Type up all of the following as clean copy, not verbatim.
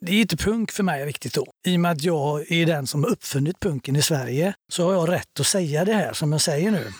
Det är inte punk för mig riktigt då. I och med att jag är den som har uppfunnit punken i Sverige så har jag rätt att säga det här som jag säger nu.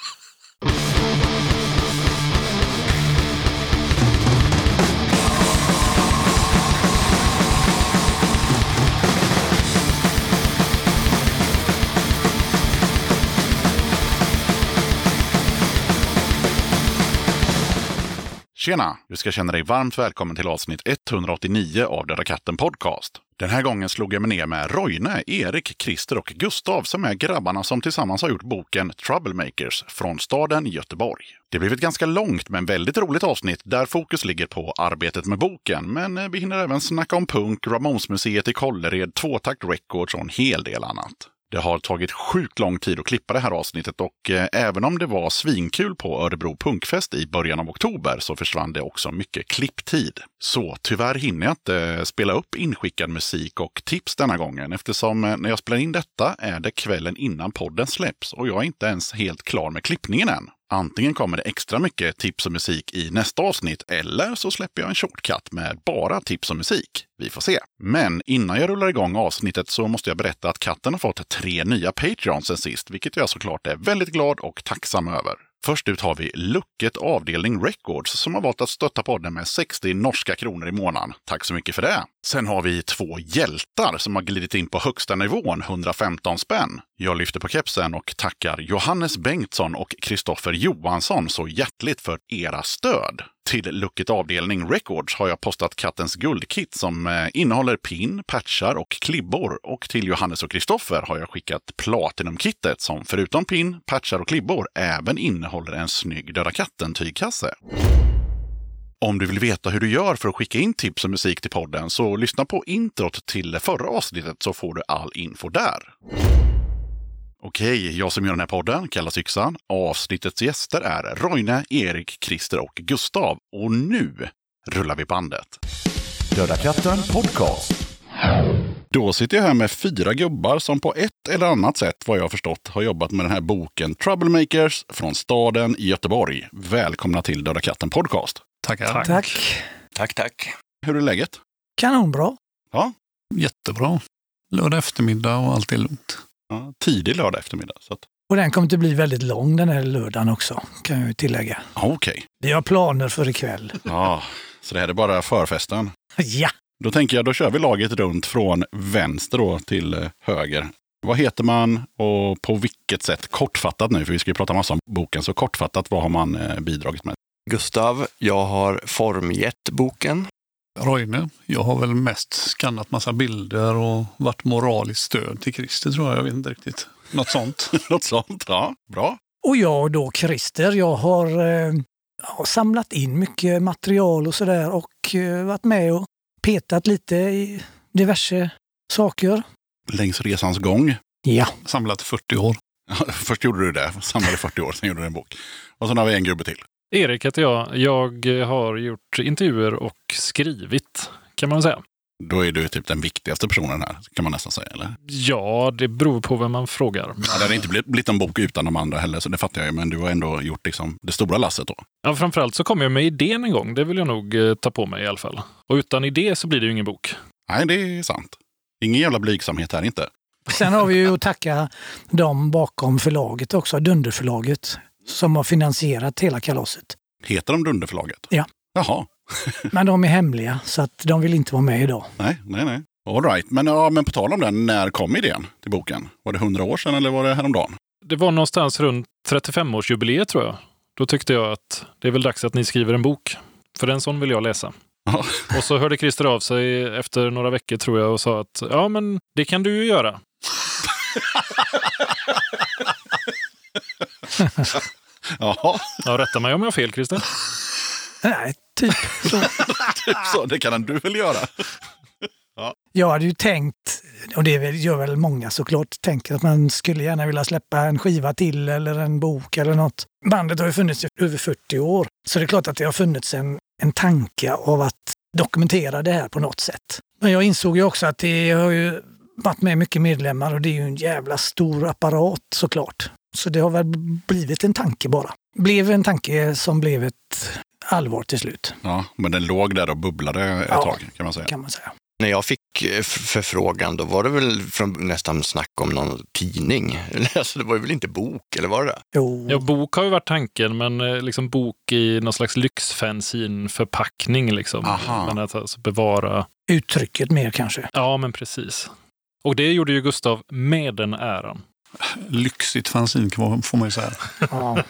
Tjena! Du ska känna dig varmt välkommen till avsnitt 189 av Döda katten podcast. Den här gången slog jag mig ner med Roine, Erik, Christer och Gustav som är grabbarna som tillsammans har gjort boken Troublemakers från staden Göteborg. Det blev ett ganska långt men väldigt roligt avsnitt där fokus ligger på arbetet med boken, men vi hinner även snacka om punk, Ramones-museet i Kållered, Tvåtakt Records och en hel del annat. Det har tagit sjukt lång tid att klippa det här avsnittet och även om det var svinkul på Örebro Punkfest i början av oktober så försvann det också mycket klipptid. Så tyvärr hinner jag inte spela upp inskickad musik och tips denna gången eftersom när jag spelar in detta är det kvällen innan podden släpps och jag är inte ens helt klar med klippningen än. Antingen kommer det extra mycket tips och musik i nästa avsnitt eller så släpper jag en shortcut med bara tips och musik. Vi får se. Men innan jag rullar igång avsnittet så måste jag berätta att katten har fått 3 nya Patreons sen sist, vilket jag såklart är väldigt glad och tacksam över. Först ut har vi Lucket avdelning Records som har valt att stötta podden med 60 norska kronor i månaden. Tack så mycket för det. Sen har vi 2 hjältar som har glidit in på högsta nivån, 115 spänn. Jag lyfter på kepsen och tackar Johannes Bengtsson och Kristoffer Johansson så hjärtligt för era stöd. Till Lucket avdelning Records har jag postat kattens guldkit som innehåller pin, patchar och klibbor. Och till Johannes och Kristoffer har jag skickat Platinum-kittet som förutom pin, patchar och klibbor även innehåller en snygg Döda katten-tygkasse. Om du vill veta hur du gör för att skicka in tips och musik till podden så lyssna på introt till förra avsnittet så får du all info där. Okej, jag som gör den här podden kallas Yxan. Avsnittets gäster är Roine, Erik, Christer och Gustav. Och nu rullar vi bandet. Döda katten podcast. Då sitter jag här med 4 gubbar som på ett eller annat sätt, vad jag har förstått, har jobbat med den här boken Troublemakers från staden i Göteborg. Välkomna till Döda katten podcast. Tackar. Tack. Hur är läget? Kanonbra. Ja. Jättebra. Lördag eftermiddag och allt är lugnt. Ja, tidig lördag eftermiddag. Så att... Och den kommer att bli väldigt lång den här lördagen också, kan jag ju tillägga. Okej. Vi har planer för ikväll. Ja, så det här är bara förfesten. Ja! Då tänker jag, då kör vi laget runt från vänster då till höger. Vad heter man och på vilket sätt? Kortfattat nu, för vi ska ju prata massa om boken. Så kortfattat, vad har man bidragit med? Gustav, jag har formgett boken. Roine, jag har väl mest skannat massa bilder och varit moraliskt stöd till Christer tror jag vet inte riktigt. Något sånt. Något sånt, ja. Bra. Och jag då, Christer, jag har samlat in mycket material och sådär och varit med och petat lite i diverse saker. Längs resans gång. Ja. Samlat 40 år. Först gjorde du det, samlade 40 år, sen gjorde du en bok. Och sen har vi en gubbe till. Erik heter jag. Jag har gjort intervjuer och skrivit, kan man säga. Då är du typ den viktigaste personen här, kan man nästan säga, eller? Ja, det beror på vem man frågar. Ja, det hade inte blivit en bok utan de andra heller, så det fattar jag ju. Men du har ändå gjort liksom det stora lasset då. Ja, framförallt så kom jag med idén en gång. Det vill jag nog ta på mig i alla fall. Och utan idé så blir det ju ingen bok. Nej, det är sant. Ingen jävla blygsamhet här inte. Sen har vi ju att tacka dem bakom förlaget också, Dunderförlaget, som har finansierat hela kalaset. Heter de Dunderförlaget? Ja. Jaha. Men de är hemliga så att de vill inte vara med idag. Nej. All right. Men på tal om den, när kom idén till boken? Var det 100 år sedan eller var det häromdagen? Det var någonstans runt 35-årsjubileet tror jag. Då tyckte jag att det är väl dags att ni skriver en bok. För en sån vill jag läsa. Ja. Och så hörde Christer av sig efter några veckor tror jag och sa att ja men det kan du ju göra. Jaha. Ja, rätta mig om jag har fel, Christer. Nej, typ så. Typ så, det kan du väl göra? Ja. Jag hade ju tänkt, och det gör väl många såklart, tänker att man skulle gärna vilja släppa en skiva till eller en bok eller något. Bandet har ju funnits i över 40 år, så det är klart att det har funnits en tanke av att dokumentera det här på något sätt. Men jag insåg ju också att det har ju varit med mycket medlemmar och det är ju en jävla stor apparat såklart. Så det har väl blivit en tanke bara. Blev en tanke som blev ett allvar till slut. Ja, men den låg där och bubblade ett tag kan man säga. Kan man säga. När jag fick förfrågan, då var det väl nästan snack om någon tidning. Alltså det var ju väl inte bok, eller var det? Jo. Ja, bok har ju varit tanken, men liksom bok i någon slags lyxfanzine-förpackning liksom. Aha. Men att alltså bevara... Uttrycket mer kanske. Ja, men precis. Och det gjorde ju Gustav med den äran. Lyxigt fanzin får man ju säga. Ja.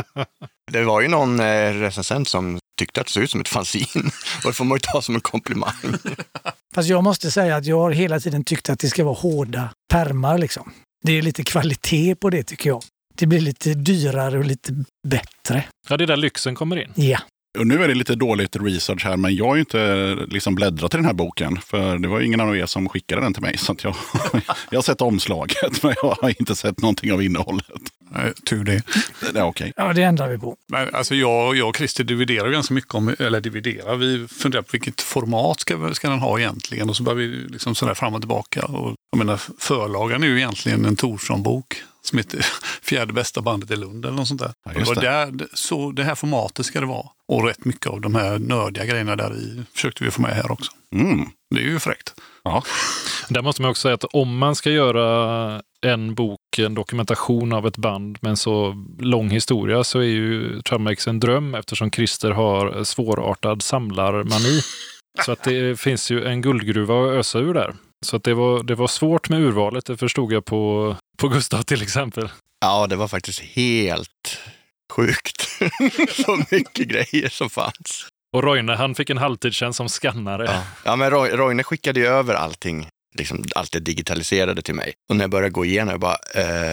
Det var ju någon recensent som tyckte att det såg ut som ett fanzin. Och det får man ju ta som en komplimang. Fast jag måste säga att jag har hela tiden tyckt att det ska vara hårda pärmar liksom. Det är lite kvalitet på det tycker jag. Det blir lite dyrare och lite bättre. Ja, det är där lyxen kommer in. Ja. Och nu är det lite dåligt research här, men jag har ju inte liksom bläddrat till den här boken. För det var ingen av er som skickade den till mig. Så att jag har sett omslaget, men jag har inte sett någonting av innehållet. Nej, tur det. Det är okej. Ja, det ändrar vi på. Men alltså jag och Christer dividerar ganska mycket om, vi funderar på vilket format ska den ha egentligen, och så börjar vi liksom sådär fram och tillbaka. Och jag menar, förlagan är ju egentligen en Thorsson-bok som heter Fjärde bästa bandet i Lund eller något sånt där. Ja, just det. Så det här formatet ska det vara. Och rätt mycket av de här nördiga grejerna där i försökte vi få med här också. Mm. Det är ju fräckt. Ja. Där måste man också säga att om man ska göra en bok, en dokumentation av ett band med en så lång historia, så är ju Trammex en dröm, eftersom Christer har svårartad samlarmani. Så att det finns ju en guldgruva att ösa ur där. Så att det var svårt med urvalet, det förstod jag på Gustav till exempel. Ja, det var faktiskt helt sjukt. Så mycket grejer som fanns. Och Roine, han fick en halvtidstjänst som skannare. Ja, men Roine skickade ju över allting, liksom allt det digitaliserade till mig. Och när jag började gå igenom, jag bara...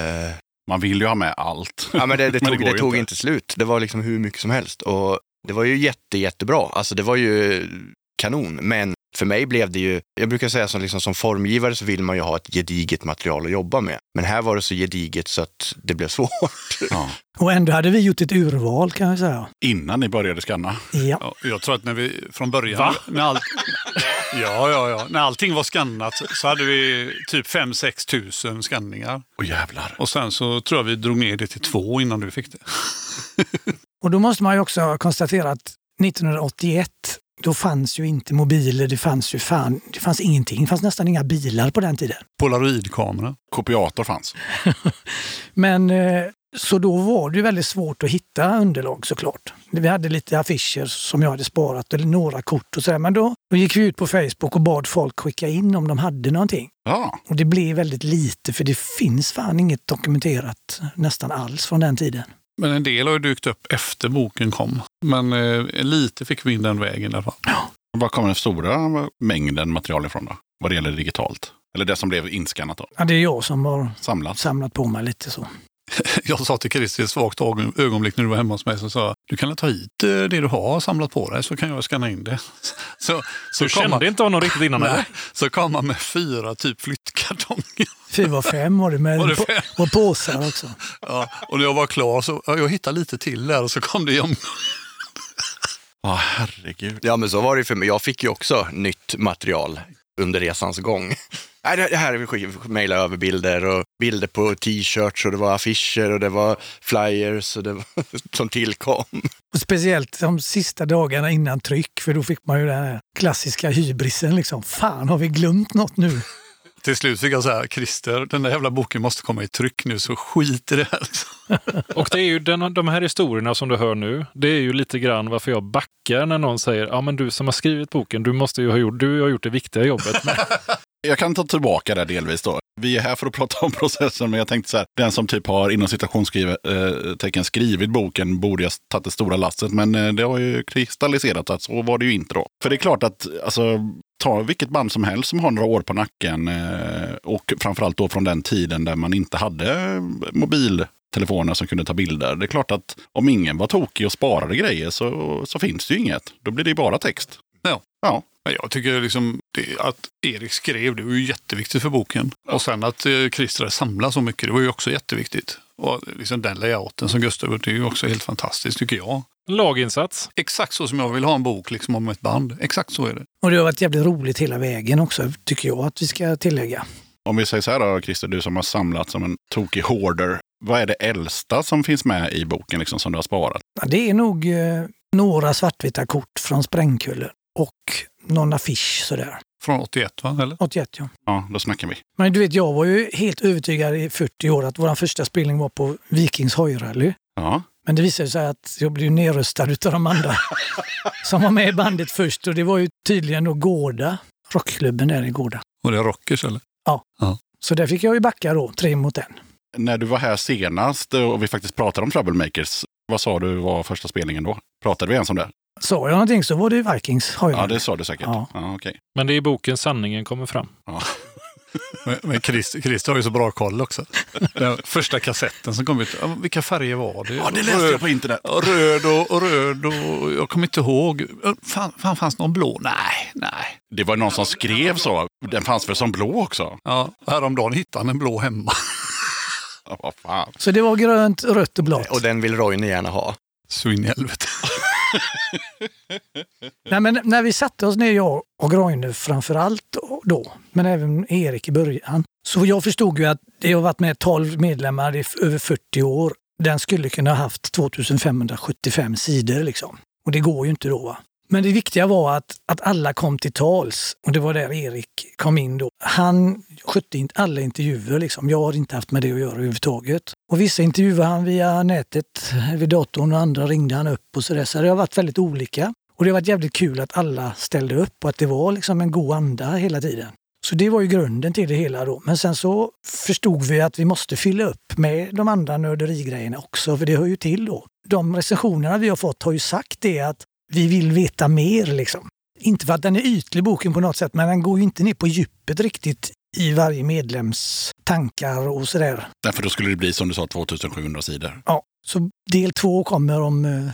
Man vill ju ha med allt. Ja, men det tog ju inte slut. Det var liksom hur mycket som helst. Och det var ju jättebra. Alltså det var ju kanon. Men för mig blev det ju... Jag brukar säga som formgivare så vill man ju ha ett gediget material att jobba med. Men här var det så gediget så att det blev svårt. Ja. Och ändå hade vi gjort ett urval kan jag säga. Innan ni började skanna. Ja. Ja, jag tror att när vi från början... När allting var skannat så hade vi typ 5-6 tusen skanningar. Åh jävlar. Och sen så tror jag vi drog ner det till 2 innan du fick det. Och då måste man ju också konstatera att 1981, då fanns ju inte mobiler, det fanns ingenting. Det fanns nästan inga bilar på den tiden. Polaroidkamera. Kopiator fanns. Men så då var det ju väldigt svårt att hitta underlag såklart. Vi hade lite affischer som jag hade sparat eller några kort och sådär. Men då gick vi ut på Facebook och bad folk skicka in om de hade någonting. Ja. Och det blev väldigt lite för det finns fan inget dokumenterat nästan alls från den tiden. Men en del har ju dykt upp efter boken kom. Men lite fick vi in den vägen i alla fall. Var kommer den stora mängden material ifrån då? Vad det gäller digitalt? Eller det som blev inskannat då? Ja, det är jag som har Samlat. samlat på mig lite så. Jag sa till Christer ett svagt ögonblick när du var hemma hos mig, så sa du kan ta hit det du har samlat på dig så kan jag skanna in det. Så du kände inte honom riktigt innan? Nej, så kom man med 4 typ flyttkartonger. 4 5 var det med och påsar också. Ja, och när jag var klar så jag hittade lite till där och så kom det om. Ja, herregud. Ja, men så var det för mig. Jag fick ju också nytt material under resans gång. Det här vi mejlade över bilder och bilder på t-shirts och det var affischer och det var flyers och det var, som tillkom. Och speciellt de sista dagarna innan tryck, för då fick man ju den här klassiska hybrisen liksom. Fan, har vi glömt något nu? Till slut fick jag säga, Christer, den där jävla boken måste komma i tryck nu, så skit i det här. Och det är ju de här historierna som du hör nu, det är ju lite grann varför jag backar när någon säger, ja men du som har skrivit boken, du har gjort det viktiga jobbet. Jag kan ta tillbaka det delvis då. Vi är här för att prata om processen, men jag tänkte så här, den som typ har inom citationstecken skrivit boken borde ha tagit det stora lasset, men det har ju kristalliserat att så var det ju inte då. För det är klart att, alltså, ta vilket band som helst som har några år på nacken och framförallt då från den tiden där man inte hade mobiltelefoner som kunde ta bilder. Det är klart att om ingen var tokig och sparade grejer så finns det ju inget. Då blir det ju bara text. Ja. Jag tycker liksom att Erik skrev, det var ju jätteviktigt för boken. Och sen att Christer samlade så mycket, det var ju också jätteviktigt. Och liksom den layouten som Gustav gjort, det är ju också helt fantastiskt tycker jag. Laginsats. Exakt så som jag vill ha en bok liksom om ett band. Exakt så är det. Och det har varit jävligt roligt hela vägen också, tycker jag att vi ska tillägga. Om vi säger så här då, Christer, du som har samlat som en tokig hoarder. Vad är det äldsta som finns med i boken liksom, som du har sparat? Ja, det är nog några svartvita kort från Sprängkulle och någon affisch sådär. Från 81, va? Eller? 81, ja. Ja, då snackar vi. Men du vet, jag var ju helt övertygad i 40 år att vår första spelning var på Vikings hojrally. Ja. Men det visade sig att jag blev nerröstad utav de andra som var med i bandet först. Och det var ju tydligen då Gårda, rockklubben där i Gårda. Och det är Rockers, eller? Ja. Ja. Så där fick jag ju backa då, 3-1. När du var här senast och vi faktiskt pratade om Troublemakers, vad sa du var första spelningen då? Pratade vi ens om det? Sa jag någonting så var det ju Vikings hojrally. Ja, det sa du säkert. Ja. Ja, okej. Men det är i boken sanningen kommer fram. Ja. Men Christer har ju så bra koll också. Den första kassetten som kom ut, vilka färger var det? Ja, det läste jag på internet. Röd och jag kommer inte ihåg. Fan fanns någon blå? Nej. Det var någon som skrev så. Den fanns väl som blå också? Ja, häromdagen hittade han en blå hemma. Ja, vad fan. Så det var grönt, rött och blått. Och den vill Roine gärna ha. Så in i helvete. Nej, men när vi satte oss ner, jag och Roine framförallt då, men även Erik i början. Så jag förstod ju att det har varit med 12 medlemmar i över 40 år. Den skulle kunna ha haft 2575 sidor liksom. Och det går ju inte då, va? Men det viktiga var att alla kom till tals. Och det var där Erik kom in då. Han skötte inte alla intervjuer liksom. Jag har inte haft med det att göra överhuvudtaget. Och vissa intervjuer han via nätet, vid datorn, och andra ringde han upp och sådär. Så det har varit väldigt olika. Och det har varit jävligt kul att alla ställde upp och att det var liksom en god anda hela tiden. Så det var ju grunden till det hela då. Men sen så förstod vi att vi måste fylla upp med de andra nörderigrejerna också. För det hör ju till då. De recensionerna vi har fått har ju sagt det att vi vill veta mer liksom. Inte för att den är ytlig boken på något sätt, men den går ju inte ner på djupet riktigt i varje medlems tankar och sådär. Därför då skulle det bli som du sa 2700 sidor. Ja, så del 2 kommer om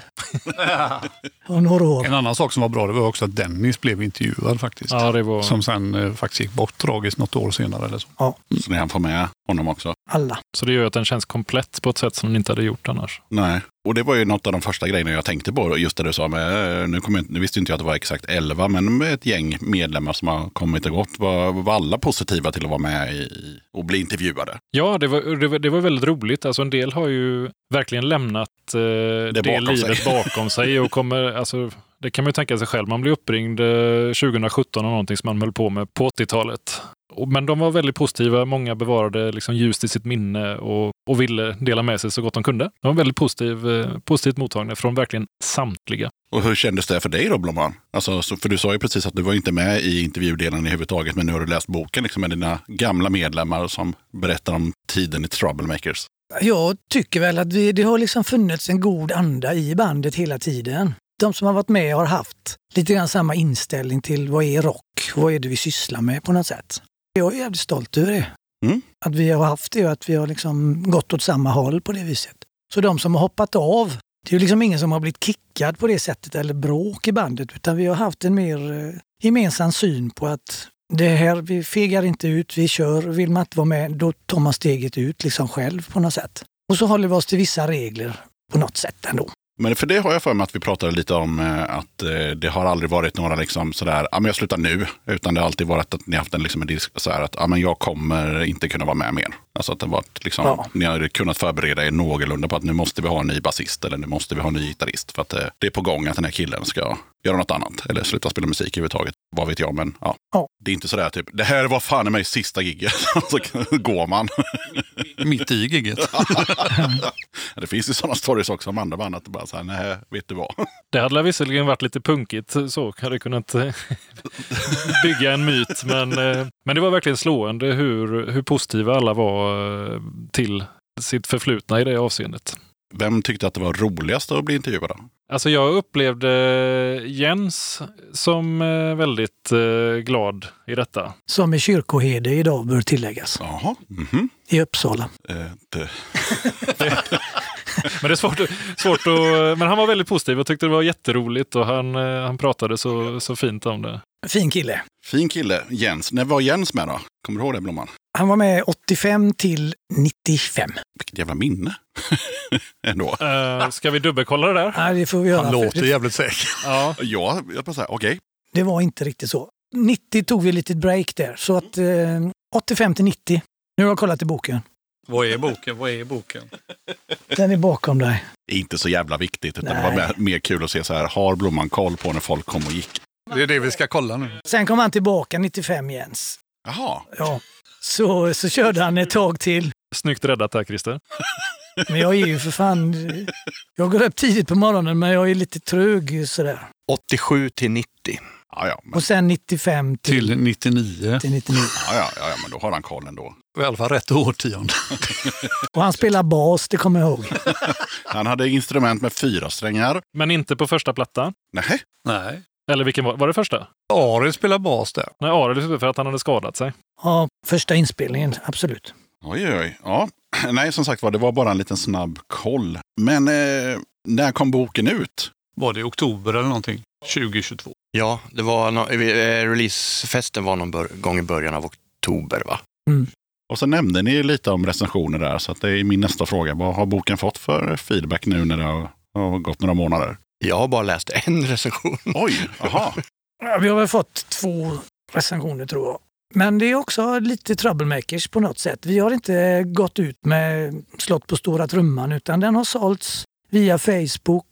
några år. En annan sak som var bra, det var också att Dennis blev intervjuad faktiskt. Ja, det var... Som sen faktiskt gick bort tragiskt något år senare eller så. Ja. Så ni han får med honom också? Alla. Så det gör att den känns komplett på ett sätt som den inte hade gjort annars. Nej. Och det var ju något av de första grejerna jag tänkte på. Just det du sa med, nu visste inte jag att det var exakt 11, men med ett gäng medlemmar som har kommit och gått. Var alla positiva till att vara med och bli intervjuade? Ja, det var väldigt roligt. Alltså en del har ju verkligen lämnat det livet bakom sig och kommer, alltså, det kan man ju tänka sig själv. Man blir uppringd 2017 av någonting som man höll på med på 80-talet. Men de var väldigt positiva. Många bevarade liksom ljust i sitt minne och ville dela med sig så gott de kunde. De var väldigt positivt mottagna från verkligen samtliga. Och hur kändes det för dig då, Blomman? Alltså, för du sa ju precis att du var inte med i intervjudelen i huvudtaget, men nu har du läst boken liksom, med dina gamla medlemmar som berättar om tiden i Troublemakers. Jag tycker väl att det har liksom funnits en god anda i bandet hela tiden. De som har varit med har haft lite grann samma inställning till vad är rock, vad är det vi sysslar med på något sätt. Jag är jävligt stolt över det. Mm. Att vi har haft det och att vi har liksom gått åt samma håll på det viset. Så de som har hoppat av, det är ju liksom ingen som har blivit kickad på det sättet eller bråk i bandet, utan vi har haft en mer gemensam syn på att det här, vi fegar inte ut, vi kör, vill man inte vara med, då tar man steget ut liksom själv på något sätt. Och så håller vi oss till vissa regler på något sätt ändå. Men för det har jag för mig att vi pratade lite om att det har aldrig varit några liksom sådär, ja men jag slutar nu, utan det har alltid varit att ni har haft en, liksom en disk så här att ja men jag kommer inte kunna vara med mer. Alltså att det var liksom, ja. Ni har kunnat förbereda er någorlunda på att nu måste vi ha en ny basist eller nu måste vi ha en ny gitarrist för att det är på gång att den här killen ska göra något annat eller sluta spela musik överhuvudtaget. Vad vet jag, men ja. Det är inte sådär typ, det här var fan i mig sista gigget. Så går man. Mitt i gigget. Det finns ju sådana stories också om andra band att det bara så här, nej, vet du vad. Det hade visserligen varit lite punkigt så, hade kunnat bygga en myt, men det var verkligen slående hur positiva alla var till sitt förflutna i det avseendet. Vem tyckte att det var roligast att bli intervjuad då? Alltså jag upplevde Jens som väldigt glad i detta. Som i kyrkoherde idag bör tilläggas. Jaha. Mm-hmm. I Uppsala. Men det är svårt att... Men han var väldigt positiv och tyckte det var jätteroligt och han pratade så fint om det. Fin kille. Fin kille. Jens. När var Jens med då? Kommer du ihåg det, Blomman? Han var med 85 till 95. Vilket jävla minne. Ändå. Ska vi dubbelkolla det där? Nej, det får vi göra. Han låter jävligt säker. Ja, jag bara säga, okej. Det var inte riktigt så. 90 tog vi lite break där. Så att 85 till 90. Nu har jag kollat i boken. Vad är boken? Den är bakom dig. Det är inte så jävla viktigt, utan det var mer kul att se så här, har Blomman koll på när folk kom och gick? Det är det vi ska kolla nu. Sen kom han tillbaka 95 Jens. Jaha. Ja. Så körde han ett tag till. Snyggt räddat här, Christer. Men jag är ju för fan... Jag går upp tidigt på morgonen, men jag är lite trög sådär. 87 till 90. Ja, men... Och sen 95 till 99. Till 99. Ja, men då har han koll ändå. I alla fall rätt årtionde. Och han spelar bas, det kommer jag ihåg. Han hade instrument med 4 strängar. Men inte på första plattan. Nej. Eller vilken var det första? Ariel spelar bas där. Nej, Ariel för att han hade skadat sig. Ja, första inspelningen, absolut. Oj. Ja. Nej, som sagt var, det var bara en liten snabb koll. Men när kom boken ut? Var det i oktober eller någonting? 2022. Ja, det var releasefesten var någon gång i början av oktober, va? Mm. Och så nämnde ni lite om recensioner där, så att det är min nästa fråga. Vad har boken fått för feedback nu när det har gått några månader? Jag har bara läst en recension. Oj, aha. Ja, vi har väl fått 2 recensioner tror jag. Men det är också lite troublemakers på något sätt. Vi har inte gått ut med slått på stora trumman, utan den har sålts via Facebook.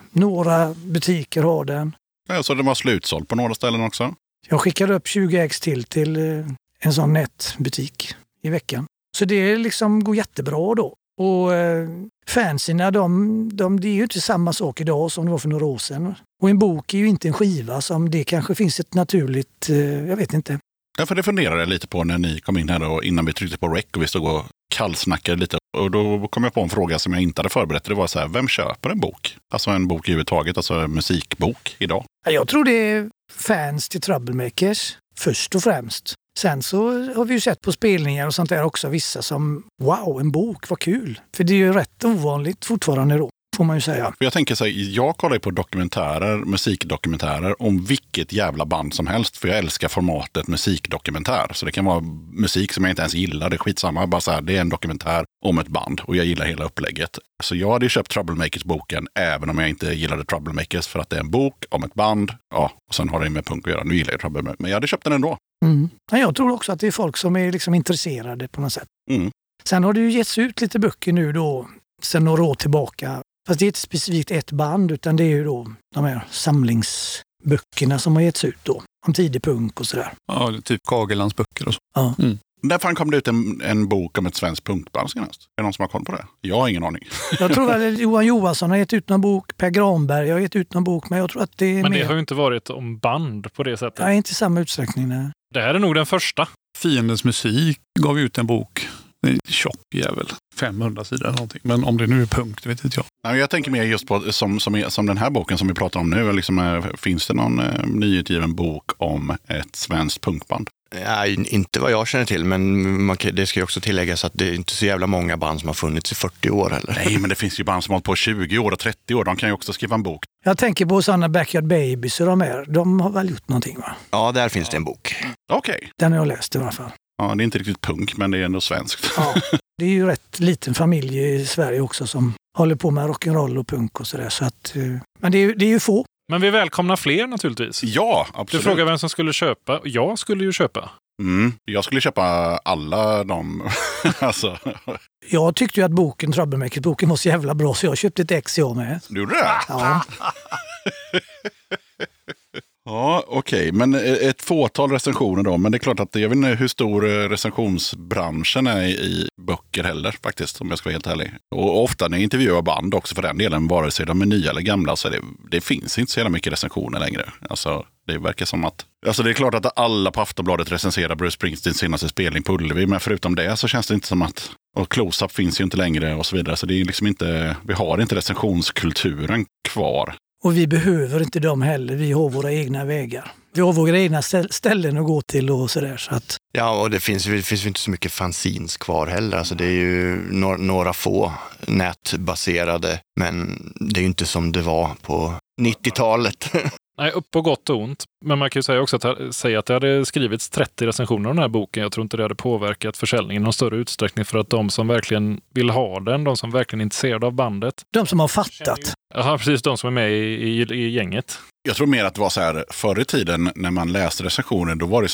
Några butiker har den. Ja, så det var slutsåld på några ställen också? Jag skickar upp 20 ex till en sån nätbutik i veckan. Så det liksom går jättebra då. Och fansina, det är ju inte samma sak idag som det var för några år sedan. Och en bok är ju inte en skiva som det kanske finns ett naturligt, jag vet inte. Ja, för det funderade jag lite på när ni kom in här då, innan vi tryckte på rec och vi stod och kallsnackade lite. Och då kom jag på en fråga som jag inte hade förberett. Det var så här, vem köper en bok? Alltså en bok överhuvudtaget, alltså en musikbok idag. Jag tror det är fans till troublemakers först och främst. Sen så har vi ju sett på spelningar och sånt där också vissa som, wow, en bok, vad kul. För det är ju rätt ovanligt fortfarande då, får man ju säga. För jag tänker så här, jag kollar på dokumentärer, musikdokumentärer om vilket jävla band som helst. För jag älskar formatet musikdokumentär. Så det kan vara musik som jag inte ens gillar, det är skitsamma. Bara så här, det är en dokumentär om ett band och jag gillar hela upplägget. Så jag hade ju köpt Troublemakers-boken även om jag inte gillade Troublemakers för att det är en bok om ett band. Ja, och sen har det med punk att göra. Nu gillar jag Troublemakers, men jag hade köpt den ändå. Mm. Jag tror också att det är folk som är liksom intresserade på något sätt. Mm. Sen har det ju getts ut lite böcker nu då, sen några år tillbaka. Fast det är inte specifikt ett band, utan det är ju då de här samlingsböckerna som har getts ut då. Om tidig punk och sådär. Ja, typ Kagelands böcker och så. Ja. Mm. Därför kom det ut en bok om ett svenskt punkband senast. Är det någon som har koll på det? Jag har ingen aning. Jag tror att Johan Johansson har gett ut någon bok, Per Granberg har gett ut någon bok, men jag tror att det är Men det mer... har ju inte varit om band på det sättet. Nej, inte i samma utsträckning. Nej. Det här är nog den första. Fiendens musik gav ut en bok. Det är tjock jävel. 500 sidor eller någonting. Men om det nu är punkt, det vet inte jag. Nej, jag tänker mer just på som den här boken som vi pratar om nu. Liksom, finns det någon nyutgiven bok om ett svenskt punkband? Ja, inte vad jag känner till, men det ska ju också tilläggas att det är inte så jävla många band som har funnits i 40 år heller. Nej, men det finns ju band som har hållit på 20 år och 30 år. De kan ju också skriva en bok. Jag tänker på sådana Backyard Babies och de har väl gjort någonting, va? Ja, där finns det en bok. Okej. Den har jag läst i alla fall. Ja, det är inte riktigt punk, men det är ändå svenskt. Ja, det är ju rätt liten familj i Sverige också som håller på med rock'n'roll och punk och sådär. Så att, men det är ju få. Men vi välkomnar fler naturligtvis. Ja, Du absolut. frågar vem som skulle köpa. Jag skulle ju köpa. Jag skulle köpa alla de. Alltså. Jag tyckte ju att boken, Troublemakers-boken var så jävla bra så jag köpte ett ex jag med. Du gjorde det? Ja. Ja, okej. Men ett fåtal recensioner då. Men det är klart att jag vet inte hur stor recensionsbranschen är i böcker heller faktiskt, om jag ska vara helt ärlig. Och ofta när jag intervjuar band också för den delen, vare sig de är nya eller gamla, så det finns inte så jävla mycket recensioner längre. Alltså, det verkar som att... Alltså det är klart att alla på Aftonbladet recenserar Bruce Springsteens senaste spelning på Ullevi, men förutom det så känns det inte som att... Och close-up finns ju inte längre och så vidare. Så det är liksom inte... Vi har inte recensionskulturen kvar. Och vi behöver inte dem heller. Vi har våra egna vägar. Vi har våra egna ställen att gå till och sådär. Så att... Ja, och det finns ju inte så mycket fanzines kvar heller. Alltså det är ju några få nätbaserade, men det är ju inte som det var på 90-talet. Nej, upp på gott och ont. Men man kan ju säga också att det hade skrivits 30 recensioner av den här boken. Jag tror inte det hade påverkat försäljningen i någon större utsträckning för att de som verkligen vill ha den, de som verkligen är intresserade av bandet. De som har fattat. Ja, precis, de som är med i gänget. Jag tror mer att det var så här, förr i tiden när man läste recensioner, då var det så här att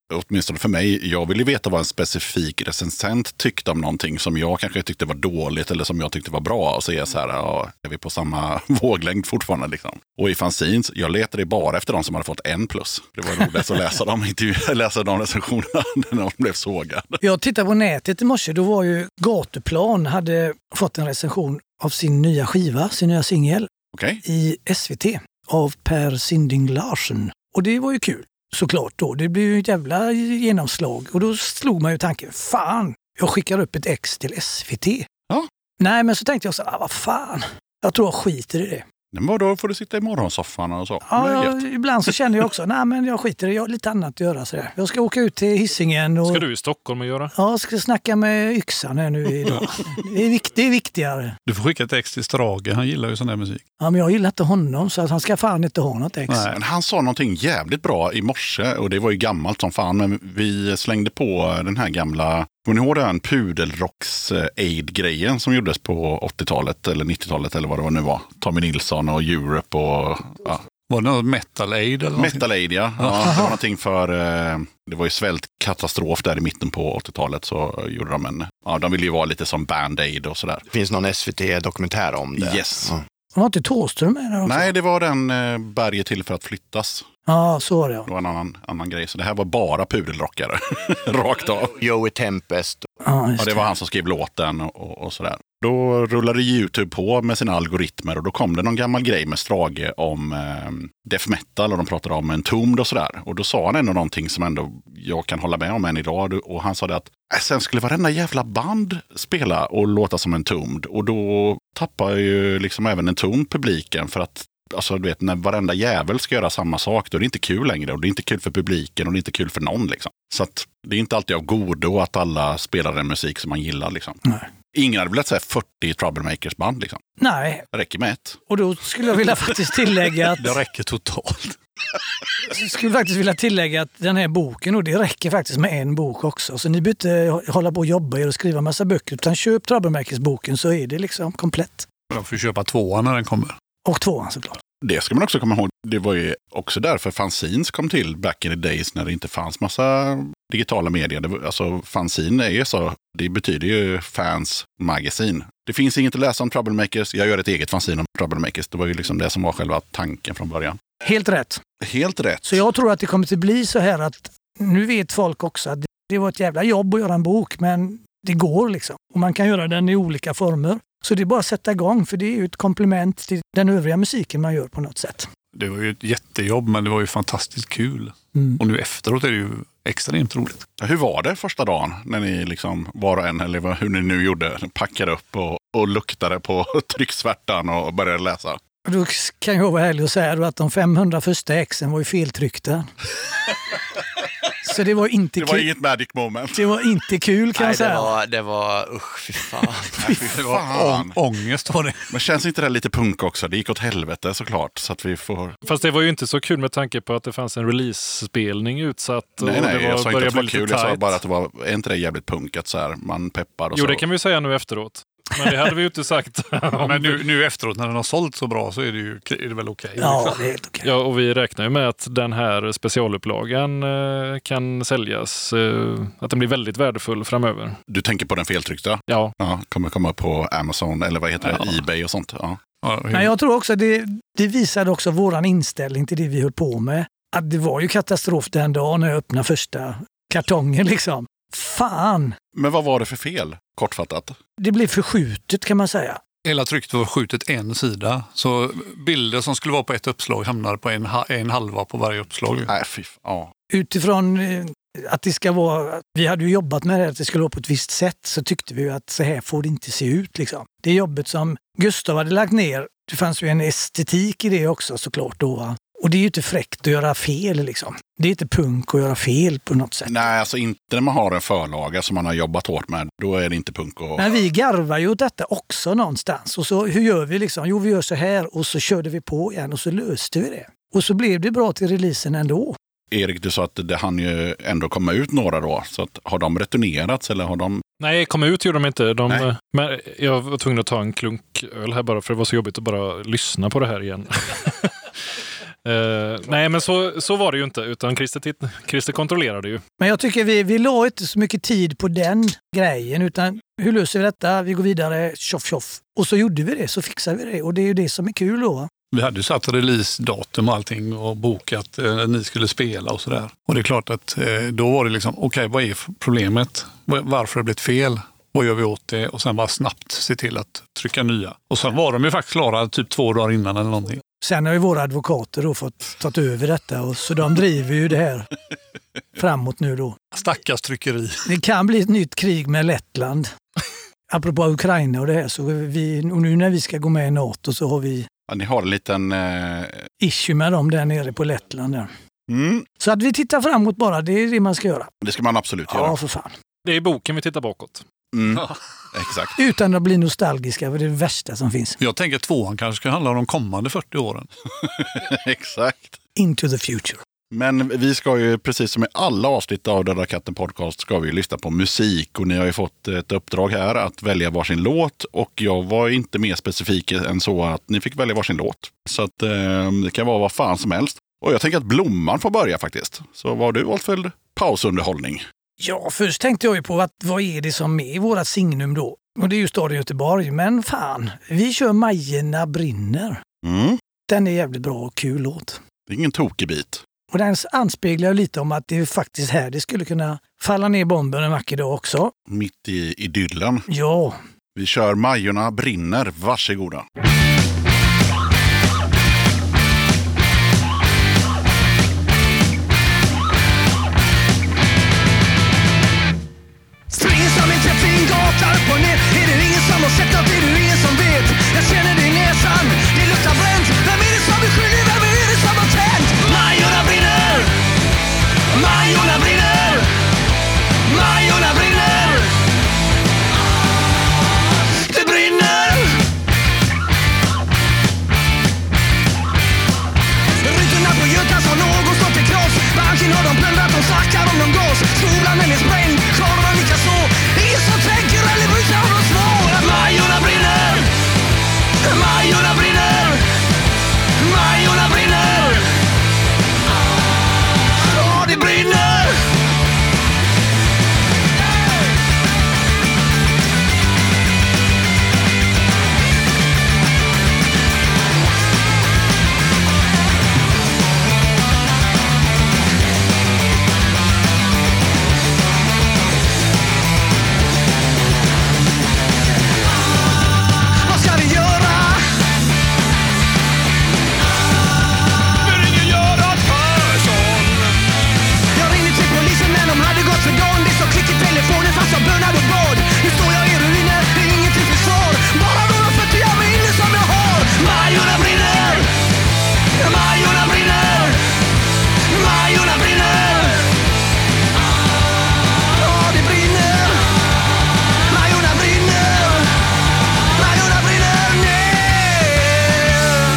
åtminstone för mig, jag vill ju veta vad en specifik recensent tyckte om någonting som jag kanske tyckte var dåligt eller som jag tyckte var bra. Och så är jag så här, ja, är vi på samma våglängd fortfarande liksom. Och i fanzines, jag letade bara efter de som hade fått 1+. Det var roligt att läsa de recensionerna när de blev sågade. Jag tittade på nätet i morse, då var ju Gatuplan hade fått en recension av sin nya skiva, sin nya singel i SVT av Per Sinding Larsen. Och det var ju kul, såklart då. Det blev ju ett jävla genomslag. Och då slog man ju tanken, fan, jag skickar upp ett ex till SVT. Ja. Nej, men så tänkte jag så vad fan, jag tror jag skiter i det. Men då får du sitta i morgonsoffan och så. Ja, ibland så känner jag också, nej men jag skiter i det, jag har lite annat att göra. Så där. Jag ska åka ut till Hisingen. Och, ska du i Stockholm och göra? Ja, jag ska snacka med Yxan här nu idag. Det är viktigare. Du får skicka ett ex till Strage, han gillar ju sån där musik. Ja, men jag gillar inte honom så att han ska fan inte ha något ex. Nej, men han sa någonting jävligt bra i morse och det var ju gammalt som fan, men vi slängde på den här gamla, kommer ni ihåg den pudelrocks-aid-grejen som gjordes på 80-talet eller 90-talet eller vad det var nu var? Tommy Nilsson och Europe och... Ja. Var det något Metal Aid eller någonting? Metal Aid, ja. Det var någonting för... Det var ju svältkatastrof där i mitten på 80-talet så gjorde de en... Ja, de ville ju vara lite som Band-Aid och sådär. Det finns någon SVT-dokumentär om det. Yes. Ja. Var inte Thåström med där också? Nej, det var den berget till för att flyttas. Ja, så var det. Det var en annan grej. Så det här var bara pudelrockare. Rakt av. Joey Tempest. Ja, det var han som skrev låten och sådär. Då rullade YouTube på med sina algoritmer och då kom det någon gammal grej med Strage om death metal och de pratade om en Entombed och sådär. Och då sa han ändå någonting som ändå jag kan hålla med om än idag. Och han sa det att sen skulle varenda jävla band spela och låta som en Entombed. Och då tappar ju liksom även en Entombed publiken för att alltså, du vet, när varenda jävel ska göra samma sak, då är det inte kul längre. Och det är inte kul för publiken och det är inte kul för någon. Liksom. Så att det är inte alltid av godo att alla spelar den musik som man gillar. Liksom. Nej. Ingen hade velat säga 40 Troublemakers-band. Liksom. Nej. Det räcker med ett. Och då skulle jag vilja faktiskt tillägga att... Det räcker totalt. Jag skulle faktiskt vilja tillägga att den här boken, och det räcker faktiskt med en bok också. Så ni behöver inte hålla på och jobba och skriva massa böcker, utan köp Troublemakers-boken så är det liksom komplett. Jag får köpa 2 när den kommer. Och 2 såklart. Det ska man också komma ihåg. Det var ju också därför fanzines kom till back in the days när det inte fanns massa digitala medier. Alltså fanzine är ju så, det betyder ju fans magasin. Det finns inget att läsa om Troublemakers. Jag gör ett eget fanzine om Troublemakers. Det var ju liksom det som var själva tanken från början. Helt rätt. Helt rätt. Så jag tror att det kommer att bli så här att nu vet folk också att det var ett jävla jobb att göra en bok, men det går liksom. Och man kan göra den i olika former. Så det är bara att sätta igång, för det är ju ett komplement till den övriga musiken man gör på något sätt. Det var ju ett jättejobb, men det var ju fantastiskt kul. Och nu efteråt är det ju extremt roligt. Hur var det första dagen när ni liksom var och en, eller hur ni nu gjorde, packade upp och luktade på trycksvärtan och började läsa? Då kan jag vara ärlig och säga att de 500 första exen var ju feltryckta. Så det var inte kul. Det var inget magic moment. Det var inte kul kan jag säga. Det var usch, fy fan. Det var ångest var det. Men känns inte det lite punk också? Det gick åt helvete såklart. Så att vi får... Fast det var ju inte så kul med tanke på att det fanns en release-spelning utsatt. Nej, det jag sa inte att det var kul. Tight. Jag sa bara att det var inte det jävligt punkat så här. Man peppar och jo, så. det kan vi säga nu efteråt. Men det hade vi ju inte sagt. Men nu efteråt när den har sålt så bra så är det väl okej. Ja, det är helt okej. Ja, och vi räknar ju med att den här specialupplagan kan säljas. Att den blir väldigt värdefull framöver. Du tänker på den feltryckta? Ja. Ja, kommer komma på Amazon eller vad heter det? eBay och sånt. Ja. Men jag tror också att det visade också våran inställning till det vi höll på med. Att det var ju katastrof den dagen när jag öppnade första kartongen liksom. Fan! Men vad var det för fel? Kortfattat. Det blev förskjutet kan man säga. Hela trycket var skjutet en sida. Så bilder som skulle vara på ett uppslag hamnade på en halva på varje uppslag. Nej, ja. Utifrån att det ska vara... Vi hade ju jobbat med det att det skulle vara på ett visst sätt, så tyckte vi att så här får det inte se ut. Liksom. Det jobbet som Gustav hade lagt ner, det fanns ju en estetik i det också såklart då. Och det är ju inte fräckt att göra fel liksom. Det är inte punk att göra fel på något sätt. Nej, alltså inte när man har en förlaga som man har jobbat hårt med. Då är det inte punk. Men vi garvar ju åt detta också någonstans. Och så hur gör vi liksom? Jo, vi gör så här och så körde vi på igen och så löste vi det. Och så blev det bra till releasen ändå. Erik, du sa att det hann ju ändå komma ut några då. Så att, har de returnerats eller har de... Nej, kom ut gjorde de inte. Men jag var tvungen att ta en klunk öl här bara för det var så jobbigt att bara lyssna på det här igen. Nej, men så var det ju inte, utan Christer kontrollerade ju. Men jag tycker vi la inte så mycket tid på den grejen, utan hur löser vi detta? Vi går vidare, tjoff. Och så gjorde vi det, så fixade vi det. Och det är ju det som är kul då. Vi hade ju satt releasedatum och allting och bokat att ni skulle spela och sådär. Och det är klart att då var det liksom, okej, vad är problemet? Varför har det blivit fel? Vad gör vi åt det? Och sen bara snabbt se till att trycka nya. Och sen var de ju faktiskt klara typ 2 dagar innan eller någonting. Sen har ju våra advokater då fått ta över detta, och så de driver ju det här framåt nu då. Stackars tryckeri. Det kan bli ett nytt krig med Lettland. Apropå Ukraina och det här, så och nu när vi ska gå med i NATO så har vi... Ja, ni har en liten... issue med dem där nere på Lettland. Där. Mm. Så att vi tittar framåt bara, det är det man ska göra. Det ska man absolut göra. Ja, för fan. Det är boken vi tittar bakåt. Mm. Exakt. Utan att bli nostalgiska, för det är det värsta som finns. Jag tänker 2 kanske ska handla om de kommande 40 åren. Exakt. Into the future. Men vi ska ju, precis som i alla avsnitt av Döda katten podcast, ska vi lyssna på musik. Och ni har ju fått ett uppdrag här att välja varsin låt. Och jag var inte mer specifik än så att ni fick välja varsin låt. Så att det kan vara vad fan som helst. Och jag tänker att Blomman får börja faktiskt. Så vad har du valt för pausunderhållning? Ja, först tänkte jag ju på att vad är det som är i våra signum då? Och det är ju staden Göteborg, men fan, vi kör Majorna brinner. Mm. Den är jävligt bra och kul låt. Det är ingen tokig bit. Och den anspeglar lite om att det är faktiskt här det skulle kunna falla ner bomben en vacker dag också. Mitt i idyllen. Ja. Vi kör Majorna brinner, varsågoda. Springer som en tätting, gata upp och ner. Är det ingen som har sett något, är det ingen som vet? Jag känner det i näsan, det luktar bränt. Vem är det som är skyldig, vem är det som har tänt? Majorna brinner! Majorna brinner! Majorna brinner! Det brinner! Rutorna på Götan som någon stått i kross. Banken har de plundrat, de snackar om någon gas. Skolan den är sprängd, korvar lika så. Ingen som tänker eller bryr sig om de små. Majorna brinner! Majorna brinner! Majorna brinner! Ja, det brinner! Vad ska vi göra? Vill ingen göra Persson? Jag ringde till polisen men de hade gått för dagen. Det så klick i telefonen fast jag bönade och bad. Nu står jag i ruiner, det är inget till försvar. Bara några fattiga minnen som jag har. Majorna brinner! Majorna brinner! Majorna brinner! Ja, det brinner! Majorna brinner! Majorna brinner ner!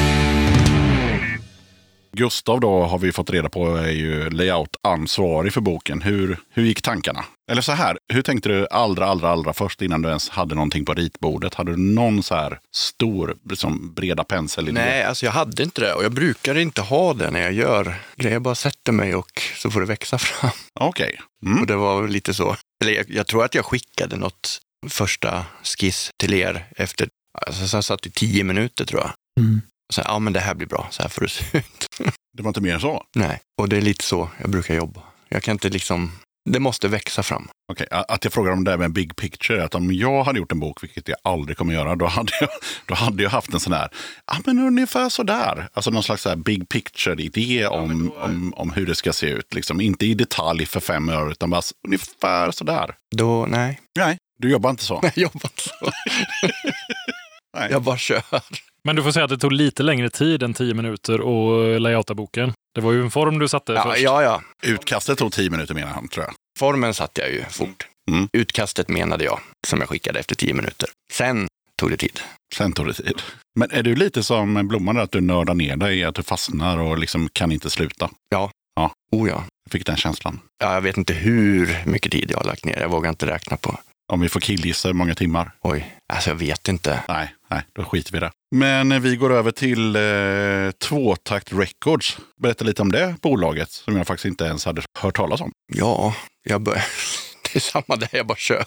Gustav då har vi fått reda på är ju layout-ansvarig för boken. Hur gick tankarna? Eller så här, hur tänkte du allra först innan du ens hade någonting på ritbordet? Hade du någon så här stor, liksom breda pensel? Nej, alltså jag hade inte det och jag brukar inte ha det när jag gör grejer. Jag bara sätter mig och så får det växa fram. Okej. Mm. Och det var lite så. Eller jag tror att jag skickade något första skiss till er efter, alltså så jag satt i 10 minuter tror jag. Mm. Och sen, ja men det här blir bra, så här får det se ut. Det var inte mer än så? Nej, och det är lite så jag brukar jobba. Jag kan inte liksom, det måste växa fram. Okej, att jag frågar om det där med en big picture, att om jag hade gjort en bok, vilket jag aldrig kommer göra, då hade jag haft en sån här, ja men ungefär sådär. Alltså någon slags så här big picture-idé om hur det ska se ut. Liksom. Inte i detalj för 5 år, utan bara ungefär sådär. Då, nej. Nej, du jobbar inte så. Jag jobbar inte så. Nej. Jag bara kör. Men du får säga att det tog lite längre tid än 10 minuter att layouta boken. Det var ju en form du satte först. Ja. Utkastet tog 10 minuter menar han, tror jag. Formen satte jag ju fort. Mm. Utkastet menade jag, som jag skickade efter 10 minuter. Sen tog det tid. Men är du lite som Blomman, att du nördar ner dig, att du fastnar och liksom kan inte sluta? Ja. Ja. Oh ja. Jag fick den känslan. Ja, jag vet inte hur mycket tid jag har lagt ner. Jag vågar inte räkna på. Om vi får killgissa hur många timmar? Oj, alltså jag vet inte. Nej, Nej, då skiter vi det. Men vi går över till Tvåtakt Records. Berätta lite om det bolaget som jag faktiskt inte ens hade hört talas om. Ja, det är samma där, jag bara kör.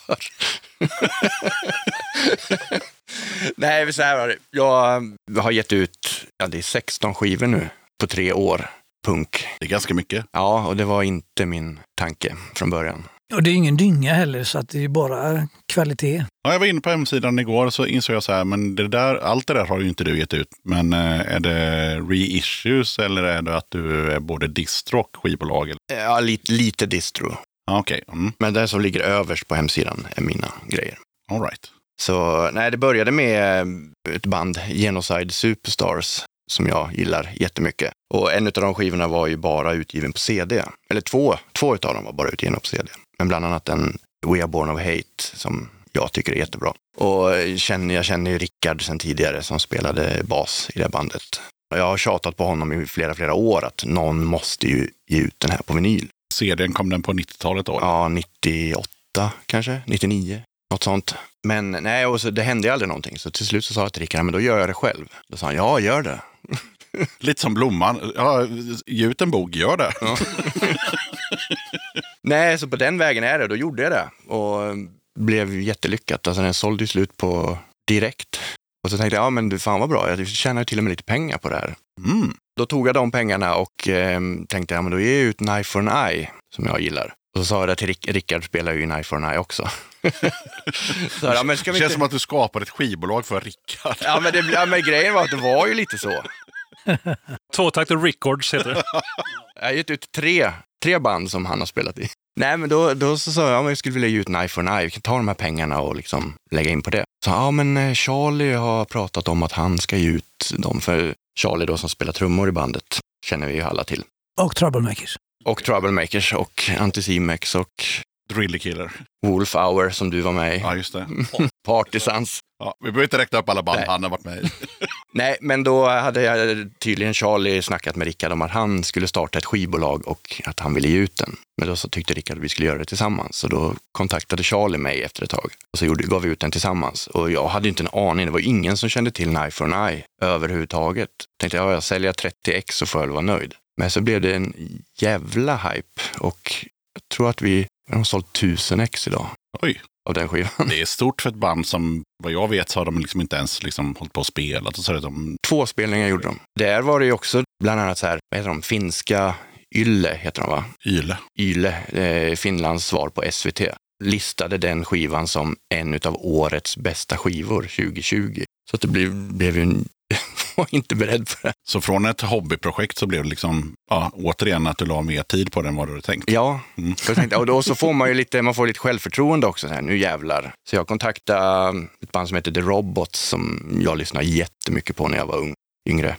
Nej, så här var det. Jag har gett ut, det är 16 skivor nu på 3 år. Punk. Det är ganska mycket. Ja, och det var inte min tanke från början. Och det är ingen dynga heller, så att det är bara kvalitet. Ja, jag var inne på hemsidan igår så insåg jag så här, men allt det där har ju inte du gett ut. Men är det reissues eller är det att du är både distro och skivbolag? Ja, lite distro. Okej. Mm. Men det som ligger överst på hemsidan är mina grejer. All right. Så nej, det började med ett band, Genocide Superstars, som jag gillar jättemycket. Och en av de skivorna var ju bara utgiven på CD. Eller två utav dem var bara utgivna på CD. Men bland annat en We Are Born of Hate som jag tycker är jättebra. Och jag känner ju Rickard sedan tidigare som spelade bas i det bandet. Och jag har tjatat på honom i flera år att någon måste ju ge ut den här på vinyl. CDn kom den på 90-talet då? Ja, 98 kanske, 99. Något sånt. Men nej, och så, det hände aldrig någonting. Så till slut så sa jag till Rickard, men då gör jag det själv. Då sa han, ja, gör det. Lite som Blomman. Ja, ge ut en bok, gör det. Ja. Nej, så på den vägen är det. Då gjorde jag det. Och blev jättelyckat. Alltså den sålde ju slut på direkt. Och så tänkte jag, ja men du, fan vad bra. Jag tjänar ju till och med lite pengar på det här. Mm. Då tog jag de pengarna och tänkte, ja men då ger jag ut Knife for an Eye som jag gillar. Och så sa jag det till Rickard, spelar ju Knife for an Eye också. Så, ja, men ska vi det känns som att du skapar ett skivbolag för Rickard. Ja, men grejen var att det var ju lite så. Tvåtakt Records heter det. Jag har gett ut tre band som han har spelat i. Nej, men då så sa jag, ja, jag skulle vilja ge ut Knife for an Eye. Vi kan ta de här pengarna och liksom lägga in på det. Så ja, men Charlie har pratat om att han ska ge ut dem. För Charlie då som spelar trummor i bandet känner vi ju alla till. Och Troublemakers. Och Troublemakers och Anticimex och Driller Killer. Wolf Hour som du var med i. Ja, just det. Partisans. Ja, vi behöver inte räkna upp alla band han har varit med i. Nej, men då hade jag tydligen Charlie snackat med Rickard om att han skulle starta ett skivbolag och att han ville ge ut den. Men då så tyckte Rickard att vi skulle göra det tillsammans. Så då kontaktade Charlie mig efter ett tag. Och så gav vi ut den tillsammans. Och jag hade inte en aning. Det var ingen som kände till Knife for an Eye överhuvudtaget. Tänkte jag säljer 30x så får jag vara nöjd. Men så blev det en jävla hype. Och jag tror att vi har sålt 1000x idag. Oj. Av den skivan. Det är stort för ett band som, vad jag vet, så har de liksom inte ens liksom hållit på att spela. Och så är de... 2 spelningar gjorde de. Där var det ju också bland annat så här, vad heter de? Finska Yle heter de, va? Yle, Finlands svar på SVT. Listade den skivan som en av årets bästa skivor 2020. Så att det blev ju en... var inte beredd för det. Så från ett hobbyprojekt så blev det liksom, återigen att du la mer tid på den vad du hade tänkt. Ja, så jag tänkte, och då så får man ju lite självförtroende också. Så här, nu jävlar. Så jag kontaktade ett band som heter The Robots som jag lyssnade jättemycket på när jag var yngre.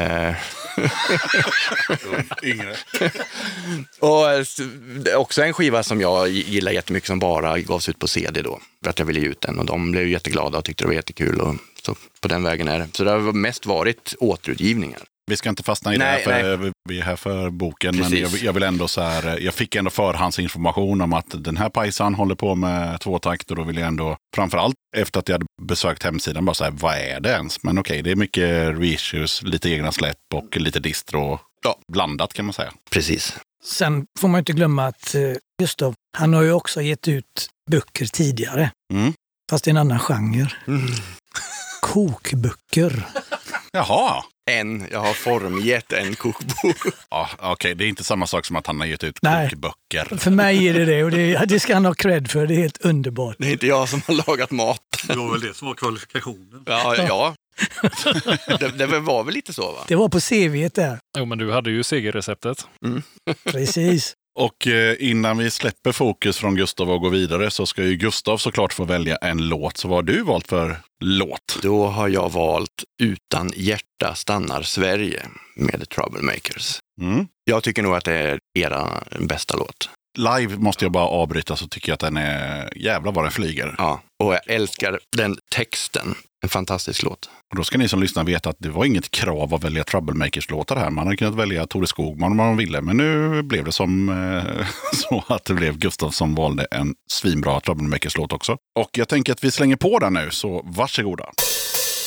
Yngre. Och också en skiva som jag gillar jättemycket som bara gavs ut på CD då. För att jag ville ge ut den och de blev jätteglada och tyckte det var jättekul. Och så på den vägen är det. Så det har mest varit återutgivningar. Vi ska inte fastna i det, för vi är här för boken. Precis. Men jag vill ändå så här, jag fick ändå förhandsinformation om att den här pajsan håller på med tvåtakt och då vill jag ändå, framförallt efter att jag hade besökt hemsidan, bara så här, vad är det ens? Men okej, det är mycket reissues, lite egna släpp och lite distro, blandat kan man säga. Precis. Sen får man inte glömma att Gustav, han har ju också gett ut böcker tidigare. Fast i en annan genre. Kokböcker. Jaha. Jag har formgett en kokbok. Ja, okej. Det är inte samma sak som att han har gett ut kokböcker. För mig är det och det ska han ha cred för. Det är helt underbart. Det är inte jag som har lagat mat. Det var väl det som var kvalifikationen. Ja. Det var väl lite så, va? Det var på CV:t där. Jo, men du hade ju segerreceptet. Precis. Och innan vi släpper fokus från Gustav och går vidare så ska ju Gustav såklart få välja en låt. Så vad har du valt för låt? Då har jag valt Utan hjärta stannar Sverige med Troublemakers. Jag tycker nog att det är era bästa låt. Live måste jag bara avbryta, så tycker jag att den är jävla vad den flyger. Ja, och jag älskar den texten. En fantastisk låt. Och då ska ni som lyssnar veta att det var inget krav att välja Troublemakers-låtar här. Man hade kunnat välja Tore Skogman om man ville. Men nu blev det som så att det blev Gustav som valde en svinbra Troublemakers-låt också. Och jag tänker att vi slänger på den nu, så varsågoda.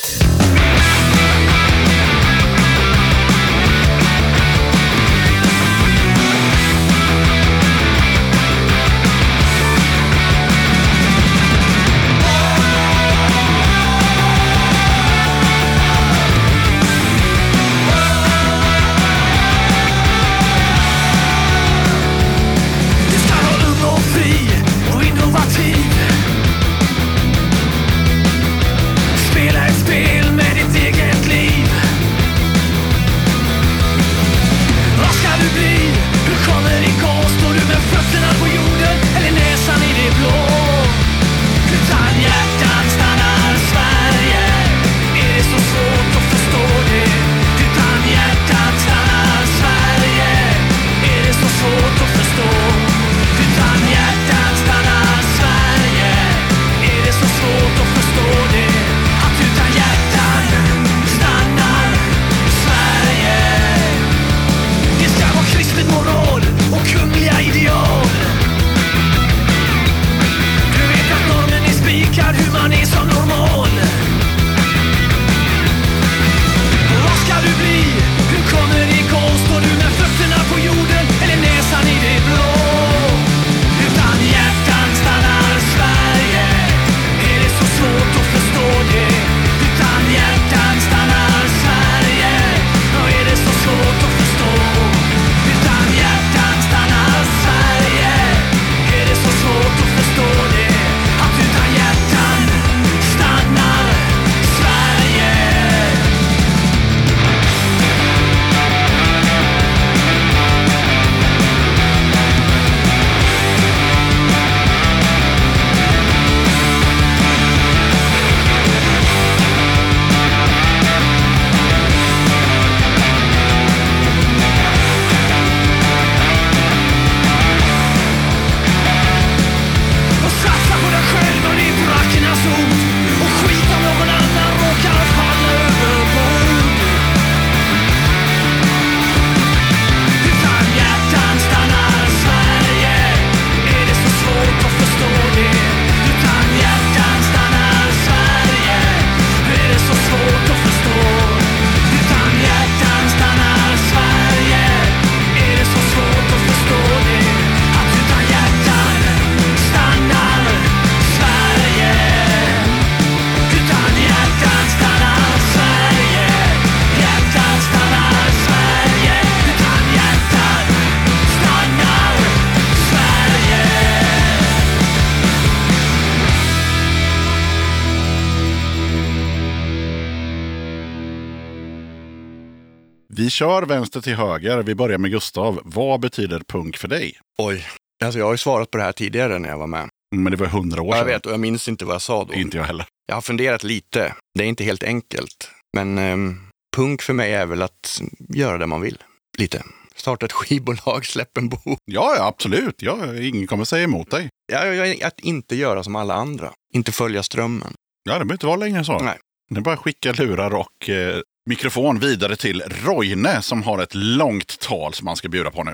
Vi kör vänster till höger. Vi börjar med Gustav. Vad betyder punk för dig? Oj, alltså jag har ju svarat på det här tidigare när jag var med. Men det var 100 år sedan. Jag vet, och jag minns inte vad jag sa då. Inte jag heller. Jag har funderat lite. Det är inte helt enkelt. Men punk för mig är väl att göra det man vill. Lite. Starta ett skivbolag, släppa en bok. Ja, absolut. Ingen kommer säga emot dig. Att inte göra som alla andra. Inte följa strömmen. Ja, det behöver inte vara längre så. Nej. Det är bara att skicka lurar och mikrofon vidare till Roine som har ett långt tal som man ska bjuda på nu.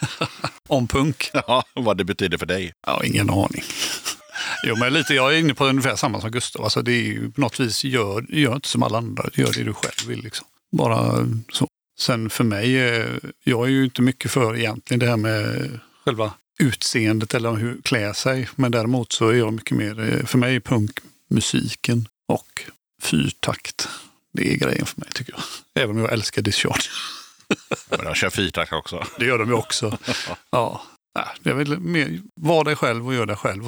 Om punk? Ja, vad det betyder för dig. Ja, ingen aning. Jo, men lite, jag är inne på ungefär samma som Gustav. Alltså det är ju på något vis, gör inte som alla andra. Gör det du själv vill liksom. Bara så. Sen för mig, jag är ju inte mycket för egentligen det här med själva utseendet eller hur klä sig. Men däremot så är jag mycket mer, för mig är punk musiken och fyrtakt. Det är grejen för mig tycker jag. Även om jag älskar Discharge. Men jag kör fyrtakt också. Det gör de ju också. Ja. Det är väl mer, var dig själv och gör dig själv och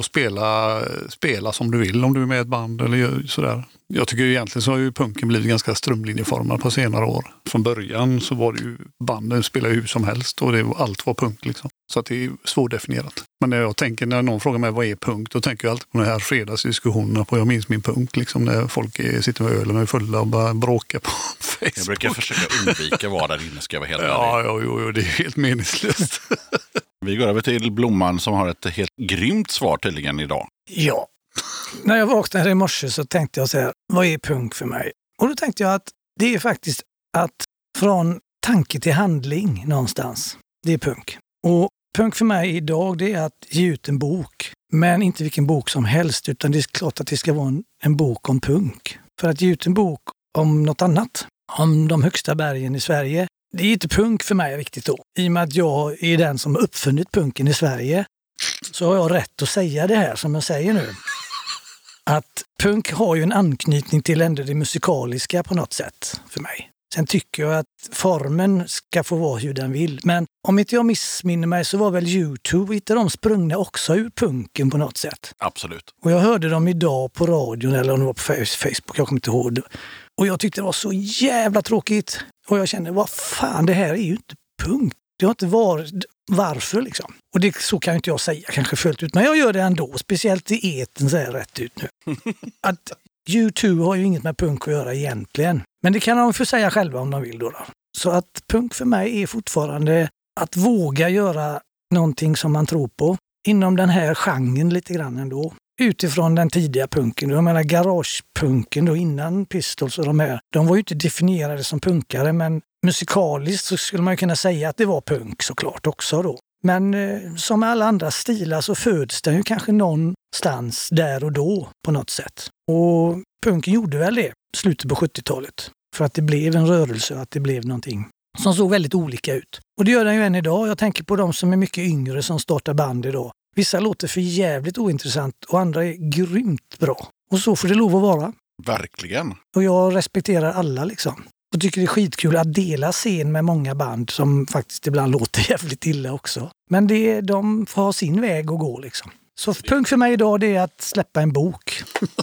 spela som du vill om du är med i ett band eller sådär. Jag tycker egentligen så har ju punken blivit ganska strömlinjeformad på senare år. Från början så var det ju banden spelade hur som helst och allt var punk liksom. Så att det är svårdefinierat. Men när jag tänker, när någon frågar mig vad är punk, då tänker jag alltid på de här fredagsdiskussionerna på Jag minns min punk liksom, när folk sitter med ölen och är fulla och bara bråkar på Facebook. Jag brukar försöka undvika vara där inne, ska jag vara helt ärlig. Ja, det är helt meningslöst. Vi går över till Blomman som har ett helt grymt svar tydligen idag. Ja. När jag vaknade i morse så tänkte jag så här, vad är punk för mig? Och då tänkte jag att det är faktiskt att från tanke till handling någonstans. Det är punk. Och punk för mig idag, det är att ge ut en bok. Men inte vilken bok som helst, utan det är klart att det ska vara en bok om punk. För att ge ut en bok om något annat. Om de högsta bergen i Sverige. Det är inte punk för mig riktigt då. I och med att jag är den som uppfunnit punken i Sverige så har jag rätt att säga det här som jag säger nu. Att punk har ju en anknytning till ändå det musikaliska på något sätt för mig. Sen tycker jag att formen ska få vara hur den vill. Men om inte jag missminner mig så var väl YouTube, inte de sprungna också ur punken på något sätt. Absolut. Och jag hörde dem idag på radion eller om det var på Facebook, jag kommer inte ihåg. Och jag tyckte det var så jävla tråkigt. Och jag kände, vad fan, det här är ju inte punk. Det har inte varit, varför liksom? Och det så kan inte jag säga kanske fullt ut, men jag gör det ändå. Speciellt i eten säger rätt ut nu. Att YouTube har ju inget med punk att göra egentligen. Men det kan de få säga själva om de vill då. Så att punk för mig är fortfarande att våga göra någonting som man tror på. Inom den här genren lite grann ändå. Utifrån den tidiga punken. Jag menar garagepunken då innan Pistols och de här. De var ju inte definierade som punkare, men musikaliskt så skulle man ju kunna säga att det var punk såklart också då. Men som med alla andra stilar så föds den ju kanske någonstans där och då på något sätt. Och punken gjorde väl det slutet på 70-talet. För att det blev en rörelse, att det blev någonting som såg väldigt olika ut. Och det gör den ju än idag. Jag tänker på de som är mycket yngre som startar band idag. Vissa låter för jävligt ointressant och andra är grymt bra. Och så får det lov att vara. Verkligen. Och jag respekterar alla liksom. Och tycker det är skitkul att dela scen med många band som faktiskt ibland låter jävligt illa också. Men de får ha sin väg att gå liksom. Så punk för mig idag det är att släppa en bok.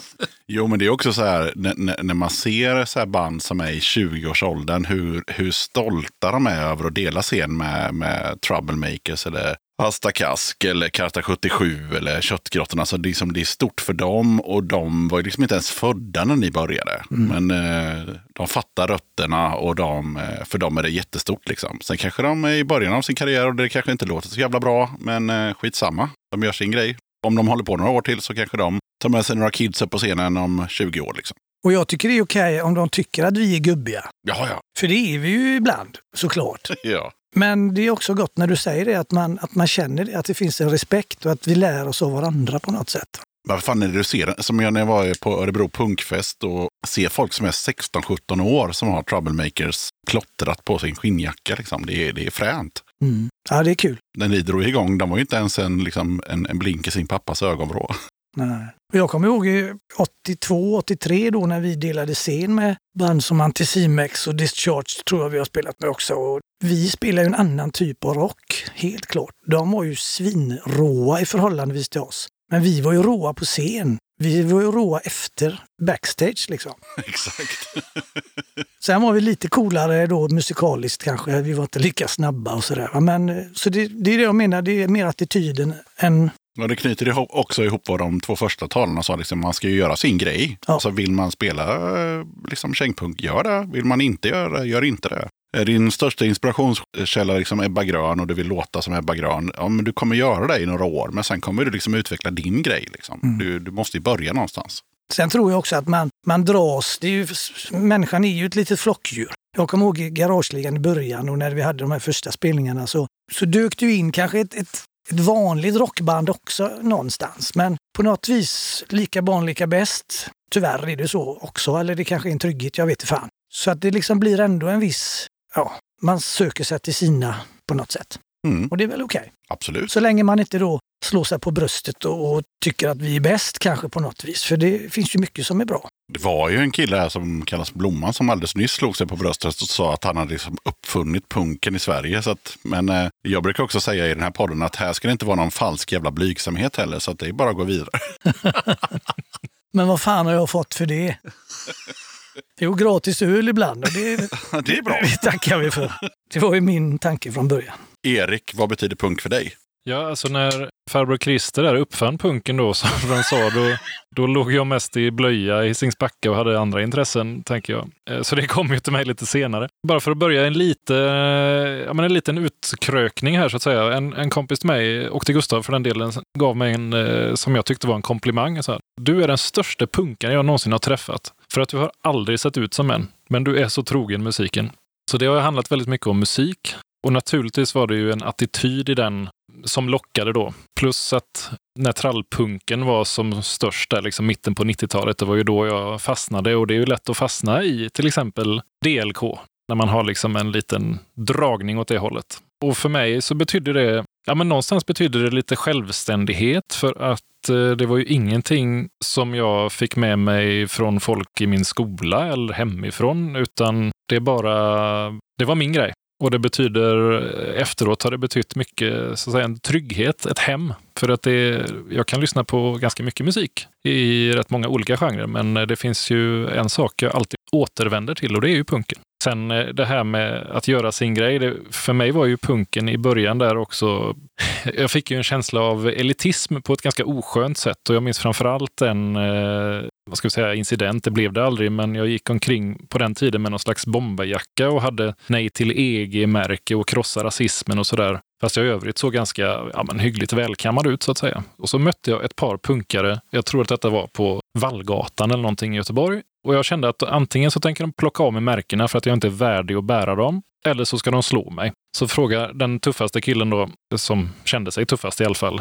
Jo, men det är också så här, när man ser så här band som är i 20-årsåldern, hur stolta de är över att dela scen med Troublemakers eller Asta Kask eller Karta 77 eller Köttgrottorna. Så det är stort för dem och de var ju liksom inte ens födda när ni började. Men de fattar rötterna och för dem är det jättestort liksom. Sen kanske de är i början av sin karriär och det kanske inte låter så jävla bra, men skitsamma. De gör sin grej. Om de håller på några år till så kanske de tar med sig några kids upp på scenen om 20 år liksom. Och jag tycker det är okej om de tycker att vi är gubbiga. Ja. För det är vi ju ibland, såklart. Ja. Men det är också gott när du säger det, att man känner det, att det finns en respekt och att vi lär oss av varandra på något sätt. Vad fan är det du ser? Som jag när jag var på Örebro punkfest och ser folk som är 16-17 år som har Troublemakers klottrat på sin skinnjacka. Liksom. Det är fränt. Mm. Ja, det är kul. När ni drog igång, de var ju inte ens en blink i sin pappas ögonvrå. Nej. Och jag kommer ihåg 82-83 då när vi delade scen med band som Anticimex och Discharge tror jag vi har spelat med också. Och vi spelar ju en annan typ av rock, helt klart. De var ju svinråa i förhållandevis till oss. Men vi var ju råa på scen. Vi var ju råa efter backstage liksom. Exakt. Sen var vi lite coolare då musikaliskt kanske. Vi var inte lika snabba och sådär. Men så det är det jag menar. Det är mer attityden än... Ja, det knyter också ihop vad de två första talarna sa. Liksom, man ska ju göra sin grej. Ja. Alltså vill man spela liksom, kängpunk, gör det. Vill man inte göra det, gör inte det. Din största inspirationskälla liksom Ebba Grön och du vill låta som Ebba Grön. Ja, men du kommer göra det i några år. Men sen kommer du liksom utveckla din grej. Liksom. Du måste ju börja någonstans. Sen tror jag också att man dras. Människan är ju ett litet flockdjur. Jag kommer ihåg Garageligan i början och när vi hade de här första spelningarna så dök du in kanske ett vanligt rockband också någonstans. Men på något vis lika barn lika bäst. Tyvärr är det så också. Eller det kanske är en trygghet, jag vet inte fan. Så att det liksom blir ändå en viss... Ja, man söker sig till sina på något sätt. Och det är väl okej. Absolut. Så länge man inte då slår sig på bröstet och tycker att vi är bäst kanske på något vis. För det finns ju mycket som är bra. Det var ju en kille här som kallas Blomman som alldeles nyss slog sig på bröstet och sa att han hade liksom uppfunnit punken i Sverige. Så att, men jag brukar också säga i den här podden att här ska det inte vara någon falsk jävla blygsamhet heller. Så att det är bara att gå vidare. Men vad fan har jag fått för det? Det är ju gratis öl ibland och det är bra. Det tackar vi för. Det var ju min tanke från början. Erik, vad betyder punk för dig? Ja, alltså när farbror Christer där uppfann punken då, som de sa, då låg jag mest i blöja i Singsbacka och hade andra intressen, tänker jag. Så det kom ju till mig lite senare. Bara för att börja en liten utkrökning här så att säga. En kompis till mig, och till Gustav för den delen, gav mig en som jag tyckte var en komplimang. Så här, du är den största punkaren jag någonsin har träffat. För att du har aldrig sett ut som en, men du är så trogen musiken. Så det har handlat väldigt mycket om musik. Och naturligtvis var det ju en attityd i den som lockade då. Plus att när trallpunken var som störst där, liksom mitten på 90-talet, det var ju då jag fastnade. Och det är ju lätt att fastna i till exempel DLK, när man har liksom en liten dragning åt det hållet. Och för mig så betyder det, men någonstans betyder det lite självständighet, för att det var ju ingenting som jag fick med mig från folk i min skola eller hemifrån, utan det var min grej. Och det betyder, efteråt har det betytt mycket, så att säga, en trygghet, ett hem. För att jag kan lyssna på ganska mycket musik i rätt många olika genrer, men det finns ju en sak jag alltid återvänder till, och det är ju punken. Sen det här med att göra sin grej, för mig var ju punken i början där också, jag fick ju en känsla av elitism på ett ganska oskönt sätt, och jag minns framförallt en incident, det blev det aldrig, men jag gick omkring på den tiden med någon slags bomberjacka och hade nej till EG-märke och krossa rasismen och sådär. Fast jag i övrigt såg ganska hyggligt välkammad ut, så att säga. Och så mötte jag ett par punkare, jag tror att detta var på Vallgatan eller någonting i Göteborg. Och jag kände att antingen så tänker de plocka av mig märkena för att jag inte är värdig att bära dem, eller så ska de slå mig. Så frågar den tuffaste killen då, som kände sig tuffast i alla fall.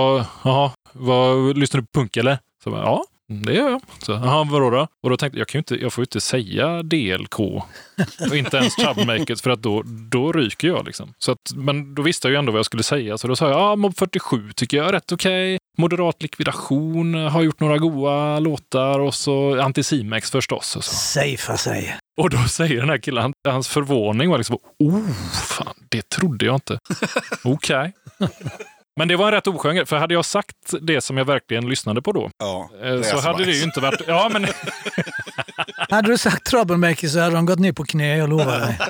Vad lyssnar du på punk eller? Så ja, det gör jag. Så, vadå då? Och då tänkte jag får ju inte säga DLK och inte ens Troublemakers, för att då ryker jag liksom. Så att, men då visste jag ju ändå vad jag skulle säga, så då sa jag, Mob 47 tycker jag är rätt okej. Moderat likvidation, har gjort några goa låtar, och så Anticimex förstås. Och så. Safea sig. Och då säger den här killen, hans förvåning var liksom, fan, det trodde jag inte. Okej. Men det var en rätt oskön, för hade jag sagt det som jag verkligen lyssnade på då, så hade det ju inte varit... Ja, men... Hade du sagt Troublemakers så hade de gått ner på knä, jag lovar dig.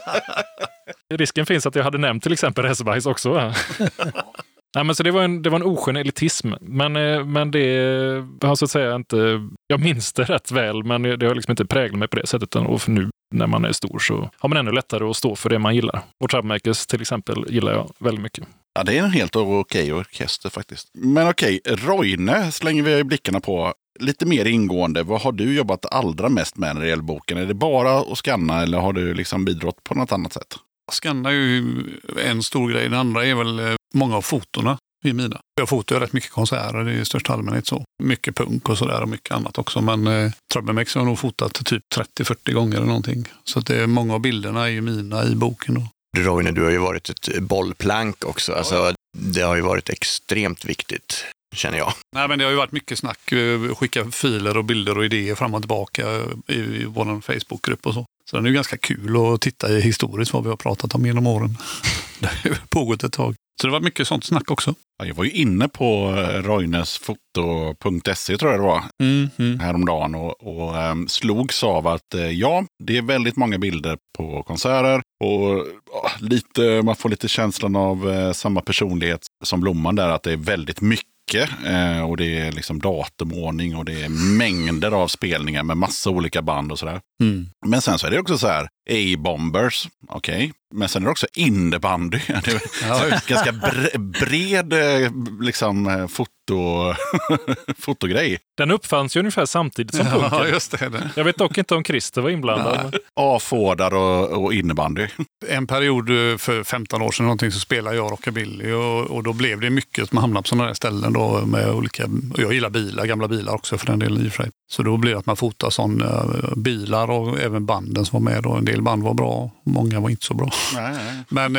Risken finns att jag hade nämnt till exempel Hesebajs också. Nej, men så det var en oskön elitism, men det har så att säga inte, jag minns det rätt väl, men det har liksom inte präglat mig på det sättet, och för nu när man är stor så har man ännu lättare att stå för det man gillar. Och Troublemakers till exempel gillar jag väldigt mycket. Ja, det är en helt okej orkester faktiskt. Men okej, Roine slänger vi blickarna på lite mer ingående. Vad har du jobbat allra mest med när det gäller boken? Är det bara att skanna, eller har du liksom bidragit på något annat sätt? Skanna är ju en stor grej. Den andra är väl många av fotorna i mina. Jag fotar ju rätt mycket konserter i största allmänhet så. Mycket punk och sådär och mycket annat också. Men Troublemakers har jag nog fotat typ 30-40 gånger eller någonting. Så att det är många av bilderna är ju mina i boken då. Roine, du har ju varit ett bollplank också. Alltså, det har ju varit extremt viktigt, känner jag. Nej, men det har ju varit mycket snack. Skicka filer och bilder och idéer fram och tillbaka i vår Facebookgrupp och så. Så det är ju ganska kul att titta i historiskt vad vi har pratat om genom åren. Det har pågått ett tag. Så det var mycket sånt snack också. Ja, jag var ju inne på roinesfoto.se tror jag det var häromdagen och slogs av att det är väldigt många bilder på konserter och man får lite känslan av samma personlighet som Blomman där, att det är väldigt mycket. Och det är liksom datumordning och det är mängder av spelningar med massa olika band och sådär. Men sen så är det också så här A-bombers, okej. Men sen är det också innebandy. Det är ganska bred liksom fotogrej. Den uppfanns ju ungefär samtidigt som punken. Ja, just det. Jag vet dock inte om Christer var inblandad. A-fårdar och innebandy. En period för 15 år sedan någonting så spelade jag rockabilly och då blev det mycket som hamnade på sådana här ställen då med olika, och jag gillar bilar, gamla bilar också för den delen i och för sig. Så då blev det att man fotar sådana bilar och även banden som var med då. En del band var bra, många var inte så bra. Nej. Men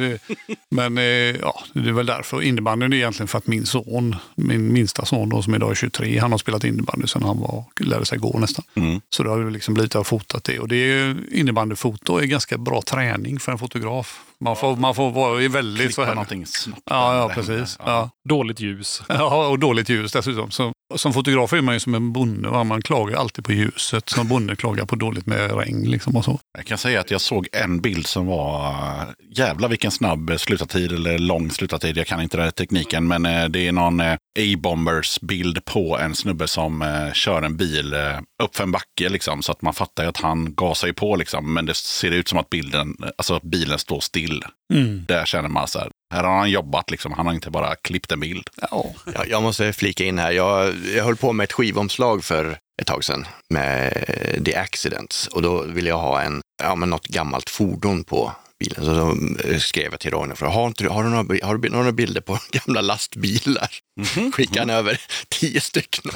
det är väl därför. Innebandyn är egentligen för att min minsta son då, som idag är 23, han har spelat innebandy sedan han lärde sig gå nästan. Så då har vi liksom blivit att fotat det. Och det är innebandyfoto är ganska bra träning för en fotograf. Man får vara väldigt så här. Någonting snabbt. Ja, precis. Ja. Dåligt ljus. Ja, och dåligt ljus dessutom. Så, som fotograf är man ju som en bonde. Va? Man klagar alltid på ljuset. Som bonde klagar på dåligt med regn liksom och så. Jag kan säga att jag såg en bild som var jävla vilken snabb slutartid eller lång slutartid. Jag kan inte den här tekniken, men det är någon A-bombers bild på en snubbe som kör en bil upp för en backe liksom, så att man fattar att han gasar ju på liksom, men det ser ut som att bilen står still. Där känner man så här har han jobbat liksom, han har inte bara klippt en bild. Ja, jag måste flika in här. Jag höll på med ett skivomslag för ett tag sedan med The Accidents och då ville jag ha något gammalt fordon på bilen. Så då skrev jag till Roine för har du några bilder på gamla lastbilar? Skickade han över 10 stycken.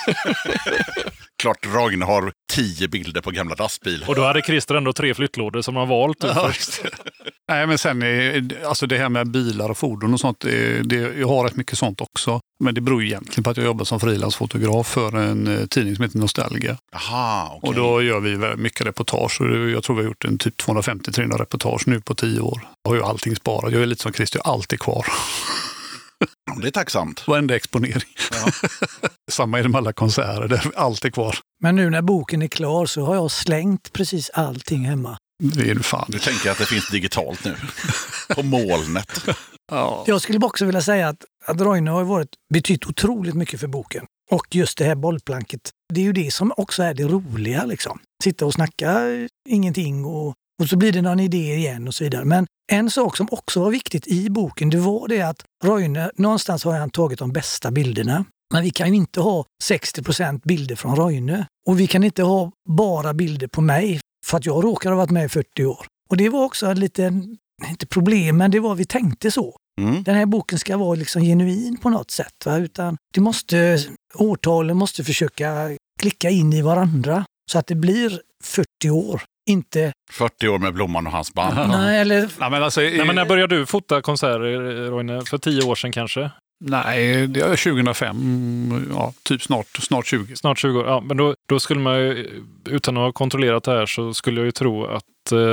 Klart Roine har 10 bilder på gamla lastbilar. Och då hade Christer ändå 3 flyttlådor som han valt. Nej, men sen alltså det här med bilar och fordon och sånt, jag har rätt mycket sånt också. Men det beror ju egentligen på att jag jobbar som frilansfotograf för en tidning som heter Nostalgia. Aha, okay. Och då gör vi mycket reportage. Och jag tror vi har gjort en typ 250-300 reportage nu på 10 år. Jag har ju allting sparat. Jag är lite som Christer, jag är alltid kvar. Det är tacksamt. Varenda exponering. Ja. Samma är det med alla konserter, det är alltid kvar. Men nu när boken är klar så har jag slängt precis allting hemma. Det är du fan. Du tänker att det finns digitalt nu. På molnet. Ja. Jag skulle också vilja säga att Roine har betytt otroligt mycket för boken. Och just det här bollplanket, det är ju det som också är det roliga liksom. Sitta och snacka ingenting och så blir det någon idé igen och så vidare. Men en sak som också var viktigt i boken, det var det att Roine, någonstans har han tagit de bästa bilderna. Men vi kan ju inte ha 60% bilder från Roine. Och vi kan inte ha bara bilder på mig för att jag råkar ha varit med i 40 år. Och det var också inte problem, men det var vi tänkte så. Den här boken ska vara liksom genuin på något sätt. Va? Utan årtalen måste försöka klicka in i varandra så att det blir 40 år. Inte 40 år med Blomman och hans band. Nej, men när började du fota konserter, Roine? För 10 år sedan kanske? Nej, det är 2005. Ja, typ snart 20. Snart 20 år. Ja, men då skulle man ju, utan att ha kontrollerat det här, så skulle jag ju tro att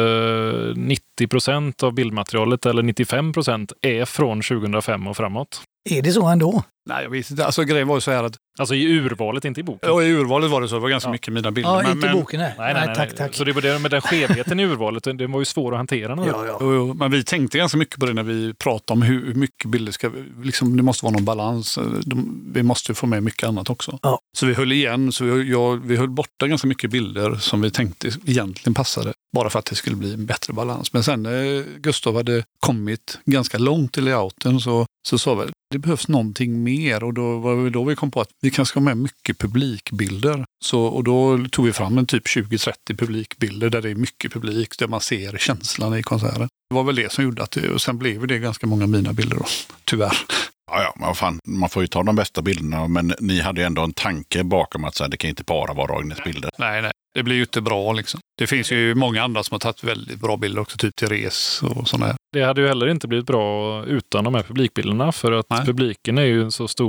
90% av bildmaterialet eller 95% är från 2005 och framåt. Är det så ändå? Nej, jag vet inte. Alltså grejen var ju så här att... Alltså i urvalet, inte i boken. Ja, i urvalet var det så. Det var ganska mycket mina bilder. Ja, inte i boken. Nej, tack. Så det var det med den skevheten i urvalet. Den var ju svår att hantera. Ja. Jo, men vi tänkte ganska mycket på det när vi pratade om hur mycket bilder ska... Liksom, det måste vara någon balans. Vi måste få med mycket annat också. Ja. Så vi höll igen. Så vi höll borta ganska mycket bilder som vi tänkte egentligen passade. Bara för att det skulle bli en bättre balans. Men sen när Gustav hade kommit ganska långt i layouten så sa vi det behövs någonting mer. Och då var det då vi kom på att vi kanske ska ha med mycket publikbilder. Och då tog vi fram en typ 20-30 publikbilder där det är mycket publik. Där man ser känslan i konserten. Det var väl det som gjorde att det, och sen blev det ganska många mina bilder då, tyvärr. Ja, men fan, man får ju ta de bästa bilderna, men ni hade ju ändå en tanke bakom att så här, det kan inte bara vara Roines bilder. Nej, det blir ju inte bra liksom. Det finns ju många andra som har tagit väldigt bra bilder också, typ Therese och sådana här. Det hade ju heller inte blivit bra utan de här publikbilderna, för att publiken är ju en så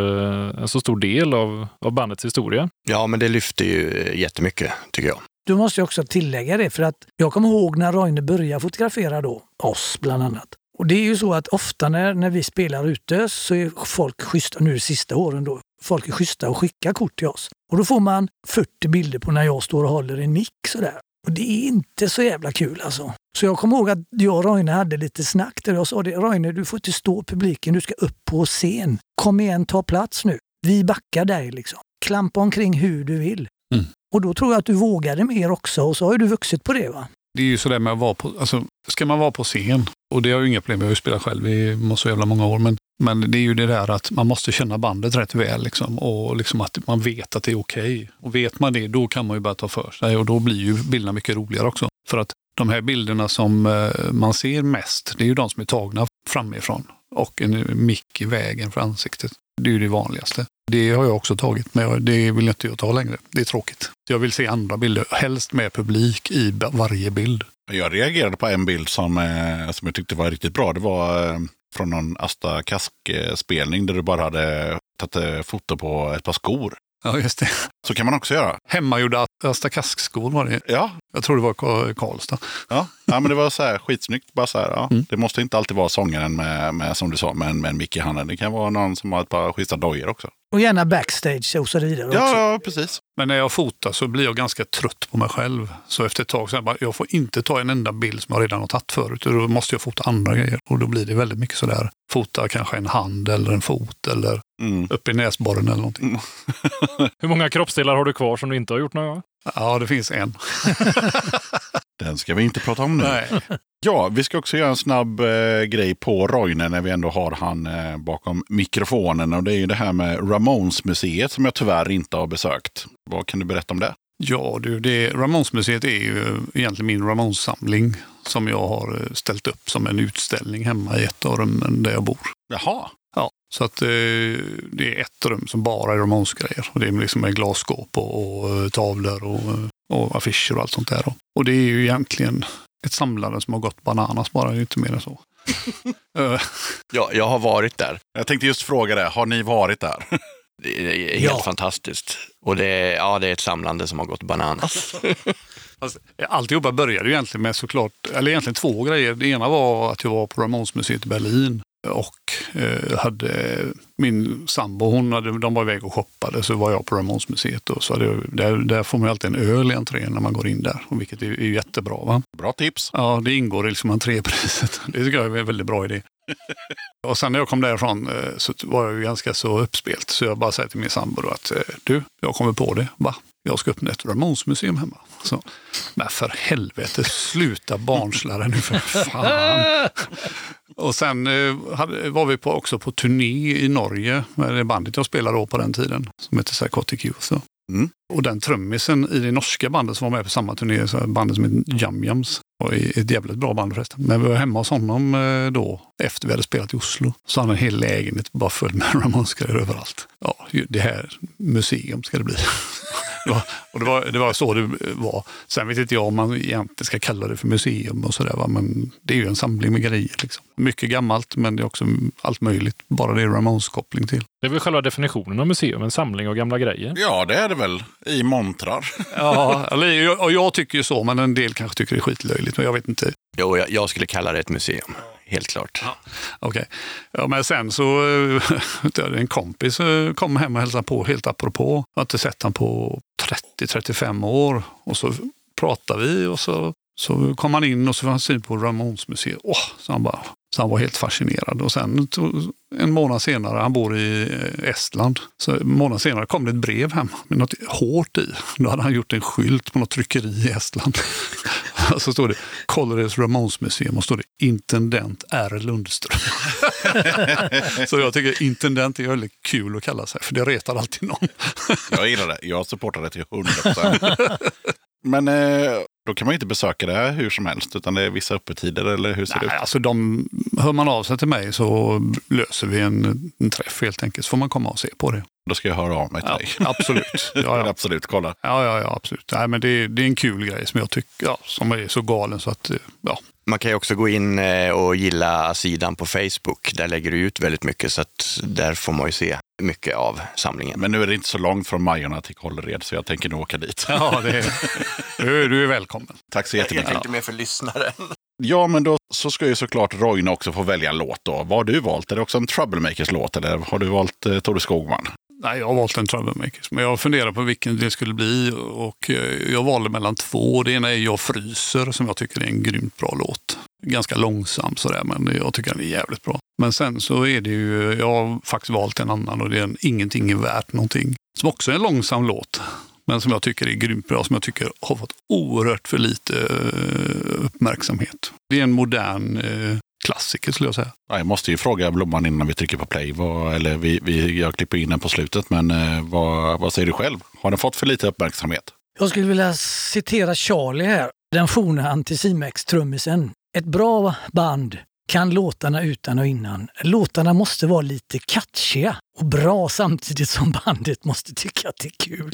stor del av bandets historia. Ja, men det lyfter ju jättemycket, tycker jag. Du måste ju också tillägga det, för att jag kommer ihåg när Roine började fotografera då, oss bland annat. Och det är ju så att ofta när vi spelar ute så är folk schyssta, nu de sista åren då, folk är schyssta och skickar kort till oss. Och då får man 40 bilder på när jag står och håller en mick sådär. Och det är inte så jävla kul alltså. Så jag kommer ihåg att jag och Roine hade lite snack där jag sa det, Roine, du får inte stå publiken, du ska upp på scen. Kom igen, ta plats nu. Vi backar dig liksom. Klampa omkring hur du vill. Mm. Och då tror jag att du vågade mer också, och så har ju du vuxit på det, va? Det är ju sådär med att vara på, alltså ska man vara på scen, och det har ju inga problem, jag har ju spelat själv i så jävla många år, men det är ju det där att man måste känna bandet rätt väl liksom, och liksom att man vet att det är okej. Och vet man det, då kan man ju bara ta för sig, och då blir ju bilderna mycket roligare också. För att de här bilderna som man ser mest, det är ju de som är tagna framifrån och en mick i vägen för ansiktet. Det är ju det vanligaste. Det har jag också tagit, men det vill inte jag ta längre. Det är tråkigt. Jag vill se andra bilder, helst med publik i varje bild. Jag reagerade på en bild som jag tyckte var riktigt bra. Det var från någon Asta Kask-spelning där du bara hade tagit foto på ett par skor. Ja, just det. Så kan man också göra. Hemmagjorda Asta Kask-skor var det. Ja. Jag tror det var Karlstad. Ja, men det var så här skitsnyggt. Bara så här, ja. Det måste inte alltid vara sångaren med som du sa, med en mick i handen. Det kan vara någon som har ett par schyssta dojor också. Och gärna backstage och så vidare också. Ja, precis. Men när jag fotar så blir jag ganska trött på mig själv. Så efter ett tag så jag får inte ta en enda bild som jag redan har tagit förut. Då måste jag fota andra grejer. Och då blir det väldigt mycket sådär. Fota kanske en hand eller en fot eller upp i näsborren eller någonting. Hur många kroppsdelar har du kvar som du inte har gjort några? Ja, det finns en. Den ska vi inte prata om nu. Nej. Ja, vi ska också göra en snabb grej på Roine när vi ändå har han bakom mikrofonen. Och det är ju det här med Ramones-museet som jag tyvärr inte har besökt. Vad kan du berätta om det? Ja, Ramones-museet är ju egentligen min Ramones-samling som jag har ställt upp som en utställning hemma i ett av rummen där jag bor. Jaha. Ja, så att det är ett rum som bara är Ramones-grejer. Och det är liksom med glasskåp och tavlor och affischer och allt sånt där. Och det är ju egentligen ett samlande som har gått bananas bara, det är inte mer än så. Ja, jag har varit där. Jag tänkte just fråga det, har ni varit där? Det är helt fantastiskt. Och det är ett samlande som har gått bananas. Alltihopa började ju egentligen med egentligen 2 grejer. Det ena var att jag var på Ramones-museet i Berlin och hade min sambo, de var iväg och shoppade, så var jag på Ramones-museet och så där får man alltid en öl i entrén när man går in där, vilket är jättebra, va? Bra tips. Ja, det ingår i liksom entrépriset. Det tycker jag är en väldigt bra idé. Och sen när jag kom därifrån så var jag ju ganska så uppspelt, så jag bara säger till min sambo då att jag kommer på det, va? Jag ska öppna ett Ramones-museum hemma. Så, men för helvete, sluta barnslare nu för fan. Och sen var vi också på turné i Norge med det bandet jag spelade då på den tiden, som heter Psychotic Youth. Mm. Och den trummisen i det norska bandet som var med på samma turné, så bandet som heter Jam Jams, och ett jävligt bra band förresten. Men vi var hemma hos honom då, efter vi hade spelat i Oslo. Så han hade en hel lägenhet bara full med Ramones-grejer överallt. Ja, det här museum ska det bli. Det var så det var. Sen vet inte jag om man egentligen ska kalla det för museum och sådär, men det är ju en samling med grejer liksom. Mycket gammalt, men det är också allt möjligt. Bara det är Ramones-koppling till. Det är väl själva definitionen av museum, en samling av gamla grejer? Ja, det är det väl. I montrar. Ja, och jag tycker ju så, men en del kanske tycker det är skitlöjligt, men jag vet inte. Jo, jag skulle kalla det ett museum. Helt klart. Ja. Okej. Ja, men sen så en kompis kom hem och hälsade på helt apropå. Jag har inte sett han på 30-35 år. Och så pratade vi och så kom han in och så var han syn på Ramones-museet. Så han var helt fascinerad. Och sen en månad senare, han bor i Estland, så en månad senare kom det ett brev hem med något hårt i. Då hade han gjort en skylt på något tryckeri i Estland. Och så står det Colleges Ramones-museum och står det Intendent R. Lundström. Så jag tycker intendent är väldigt kul att kalla sig, för det retar alltid någon. Jag gillar det. Jag supportar det till 100%. Men då kan man ju inte besöka det här hur som helst, utan det är vissa öppettider, eller hur ser det ut? Alltså hör man av sig till mig så löser vi en träff helt enkelt, så får man komma och se på det. Då ska jag höra av mig till dig. Absolut. Ja. Absolut, kolla. Ja, absolut. Nej, men det är en kul grej som jag tycker, som är så galen så att, Man kan ju också gå in och gilla sidan på Facebook. Där lägger du ut väldigt mycket, så att där får man ju se mycket av samlingen. Men nu är det inte så långt från Majorna till Kållered, så jag tänker nog åka dit. Ja, du är välkommen. Tack så jättemycket. Jag tänkte mer för lyssnaren. Ja, men då så ska ju såklart Roine också få välja en låt då. Vad har du valt? Är det också en Troublemakers-låt, eller har du valt Tore Skogman? Nej, jag har valt en Troublemakers, men jag funderar på vilken det skulle bli och jag valde mellan 2. Det ena är Jag fryser, som jag tycker är en grymt bra låt. Ganska långsam sådär, men jag tycker den är jävligt bra. Men sen så är det ju, jag har faktiskt valt en annan, och det är Ingenting är värt någonting. Som också är en långsam låt, men som jag tycker är grymt bra, som jag tycker har fått oerhört för lite uppmärksamhet. Det är en modern klassiker, skulle jag säga. Jag måste ju fråga Blomman innan vi trycker på play. Jag klipper in den på slutet, men vad säger du själv? Har den fått för lite uppmärksamhet? Jag skulle vilja citera Charlie här. Den forna Anticimex-trummisen. Ett bra band kan låtarna utan och innan. Låtarna måste vara lite catchiga och bra, samtidigt som bandet måste tycka att det är kul.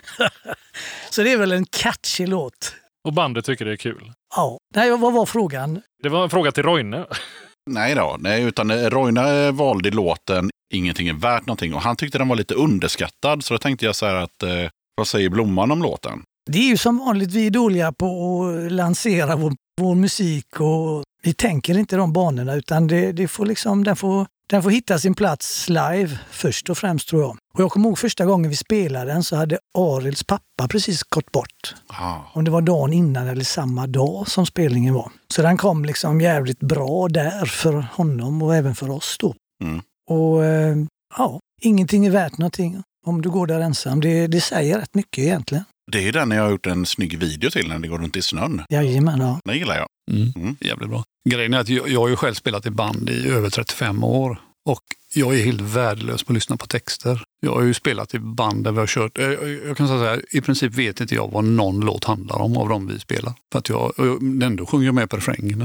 Så det är väl en catchy låt. Och bandet tycker det är kul? Ja. Nej, vad var frågan? Det var en fråga till Roine. Nej, utan Roine valde låten Ingenting är värt någonting, och han tyckte den var lite underskattad, så då tänkte jag så här att vad säger Blomman om låten? Det är ju som vanligt, vi är dåliga på att lansera vår musik, och vi tänker inte de banorna, utan det får liksom, den får hitta sin plats live först och främst, tror jag. Och jag kommer ihåg första gången vi spelade den, så hade Arils pappa precis gått bort. Om det var dagen innan eller samma dag som spelningen var. Så den kom liksom jävligt bra där för honom och även för oss då. Mm. Och ingenting är värt någonting om du går där ensam. Det säger rätt mycket egentligen. Det är den jag har gjort en snygg video till, när det går runt i snön. Jajamän, ja. Den gillar jag. Jävligt bra. Grejen är att jag har ju själv spelat i band i över 35 år. Och jag är helt värdelös på att lyssna på texter. Jag har ju spelat i band där vi har kört. Jag kan säga så här, i princip vet inte jag vad någon låt handlar om av dem vi spelar. För att jag ändå sjunger jag med på refrängerna.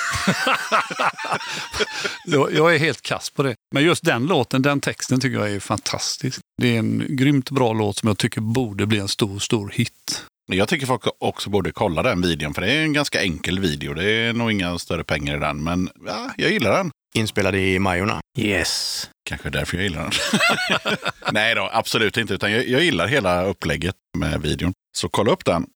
Jag är helt kass på det. Men just den låten, den texten tycker jag är fantastisk. Det är en grymt bra låt som jag tycker borde bli en stor hit. Jag tycker folk också borde kolla den videon, för det är en ganska enkel video. Det är nog inga större pengar i den, men ja, jag gillar den. Inspelad i Majorna. Yes. Kanske därför jag gillar den. Nej då, absolut inte. Utan jag gillar hela upplägget med videon. Så kolla upp den.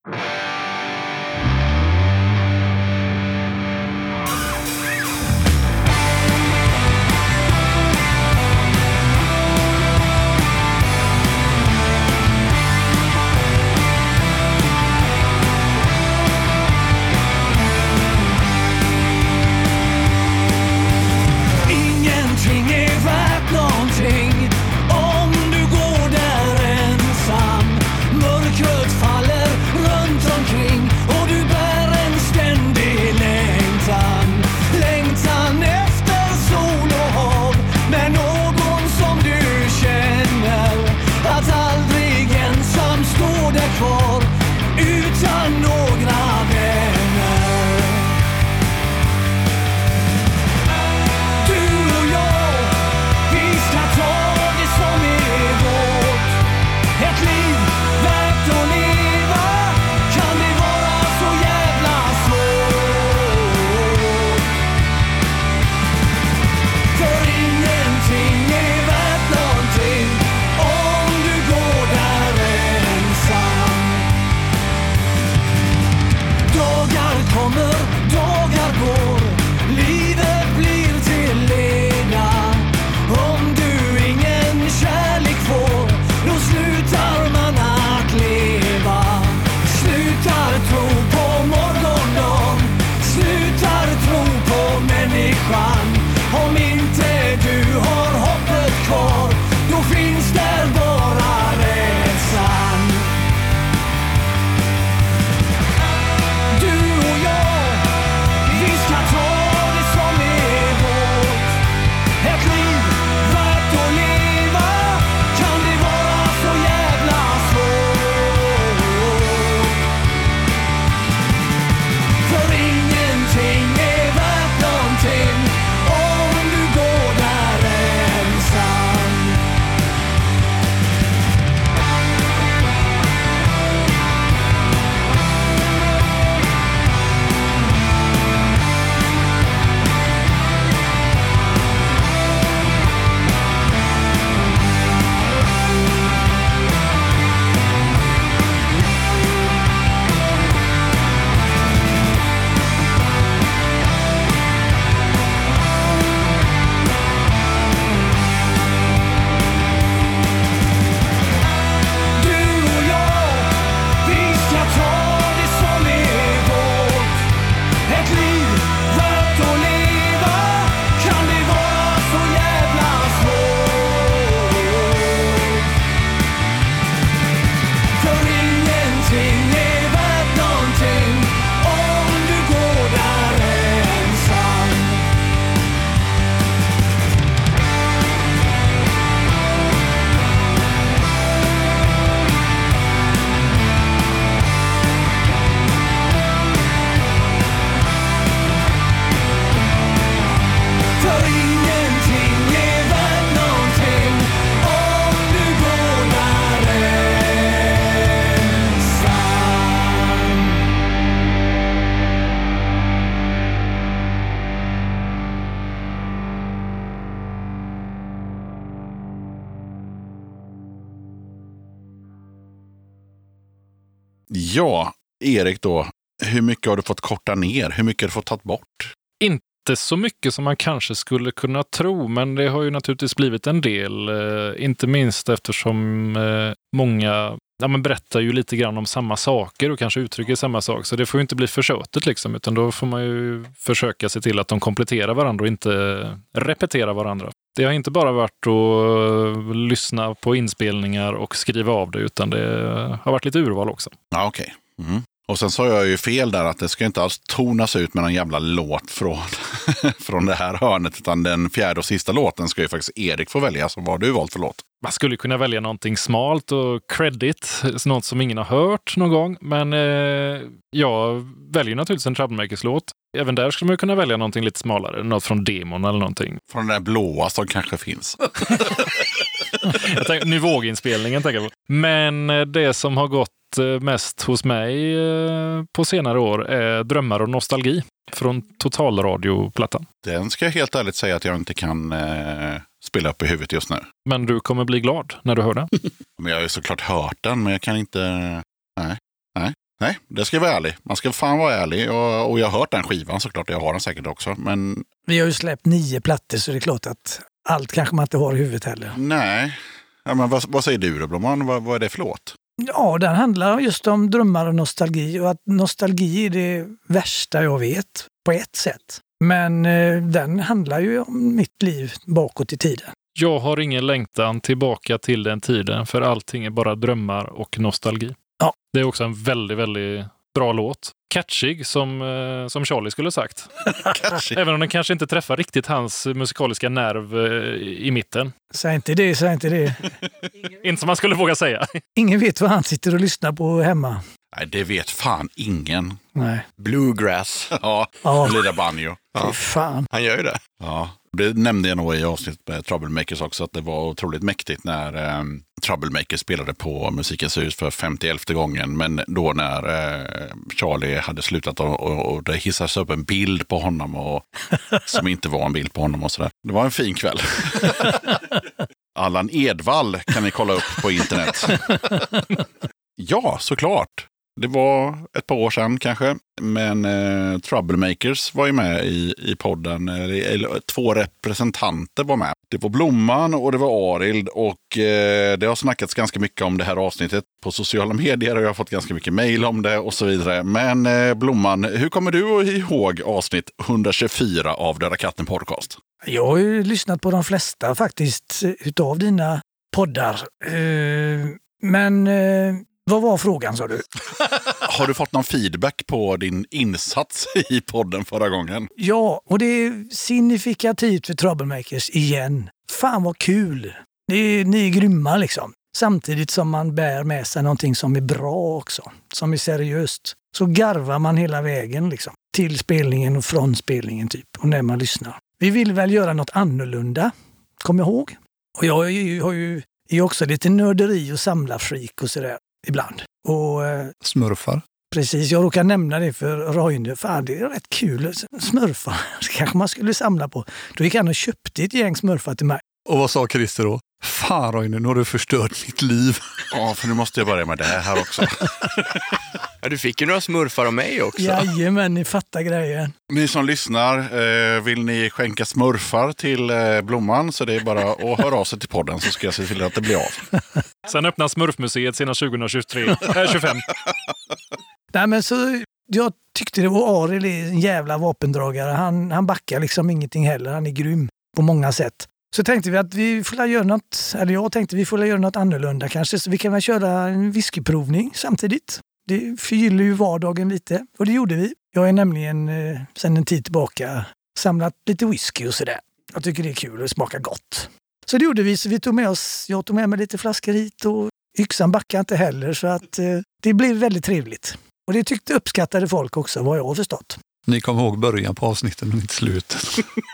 Ja, Erik då. Hur mycket har du fått korta ner? Hur mycket har du fått ta bort? Inte så mycket som man kanske skulle kunna tro, men det har ju naturligtvis blivit en del. Inte minst eftersom många berättar ju lite grann om samma saker och kanske uttrycker samma sak. Så det får ju inte bli för tjötigt liksom, utan då får man ju försöka se till att de kompletterar varandra och inte repeterar varandra. Det har inte bara varit att lyssna på inspelningar och skriva av det, utan det har varit lite urval också. Ja, okej. Mm. Och sen sa jag ju fel där att det ska inte alls tonas ut med någon jävla låt från det här hörnet, utan den fjärde och sista låten ska ju faktiskt Erik få välja. Så vad har du valt för låt? Man skulle kunna välja någonting smalt och credit, något som ingen har hört någon gång. Men jag väljer naturligtvis en Troublemakers-låt. Även där skulle man kunna välja någonting lite smalare. Något från demon eller någonting. Från den där blåa som kanske finns. Jag tänker, nu våginspelningen tänker jag på. Men det som har gått mest hos mig på senare år är Drömmar och nostalgi från Totalradio-plattan. Den ska jag helt ärligt säga att jag inte kan spela upp i huvudet just nu. Men du kommer bli glad när du hör den. Men jag har ju såklart hört den, men jag kan inte... Nej, det ska jag vara ärlig. Man ska fan vara ärlig. Och jag har hört den skivan såklart. Jag har den säkert också. Men... Vi har ju släppt 9 plattor, så det är klart att allt kanske man inte har i huvudet heller. Nej. Ja, men vad säger du då, Blomman? Vad är det för låt? Ja, den handlar just om drömmar och nostalgi. Och att nostalgi är det värsta jag vet, på ett sätt. Men den handlar ju om mitt liv bakåt i tiden. Jag har ingen längtan tillbaka till den tiden, för allting är bara drömmar och nostalgi. Ja. Det är också en väldigt, väldigt bra låt. Catchig, som Charlie skulle sagt. Även om den kanske inte träffar riktigt hans musikaliska nerv i mitten. Säg inte det. Inte som man skulle våga säga. Ingen vet vad han sitter och lyssnar på hemma. Nej, det vet fan ingen. Nej. Bluegrass. Ja, lilla banjo. Ja. Fan. Han gör ju det. Ja, det nämnde jag nog i avsnitt med Troublemakers också, att det var otroligt mäktigt när Troublemakers spelade på Musikens hus för 51:e gången. Men då när Charlie hade slutat och det hissades upp en bild på honom och, som inte var en bild på honom och sådär. Det var en fin kväll. Allan Edwall kan ni kolla upp på internet. Ja, såklart. Det var ett par år sedan kanske, men Troublemakers var ju med i podden. 2 representanter var med. Det var Blomman och det var Arild, och det har snackats ganska mycket om det här avsnittet på sociala medier och jag har fått ganska mycket mejl om det och så vidare. Men Blomman, hur kommer du ihåg avsnitt 124 av Döda katten podcast? Jag har ju lyssnat på de flesta faktiskt utav dina poddar. Men... vad var frågan, sa du? Har du fått någon feedback på din insats i podden förra gången? Ja, och det är signifikativt för Troublemakers igen. Fan vad kul! Ni är grymma liksom. Samtidigt som man bär med sig någonting som är bra också. Som är seriöst. Så garvar man hela vägen liksom. Till spelningen och från spelningen typ. Och när man lyssnar. Vi vill väl göra något annorlunda. Kom ihåg. Och jag är också lite nörderi och samlarfreak och sådär. Ibland. Och, smurfar. Precis, jag råkar nämna det för Roine. Fan, det är rätt kul. Smurfar kanske man skulle samla på. Då gick han och köpte ett gäng smurfar till mig. Och vad sa Christer då? Fan Roine, nu har du förstört mitt liv. Ja, för nu måste jag börja med det här också. Ja, du fick ju några smurfar av mig också. Jajamän, ni fattar grejen. Ni som lyssnar, vill ni skänka smurfar till Blomman, så det är bara att höra av sig till podden så ska jag se till att det blir av. Sen öppnar Smurfmuseet sina 25. Nej, men så jag tyckte det var Arild är en jävla vapendragare. Han backar liksom ingenting heller. Han är grym på många sätt. Så tänkte vi att vi får göra något, eller jag tänkte vi får göra något annorlunda kanske. Så vi kan väl köra en whiskyprovning samtidigt. Det förgyller ju vardagen lite. Och det gjorde vi. Jag är nämligen sedan en tid tillbaka samlat lite whisky och sådär. Jag tycker det är kul och det smakar gott. Så det gjorde vi. Så jag tog med mig lite flaskor hit och yxan backade inte heller. Så att det blev väldigt trevligt. Och det uppskattade folk också, vad jag har förstått. Ni kom ihåg början på avsnitten men inte slutet.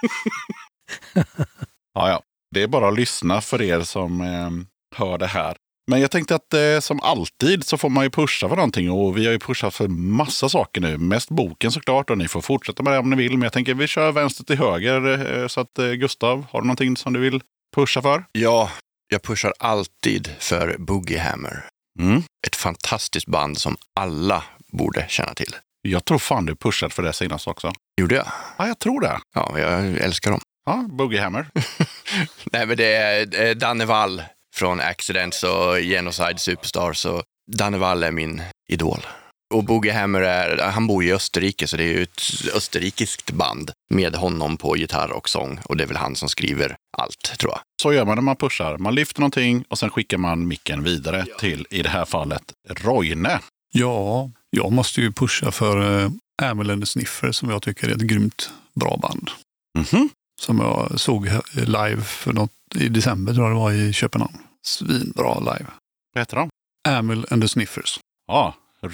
Ja. Det är bara att lyssna för er som hör det här. Men jag tänkte att som alltid så får man ju pusha för någonting. Och vi har ju pushat för massa saker nu. Mest boken såklart, och ni får fortsätta med det om ni vill. Men jag tänker att vi kör vänster till höger. Så att Gustav, har du någonting som du vill pusha för? Ja, jag pushar alltid för Boogie Hammer. Mm. Ett fantastiskt band som alla borde känna till. Jag tror fan du pushat för det senast också. Gjorde jag? Ja, jag tror det. Ja, jag älskar dem. Ja, Boogie Hammer. Nej, men det är Danne Wall från Accidents och Genocide Superstars. Och Danne Wall är min idol. Och Boogie Hammer han bor i Österrike, så det är ju ett österrikiskt band med honom på gitarr och sång. Och det är väl han som skriver allt, tror jag. Så gör man när man pushar. Man lyfter någonting och sen skickar man micken vidare till, i det här fallet, Roine. Ja, Jag måste ju pusha för Amyl and the Sniffers som jag tycker är ett grymt bra band. Mhm. Som jag såg live i december tror jag det var i Köpenhamn. Svinbra live. Vad heter de? Amyl and the Sniffers. Ja,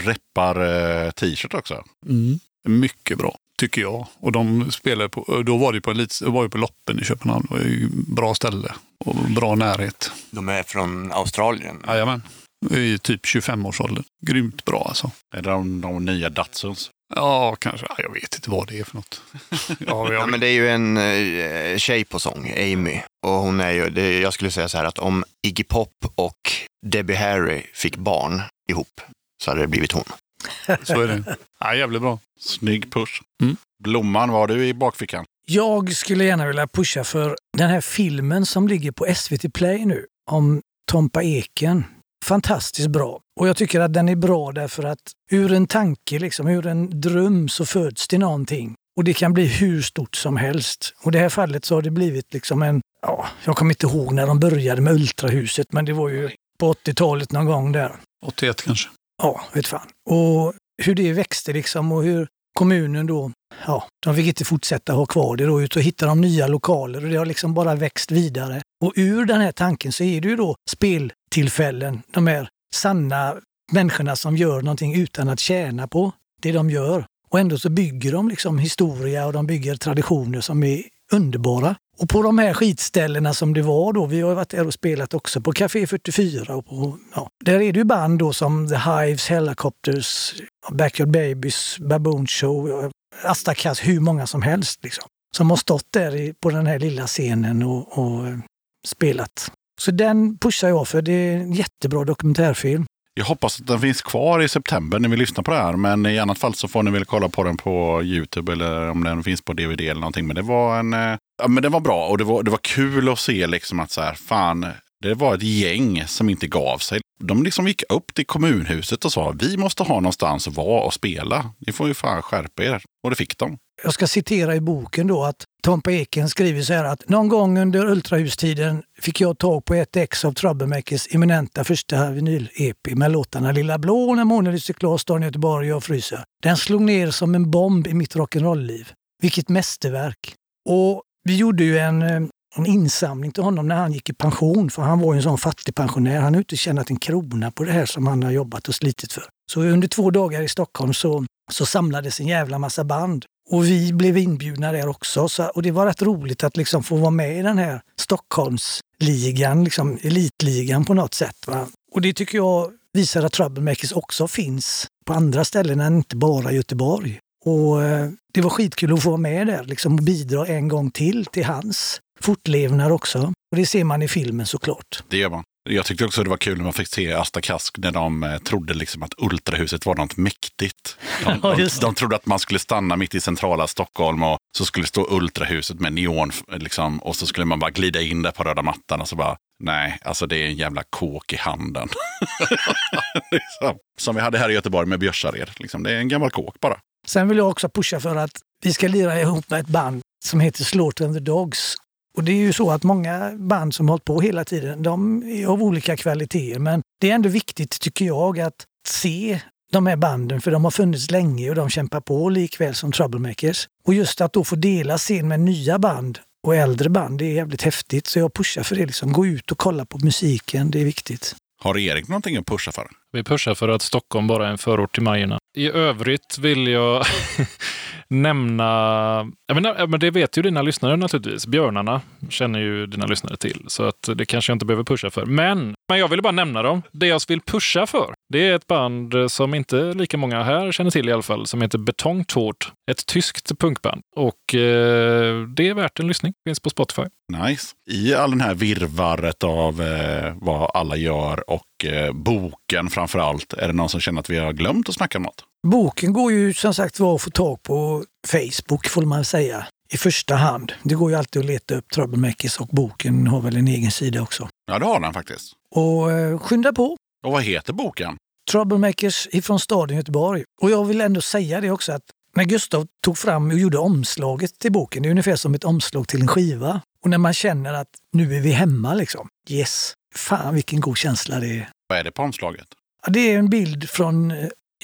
reppar t-shirt också. Mycket bra, tycker jag. Och de spelade då var det på Loppen i Köpenhamn. Det var ju bra ställe och bra närhet. De är från Australien. Jajamän. I typ 25-årsåldern. Grymt bra alltså. Är det de nya Datsuns? Ja, kanske. Jag vet inte vad det är för något. Ja, men det är ju en tjej på sång, Amy. Och hon är ju, jag skulle säga så här att om Iggy Pop och Debbie Harry fick barn ihop så hade det blivit hon. Så är det. Ja, jävligt bra. Snygg push. Blomman, var du i bakfickan? Jag skulle gärna vilja pusha för den här filmen som ligger på SVT Play nu om Tompa Eken. Fantastiskt bra. Och jag tycker att den är bra därför att ur en tanke, liksom, ur en dröm så föds det någonting. Och det kan bli hur stort som helst. Och i det här fallet så har det blivit liksom jag kommer inte ihåg när de började med Ultrahuset, men det var ju på 80-talet någon gång där. 81 kanske. Ja, vet fan. Och hur det växte liksom och hur kommunen då, de fick inte fortsätta ha kvar det då, ut och hitta de nya lokaler och det har liksom bara växt vidare. Och ur den här tanken så är det ju då speltillfällen, de här sanna människorna som gör någonting utan att tjäna på det de gör. Och ändå så bygger de liksom historia och de bygger traditioner som är underbara. Och på de här skitställena som det var då, vi har varit där och spelat också på Café 44 och på, där är det ju band då som The Hives, Helicopters, Backyard Babies, Baboon Show, Asta Kass, hur många som helst liksom. Som har stått där på den här lilla scenen och spelat. Så den pushar jag för, det är en jättebra dokumentärfilm. Jag hoppas att den finns kvar i september när vi lyssnar på det här. Men i annat fall så får ni väl kolla på den på YouTube eller om den finns på DVD eller någonting. Men det var men det var bra och det var kul att se liksom att så här, fan, det var ett gäng som inte gav sig. De liksom gick upp till kommunhuset och sa vi måste ha någonstans att vara och spela. Ni får ju fan skärpa er. Och det fick de. Jag ska citera i boken då att Tompa Eken skriver så här att någon gång under Ultrahustiden fick jag tag på ett ex av Troublemakers eminenta första vinyl-EP med låtarna Lilla Blå, När månen lyser klar, Staden i Göteborg och Jag fryser. Den slog ner som en bomb i mitt rock'n'roll-liv. Vilket mästerverk. Och vi gjorde ju en insamling till honom när han gick i pension, för han var ju en sån fattig pensionär. Han har inte tjänat en krona på det här som han har jobbat och slitit för. Så under 2 dagar i Stockholm så samlades en jävla massa band. Och vi blev inbjudna där också. Och det var rätt roligt att liksom få vara med i den här Stockholmsligan, liksom elitligan på något sätt. Va? Och det tycker jag visar att Troublemakers också finns på andra ställen än inte bara Göteborg. Och det var skitkul att få vara med där liksom, och bidra en gång till hans fortlevnad också. Och det ser man i filmen såklart. Det gör man. Jag tyckte också det var kul när man fick se Asta Kask när de trodde liksom att Ultrahuset var något mäktigt. De trodde att man skulle stanna mitt i centrala Stockholm och så skulle stå Ultrahuset med neon liksom, och så skulle man bara glida in där på röda mattan och så bara, nej, alltså det är en jävla kåk i handen. liksom. Som vi hade här i Göteborg med Björsared. Liksom. Det är en gammal kåk bara. Sen vill jag också pusha för att vi ska lira ihop med ett band som heter Slaughter and the Dogs. Och det är ju så att många band som har hållit på hela tiden, de är av olika kvaliteter. Men det är ändå viktigt, tycker jag, att se de här banden, för de har funnits länge och de kämpar på likväl som Troublemakers. Och just att då få dela scen med nya band och äldre band, det är jävligt häftigt. Så jag pushar för det, liksom. Gå ut och kolla på musiken, det är viktigt. Har Erik någonting att pusha för? Vi pushar för att Stockholm bara är en förort till Majorna. I övrigt vill jag nämna, men det vet ju dina lyssnare naturligtvis. Björnarna känner ju dina lyssnare till, så att det kanske jag inte behöver pusha för. Men jag vill bara nämna dem. Det jag vill pusha för, det är ett band som inte lika många här känner till i alla fall, som heter Betongtort. Ett tyskt punkband. Och det är värt en lyssning. Finns på Spotify. Nice. I all den här virrvarret av vad alla gör och boken framförallt, är det någon som känner att vi har glömt att snacka om något? Boken går ju som sagt att få tag på Facebook, får man säga, i första hand. Det går ju alltid att leta upp Troublemakers och boken har väl en egen sida också. Ja, det har den faktiskt. Och skynda på. Och vad heter boken? Troublemakers ifrån staden Göteborg. Och jag vill ändå säga det också att när Gustav tog fram och gjorde omslaget till boken, det är ungefär som ett omslag till en skiva. Och när man känner att nu är vi hemma liksom. Yes. Fan vilken god känsla det är. Vad är det på omslaget? Ja, det är en bild från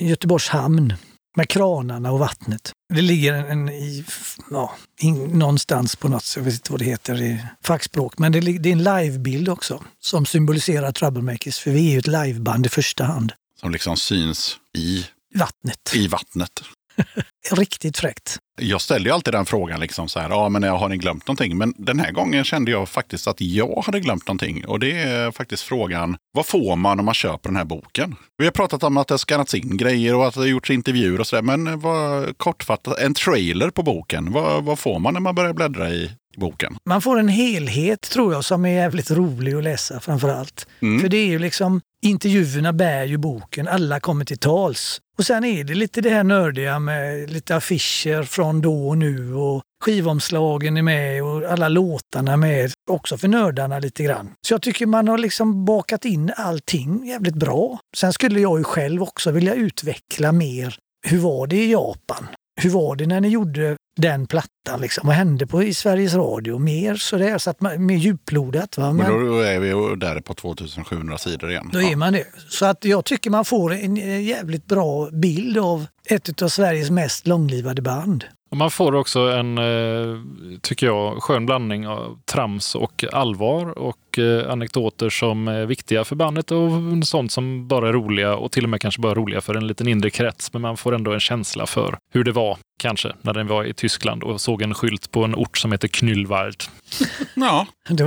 Göteborgs hamn med kranarna och vattnet. Det ligger någonstans på något, jag vet inte vad det heter i fackspråk, men det är en livebild också som symboliserar Troublemakers, för vi är ju ett liveband i första hand. Som liksom syns i vattnet. Riktigt fräckt. Jag ställde ju alltid den frågan liksom så här, men jag har ni glömt någonting? Men den här gången kände jag faktiskt att jag hade glömt någonting. Och det är faktiskt frågan, vad får man när man köper den här boken? Vi har pratat om att det har skannats in grejer och att det har gjorts intervjuer och sådär. Men vad kortfattat, en trailer på boken, vad får man när man börjar bläddra i boken? Man får en helhet, tror jag, som är jävligt rolig att läsa framförallt. För det är ju liksom, intervjuerna bär ju boken, alla kommer till tals. Och sen är det lite det här nördiga med lite affischer från då och nu och skivomslagen är med och alla låtarna med, också för nördarna lite grann. Så jag tycker man har liksom bakat in allting jävligt bra. Sen skulle jag ju själv också vilja utveckla mer. Hur var det i Japan? Hur var det när ni gjorde den plattan liksom? Vad hände i Sveriges Radio? Mer sådär, så att mer djuplodat. Va? Men då är vi där på 2700 sidor igen. Då är man det. Så att jag tycker man får en jävligt bra bild av ett av Sveriges mest långlivade band. Och man får också en, tycker jag, skön blandning av trams och allvar och anekdoter som är viktiga för bandet och sånt som bara är roliga och till och med kanske bara roliga för en liten inre krets. Men man får ändå en känsla för hur det var kanske när den var i Tyskland och såg en skylt på en ort som heter Knüllwald. Ja.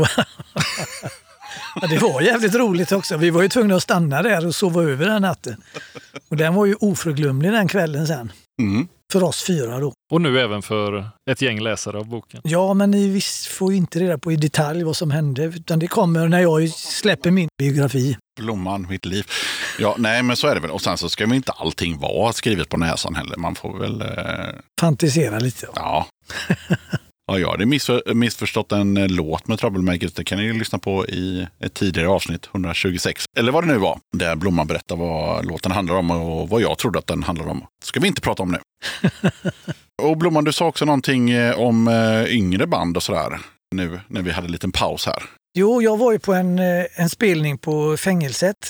Det var jävligt roligt också. Vi var ju tvungna att stanna där och sova över den natten. Och den var ju oförglömlig den kvällen sen. För oss 4 då. Och nu även för ett gäng läsare av boken. Ja, men ni får ju inte reda på i detalj vad som hände. Utan det kommer när jag släpper min biografi. Blomman, mitt liv. Ja, nej, men så är det väl. Och sen så ska ju inte allting vara skrivet på näsan heller. Man får väl... fantisera lite. Ja. Ja, jag hade missförstått en låt med Troublemakers. Det kan ni lyssna på i ett tidigare avsnitt, 126. Eller vad det nu var. Där Blomman berättar vad låten handlar om och vad jag trodde att den handlar om. Ska vi inte prata om nu. Och Blomman, du sa också någonting om yngre band och sådär. Nu när vi hade en liten paus här. Jo, jag var ju på en spelning på fängelset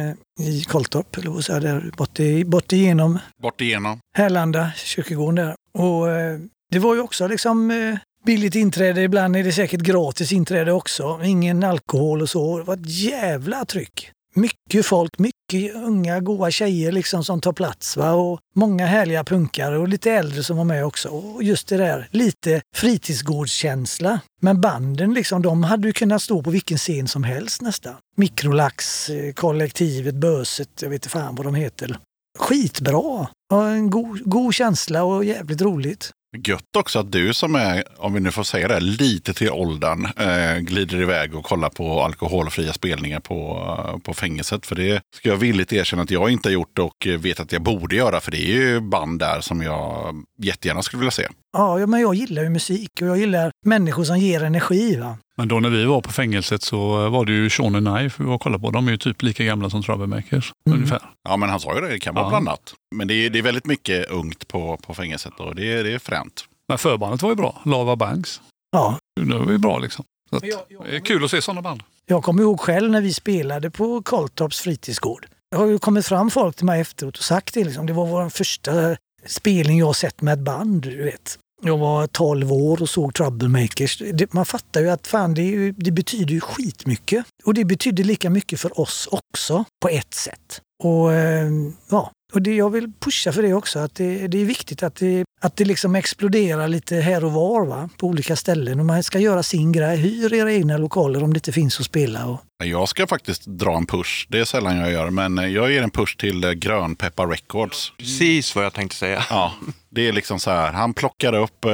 i Koltorp. Eller så där bort igenom. Härlanda, kyrkogården där. Och det var ju också liksom billigt inträde. Ibland är det säkert gratis inträde också. Ingen alkohol och så. Det var ett jävla tryck. Mycket folk, mycket unga, goa tjejer liksom som tar plats. Va? Och många härliga punkare och lite äldre som var med också. Och just det där, lite fritidsgårdskänsla. Men banden liksom, de hade ju kunnat stå på vilken scen som helst nästan. Mikrolax, kollektivet, Böset, jag vet inte fan vad de heter. Skitbra. Och en god känsla och jävligt roligt. Gött också att du som är, om vi nu får säga det, lite till åldern glider iväg och kollar på alkoholfria spelningar på fängelset. För det ska jag villigt erkänna att jag inte har gjort och vet att jag borde göra. För det är ju band där som jag jättegärna skulle vilja se. Ja, men jag gillar ju musik och jag gillar människor som ger energi. Va? Men då när vi var på fängelset så var det ju Sean and Knife vi var och kollade på. De är ju typ lika gamla som Troublemakers, ungefär. Ja, men han sa ju det kan vara blandat. Men det är väldigt mycket ungt på fängelset och det är fränt. Men förbandet var ju bra, Lava Banks. Ja. Det var ju bra liksom. Så det är kul att se sådana band. Jag kommer ihåg själv när vi spelade på Koltorps fritidsgård. Det har ju kommit fram folk till mig efteråt och sagt det. Liksom. Det var vår första spelning jag sett med ett band, du vet. Jag var 12 år och såg Troublemakers. Man fattar ju att fan, det betyder ju skitmycket. Och det betyder lika mycket för oss också, på ett sätt. Och ja, och jag vill pusha för det också. Att det är viktigt att det liksom exploderar lite här och var, va? På olika ställen. Och man ska göra sin grej. Hyr era egna lokaler om det inte finns att spela. Jag ska faktiskt dra en push. Det är sällan jag gör. Men jag ger en push till Grönpeppar Records. Precis vad jag tänkte säga. Ja, det är liksom så här. Han plockar upp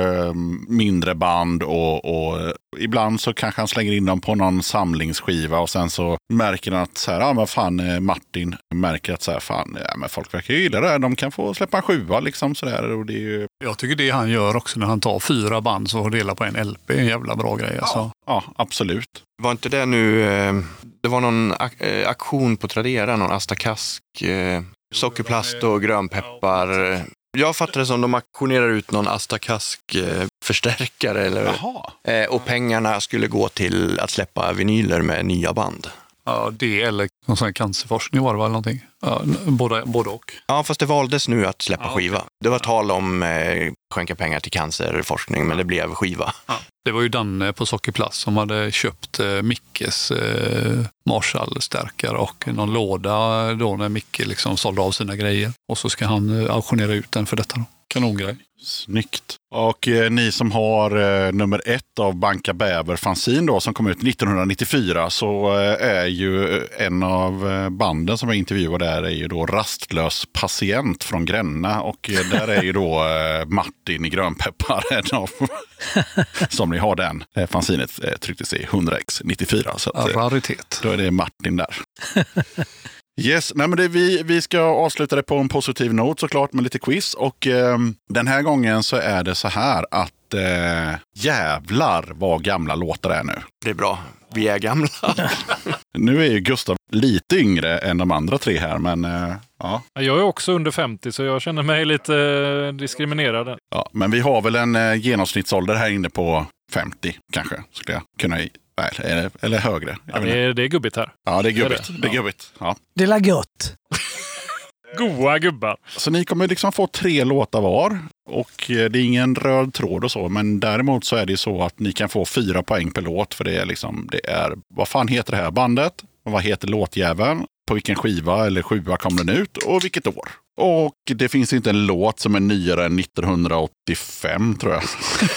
mindre band och ibland så kanske han slänger in dem på någon samlingsskiva och sen så märker han att så här, ja men fan, Martin märker att så här, fan, ja, men folk verkar ju gilla det här. De kan få släppa en 7 liksom sådär. Och det är ju... Jag tycker det han gör också när han tar 4 band så delar på en LP är en jävla bra grej. Alltså. Ja, absolut. Var inte det nu, det var någon aktion på Tradera, någon Asta Kask, sockerplast och grönpeppar. Jag fattar det som de auktionerar ut någon Asta Kask förstärkare eller, och pengarna skulle gå till att släppa vinyler med nya band. Ja, det eller någon sån här cancerforskning var det väl någonting. Ja, både och. Ja, fast det valdes nu att släppa skiva. Det var tal om skänka pengar till cancerforskning, men det blev skiva. Ja. Det var ju Danne på Sockerplast som hade köpt Mickes Marshall-stärkare och någon låda då när Micke liksom sålde av sina grejer. Och så ska han auktionera ut den för detta då. Kanongrej. Snyggt. Och ni som har nummer 1 av Banka Bäver fanzine då, som kom ut 1994, så är ju en av banden som jag intervjuade där är ju då Rastlös patient från Gränna, och där är ju då Martin i Grönpeppar en av som ni har den. Fanzinet trycktes i 100x 94. Så att, raritet. Då är det Martin där. Yes, nej men vi ska avsluta det på en positiv not såklart med lite quiz, och den här gången så är det så här att jävlar vad gamla låtar är nu. Det är bra, vi är gamla. Nu är ju Gustav lite yngre än de andra 3 här, men ja. Jag är också under 50 så jag känner mig lite diskriminerad. Ja, men vi har väl en genomsnittsålder här inne på 50 kanske, skulle jag kunna eller högre. Ja, det är gubbigt här. Ja, det är gubbigt. Det är gubbigt. Ja. Det är la gött. Goa gubbar. Så ni kommer liksom få 3 låtar var. Och det är ingen röd tråd och så. Men däremot så är det så att ni kan få 4 poäng per låt. För det är vad fan heter det här bandet? Och vad heter låtjäveln? På vilken skiva eller 7 kom den ut? Och vilket år? Och det finns inte en låt som är nyare än 1985 tror jag.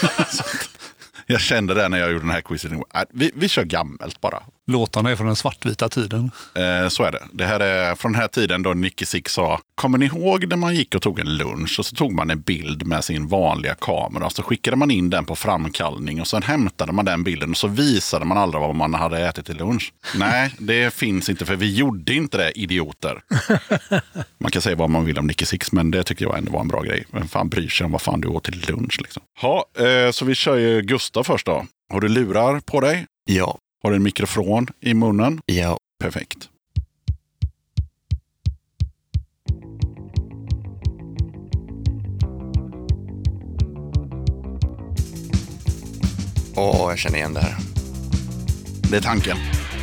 Jag kände det när jag gjorde den här quizen. Vi kör gammalt bara. Låtarna är från den svartvita tiden. Så är det. Det här är från den här tiden då Nicky Six sa, kommer ni ihåg när man gick och tog en lunch och så tog man en bild med sin vanliga kamera, så skickade man in den på framkallning och sen hämtade man den bilden och så visade man aldrig vad man hade ätit till lunch. Nej, det finns inte, för vi gjorde inte det, idioter. Man kan säga vad man vill om Nicky Six, men det tycker jag ändå var en bra grej. Vem fan bryr sig om vad fan du åt till lunch liksom. Ja, så vi kör ju Gustav först då. Har du lurar på dig? Ja. Har du en mikrofon i munnen? Ja. Perfekt. Jag känner igen det här. Det är tanken.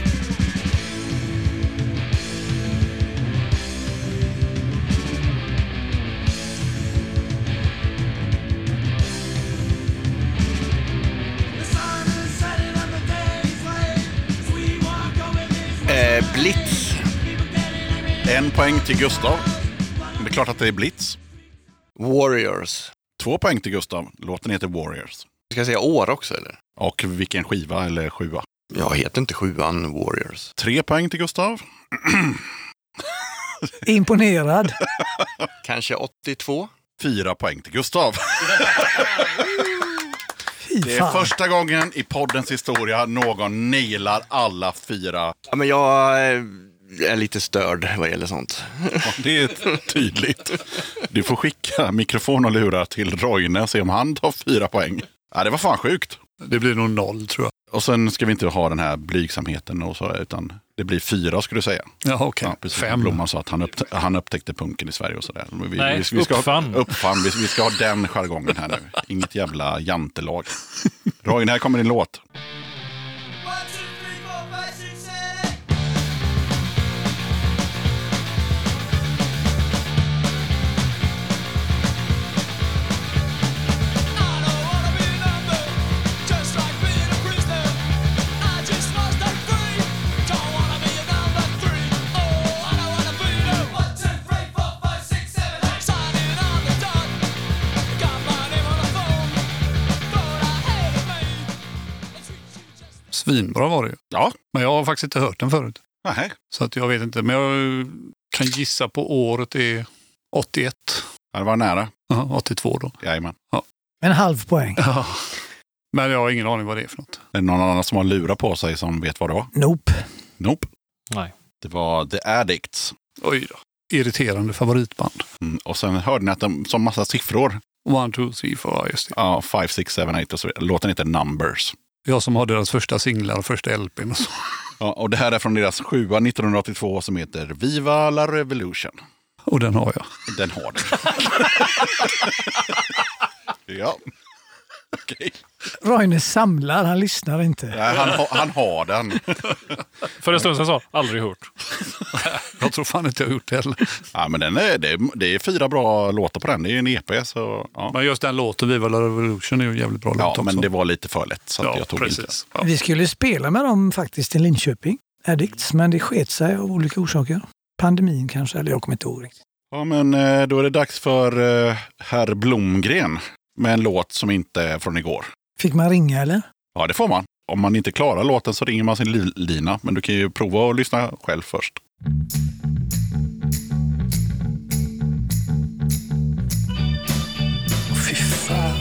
Blitz. 1 poäng till Gustav. Det är klart att det är Blitz. Warriors. 2 poäng till Gustav. Låten heter Warriors. Ska jag säga år också eller? Och vilken skiva eller 7? Jag heter inte 7an Warriors. 3 poäng till Gustav. Imponerad. Kanske 82. 4 poäng till Gustav. Det är första gången i poddens historia någon nailar alla 4. Ja, men jag är lite störd vad gäller sånt. Ja, det är tydligt. Du får skicka mikrofon och lurar till Roine och se om han tar 4 poäng. Ja, det var fan sjukt. Det blir nog 0 tror jag. Och sen ska vi inte ha den här blygsamheten och så, utan det blir 4 skulle du säga. Ja, okej. Ja, 5. Blomman sa att han upptäckte punken i Sverige och sådär. Nej, Uppfann. Vi ska ha den jargongen här nu. Inget jävla jantelag. Roine, här kommer din låt. Svinbra var det ju. Ja. Men jag har faktiskt inte hört den förut. Nej. Så att jag vet inte. Men jag kan gissa på året är 81. Ja, det var nära. Ja, 82 då. Jajamän. Ja. 0,5 poäng. Ja. Men jag har ingen aning vad det är för något. Är det någon annan som har lurat på sig som vet vad det var? Nope. Nope. Nej. Det var The Addicts. Oj då. Irriterande favoritband. Och sen hörde ni att de som massa siffror. 1, 2, 3, 4, just det. Ja, 5, 6, 7, 8 och så vidare. Låten heter Numbers. Jag som har deras första singlar och första LPn och så. Ja, och det här är från deras 7 1982 som heter Viva la Revolution. Och den har jag. Den har du. Ja. Okej. Roine samlar, han lyssnar inte. Nej, han har den. För en stund sedan sa aldrig hört. Jag tror fan inte jag har gjort det heller. Ja, men det är 4 bra låtar på den. Det är en EP. Så, ja. Men just den låten, Viva la Revolution, är ju en jävligt bra låt också. Men det var lite för lätt så att jag tog inte. Ja. Vi skulle spela med dem faktiskt i Linköping, Addicts, men det sket sig av olika orsaker. Pandemin kanske, eller jag kommer inte ihåg riktigt. Ja, men då är det dags för herr Blomgren med en låt som inte är från igår. Fick man ringa eller? Ja, det får man. Om man inte klarar låten så ringer man sin lina. Men du kan ju prova att lyssna själv först. Fy fan.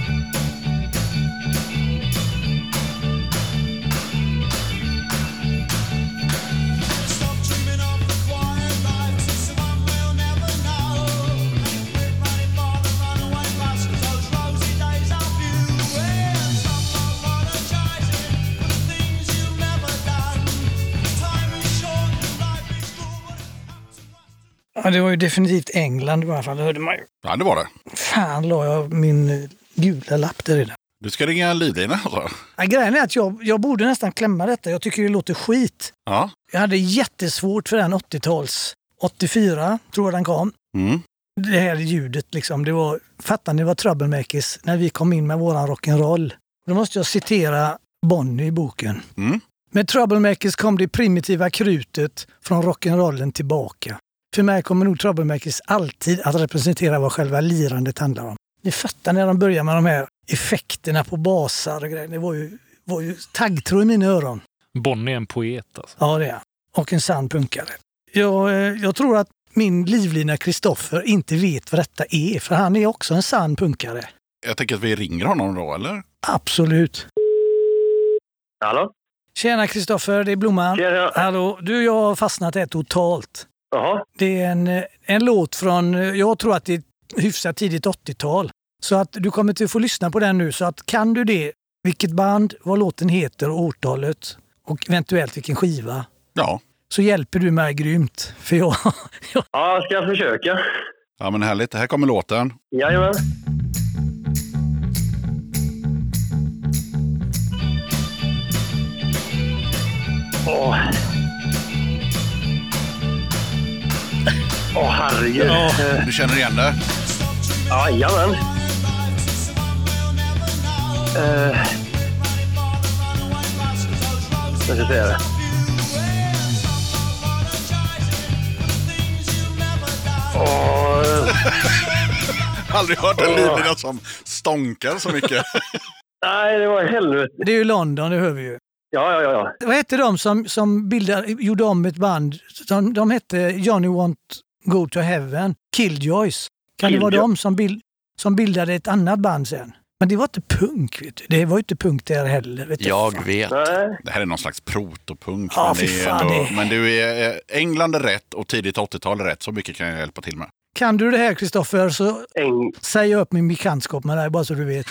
Ja, det var ju definitivt England i alla fall, det hörde man ju. Ja, det var det. Fan, la jag min gula lapp där redan. Du ska ringa en lina alltså? Ja, grejen är att jag borde nästan klämma detta. Jag tycker det låter skit. Ja. Jag hade jättesvårt för den 80-tals. 84 tror jag den kom. Mm. Det här ljudet liksom. Det var, fattar ni vad Troublemakers när vi kom in med våran rock'n'roll. Då måste jag citera Bonnie i boken. Mm. Med Troublemakers kom det primitiva krutet från rock'n'rollen tillbaka. För mig kommer nog Troublemakers alltid att representera vad själva lirandet handlar om. Ni fattar när de börjar med de här effekterna på basar och grejer. Det var ju taggtråd i mina öron. Bonnie är en poet alltså. Ja, det är. Och en sann punkare. Jag tror att min livlina Kristoffer inte vet vad detta är. För han är också en sann punkare. Jag tänker att vi ringer honom då, eller? Absolut. Hallå? Tjena Kristoffer, det är Blomman. Tjena. Hallå, jag har fastnat här totalt. Jaha. Det är en låt från, jag tror att det är hyfsat tidigt 80-tal. Så att du kommer till att få lyssna på den nu. Så att kan du det, vilket band, vad låten heter och årtalet och eventuellt vilken skiva. Ja. Så hjälper du mig grymt. För jag... Ja, ska jag försöka. Ja, men härligt. Här kommer låten. Jajamän. Herregud. Ja, du känner igen det? Jajamän. Jag ska säga det. Aldrig hört en livlina som stånkar så mycket. Nej, det var helvete. Det är ju London, det hör vi ju. Ja. Vad hette de som gjorde om ett band? De hette Johnny Won't Go to Heaven, Killjoys. Kan det vara de som bildade ett annat band sen? Men det var inte punk, vet du. Det var ju inte punk där heller. Vet Jag vet. Nej. Det här är någon slags protopunk. Ja, men, fy fan, men du är England är rätt och tidigt 80-tal är rätt. Så mycket kan jag hjälpa till med. Kan du det här, Kristoffer, så säg upp min bekantskap med dig, bara så du vet.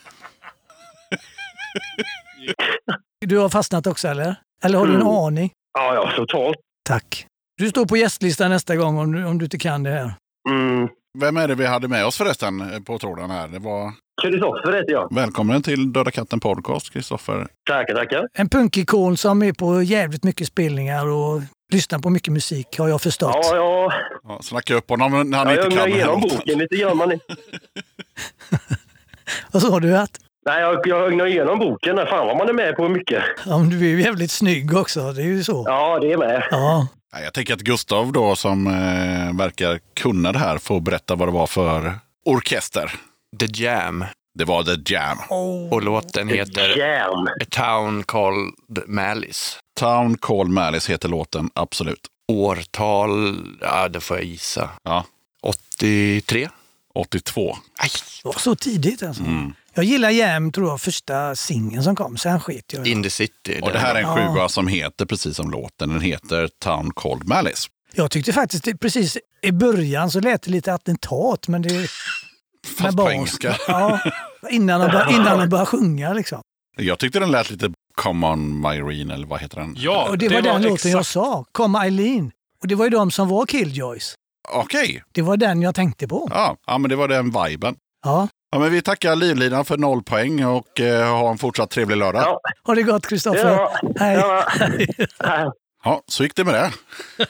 Du har fastnat också, eller? Eller har du en aning? Ja, totalt. Tack. Du står på gästlistan nästa gång om du inte kan det här. Vem är det vi hade med oss förresten på tråden här? Det var... Kristoffer heter jag. Välkommen till Döda katten podcast, Kristoffer. Tackar. En punkikon som är på jävligt mycket spelningar och lyssnar på mycket musik, har jag förstått. Ja. Snacka upp honom när han inte kan. Jag igenom boken lite grann, man. Vad sa du att? Nej, jag ögnar igenom boken. Fan vad man är med på mycket. Ja, men du är ju jävligt snygg också, det är ju så. Ja, det är med. Ja. Jag tänker att Gustav då, som verkar kunna det här, får berätta vad det var för orkester. The Jam. Det var The Jam. Och låten heter Jam. A Town Called Malice. Town Called Malice heter låten, absolut. Årtal, det får jag gissa. Ja. 83? 82. Aj. Det var så tidigt alltså. Jag gillar Jam, tror jag, första singeln som kom. Sen skit jag. In the City. Och det här är en sjua som heter precis som låten. Den heter Town Called Malice. Jag tyckte faktiskt det, precis i början så lät det lite attentat, men det... Fast på engelska. Ja, innan de började sjunga liksom. Jag tyckte den lät lite Come On Myrene, eller vad heter den? Ja, och det var den låten jag sa. Come Eileen. Och det var ju de som var Killjoys. Okej. Det var den jag tänkte på. Ja, men det var den viben. Ja. Ja, men vi tackar Livlinan för 0 poäng och ha en fortsatt trevlig lördag. Ja. Ha det gott, Kristoffer. Ja. Hej. Ja. Ja, så gick det med det.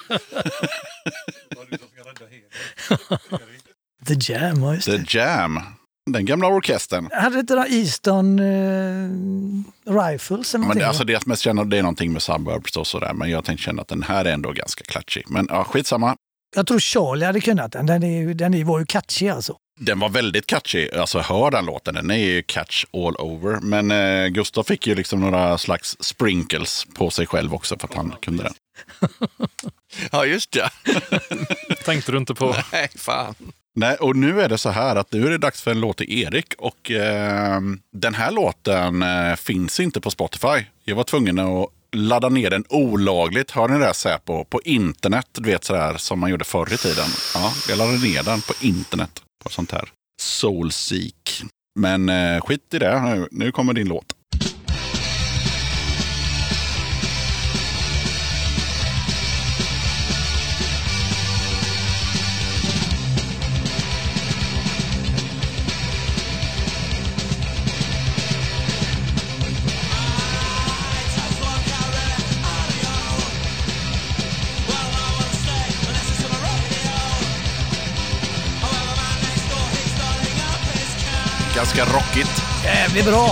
The Jam, just det. The Jam. Den gamla orkestern. Hade inte Easton Rifles eller Men någonting? alltså det jag mest känner det är någonting med Suburbs och sådär. Men jag tänkte känna att den här är ändå ganska klatschig. Men ja, skitsamma. Jag tror Charlie hade kunnat den. Den var ju catchy alltså. Den var väldigt catchy. Alltså hör den låten. Den är ju catch all over. Men Gustav fick ju liksom några slags sprinkles på sig själv också för att han kunde den. Ja, just det. Tänkte du inte på. Nej, fan. Nej, och nu är det så här att nu är det dags för en låt till Erik. Och den här låten finns inte på Spotify. Jag var tvungen att ladda ner den olagligt. Har ni det så här på internet? Du vet sådär som man gjorde förr i tiden. Ja, jag laddade ner den på internet. På sånt här Soulseek. Men skit i det. Nu kommer din låt. Ganska rockigt. Jävligt bra.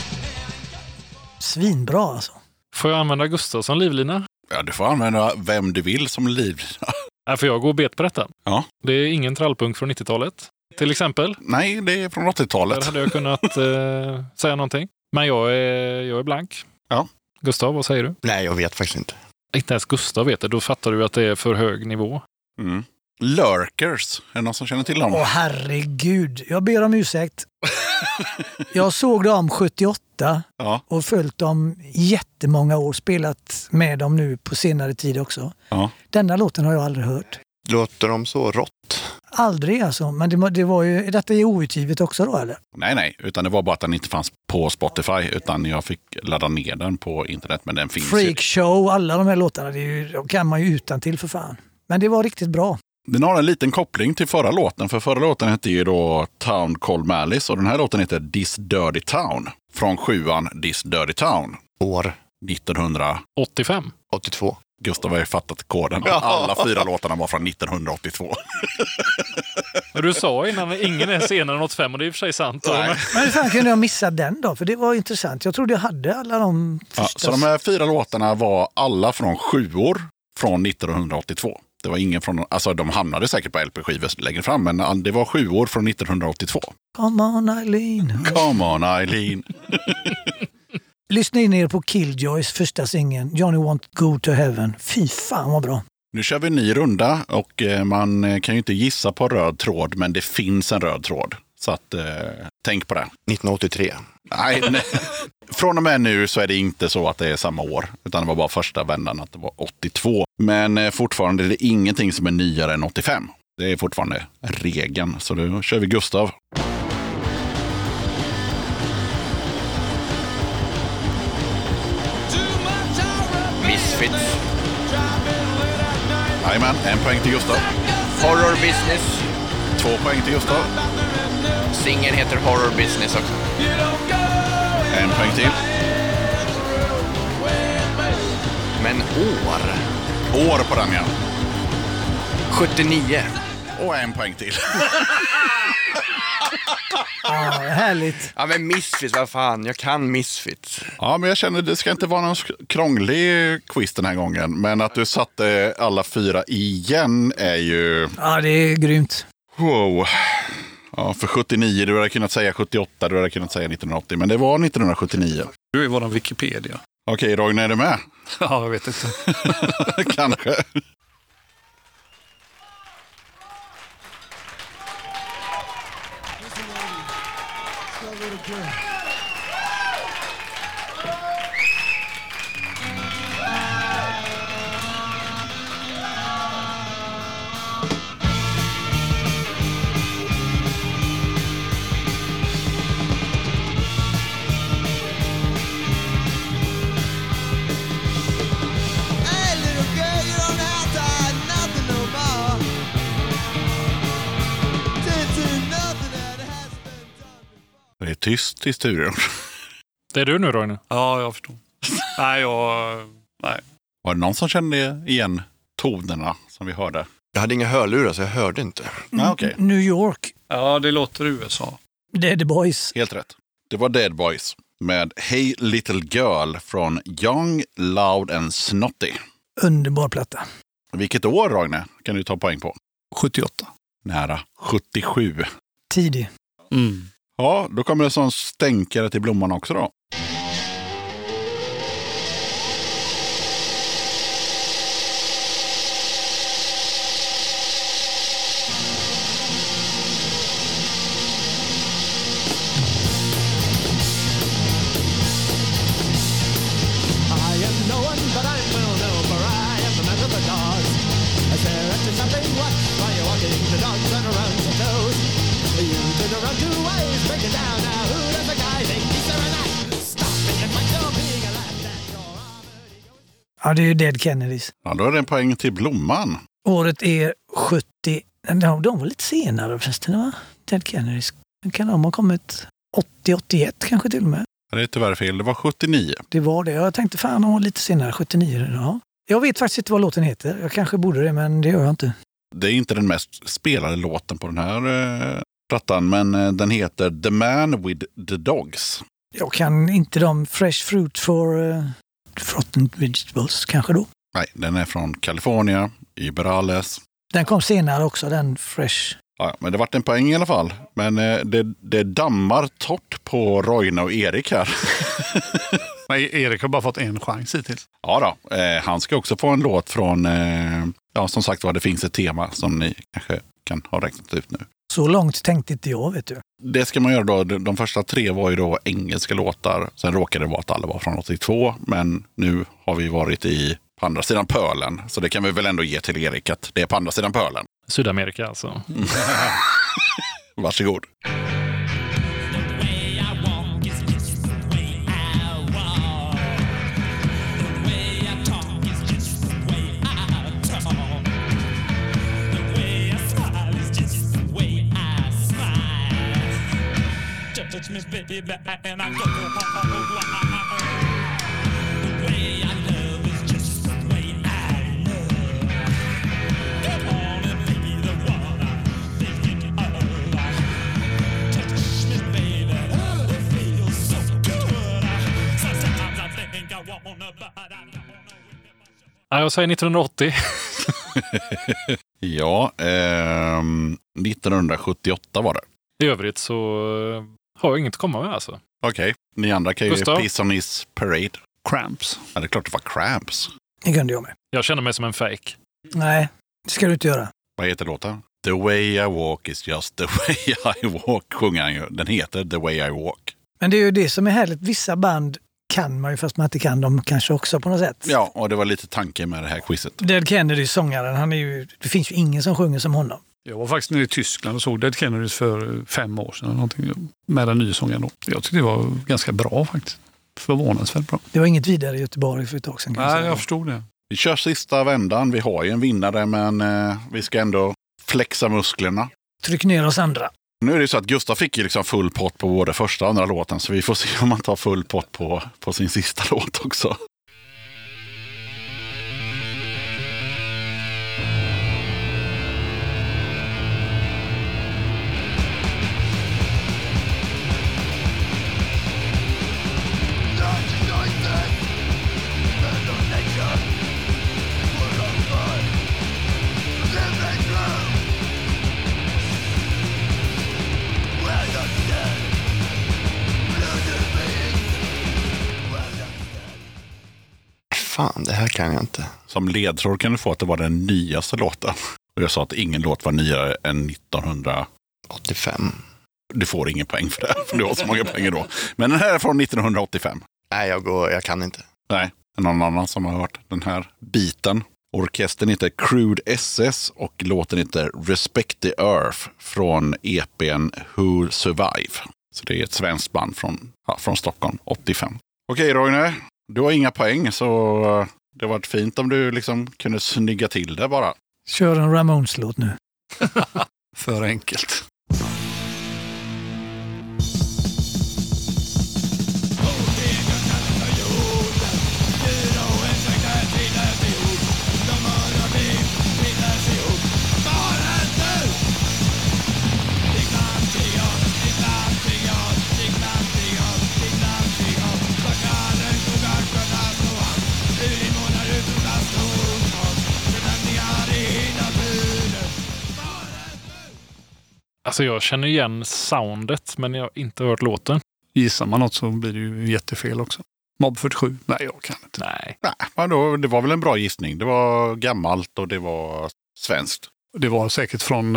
Svinbra alltså. Får jag använda Gustav som livlina? Ja, du får använda vem du vill som livlina. Får jag gå bet på detta? Ja. Det är ingen trallpunkt från 90-talet. Till exempel. Nej, det är från 80-talet. Där hade jag kunnat säga någonting. Men jag är blank. Ja. Gustav, vad säger du? Nej, jag vet faktiskt inte. Inte ens Gustav vet det. Då fattar du att det är för hög nivå. Mm. Lurkers. Är det någon som känner till dem? Åh herregud, jag ber om ursäkt. Jag såg dem 78 och följt dem jättemånga år. Spelat med dem nu på senare tid också. Ja. Denna låten har jag aldrig hört. Låter de så rått? Aldrig alltså, men det var ju, detta är outgivet också då eller? Nej, utan det var bara att den inte fanns på Spotify utan jag fick ladda ner den på internet, men den finns Freak Show, alla de här låtarna, de kan man ju utan till för fan. Men det var riktigt bra. Den har en liten koppling till förra låten, för förra låten hette ju då Town Called Malice och den här låten heter This Dirty Town från 7:an This Dirty Town. År? 1985. 82. Gustav har ju fattat koden. Alla 4 låtarna var från 1982. Men du sa innan ingen är senare än 85 och det är i och för sig sant. Men hur fan kunde jag missa den då? För det var intressant. Jag trodde jag hade alla de första. Så de här 4 låtarna var alla från 7-år från 1982. Det var ingen från, alltså de hamnade säkert på LP-skivor längre fram, men det var 7 år från 1982. Come on Eileen. Come on Eileen. Lyssna in er på Killjoys första singeln, Johnny Won't Go to Heaven. Fy fan vad bra. Nu kör vi en ny runda och man kan ju inte gissa på röd tråd, men det finns en röd tråd. Så att tänk på det. 1983. Nej. Från och med nu så är det inte så att det är samma år, utan det var bara första vändan att det var 82. Men fortfarande är det ingenting som är nyare än 85. Det är fortfarande regeln. Så då kör vi Gustav. Misfits. Jajamän, 1 poäng till Gustav. Horror Business. 2 poäng till Gustav. Singeln heter Horror Business också. 1 poäng till. Men år? År på den, ja. 79. Och 1 poäng till. Härligt. Ja, men Misfits, vad fan, jag kan Misfits. Ja, men jag känner det ska inte vara någon krånglig quiz den här gången. Men att du satte alla 4 igen är ju... Ja, det är grymt. Wow. Ja, för 79, du hade kunnat säga 78, du hade kunnat säga 1980. Men det var 1979. Du är våran Wikipedia. Okej, Rogne, är du med? Ja, jag vet inte. Kanske. tyst i studion. Det är du nu, Roine? Ja, jag förstår. Nej. Var det någon som kände igen tonerna som vi hörde? Jag hade inga hörlurar så jag hörde inte. Nej, okej. New York, Ja, det låter USA. Dead Boys. Helt rätt. Det var Dead Boys med Hey Little Girl från Young, Loud and Snotty. Underbar platta. Vilket år, Roine, kan du ta poäng på? 78. Nära 77. Tidig. Mm. Ja, då kommer det som stänkare till blomman också då. I am no one, but I'm well known, for I am the man of the dogs. I stare at you something, watch while you're walking. The dogs run around your toes. You turn around 2 ways, break it down now. Who does the guy think he's serving that? Stop it, if I don't being a lad, that's your armor. Ja, det är ju Dead Kennedys. Ja, då är det en poäng till blomman. Året är 70. De var lite senare förresten, va? Dead Kennedys. Kan de ha kommit 80-81 kanske till och med? Det är tyvärr fel. Det var 79. Det var det. Jag tänkte fan, de var lite senare, 79. Ja. Jag vet faktiskt inte vad låten heter. Jag kanske borde det, men det gör jag inte. Det är inte den mest spelade låten på den här plattan, men den heter The Man with the Dogs. Jag kan inte de Fresh Fruit for Frotten Vegetables kanske då. Nej, den är från California, Iberales. Den kom senare också, den Fresh. Ja, men det vart en poäng i alla fall. Men det dammar torrt på Roine och Erik här. Nej, Erik har bara fått en chans hittills. Ja då, han ska också få en låt från, som sagt var, det finns ett tema som ni kanske kan ha räknat ut nu. Så långt tänkte inte jag, vet du. Det ska man göra då. De första 3 var ju då engelska låtar. Sen råkade det vara att alla var från 82. Men nu har vi varit på andra sidan pölen. Så det kan vi väl ändå ge till Erik att det är på andra sidan pölen. Sydamerika alltså. Varsågod. Touch me, baby, and I go. The way I love is just the way I love. Come on and be the one I'm thinking of. Touch me, baby, oh, it feels so good. Sometimes I think I wanna, but I don't wanna. Ja, jag säger 1980. Ja, 1978 var det. I övrigt så har jag inget att komma med alltså. Okej, ni andra kan ju Gustav? Piss on His Parade. Cramps. Ja, det är klart det var Cramps. Det kunde jag med. Jag känner mig som en fake. Nej, det ska du inte göra. Vad heter låten? The way I walk is just the way I walk, sjunger han ju. Den heter The way I walk. Men det är ju det som är härligt. Vissa band kan man ju, fast man inte kan dem kanske också på något sätt. Ja, och det var lite tanke med det här quizet. Dead Kennedy, sångaren, han är ju, det finns ju ingen som sjunger som honom. Jag var faktiskt nere i Tyskland och såg Dead Kennedys för 5 år sedan. Någonting, med den nya sången då. Jag tyckte det var ganska bra faktiskt. Förvånansvärt bra. Det var inget vidare i Göteborg för ett tag sedan. Nej, jag förstod det. Vi kör sista vändan. Vi har ju en vinnare, men vi ska ändå flexa musklerna. Tryck ner oss andra. Nu är det så att Gustav fick ju liksom full pott på både första och andra låten, så vi får se om man tar full pott på sin sista låt också. Fan, det här kan jag inte. Som ledtråd kan du få att det var den nyaste låten. Och jag sa att ingen låt var nyare än 1985. Du får ingen poäng för det, för du har så många poäng då. Men den här är från 1985. Nej, jag kan inte. Nej, någon annan som har hört den här biten. Orkestern heter Crude SS och låten heter Respect the Earth från EP:n Who Survive. Så det är ett svenskt band från Stockholm, 85. Okej, Roine, du har inga poäng, så det har varit fint om du liksom kunde snygga till det bara. Kör en Ramones-låt nu. För enkelt. Alltså jag känner igen soundet, men jag har inte hört låten. Gissar man något så blir det ju jättefel också. Mob 47? Nej, jag kan inte. Nej. Nej, det var väl en bra gissning. Det var gammalt och det var svenskt. Det var säkert från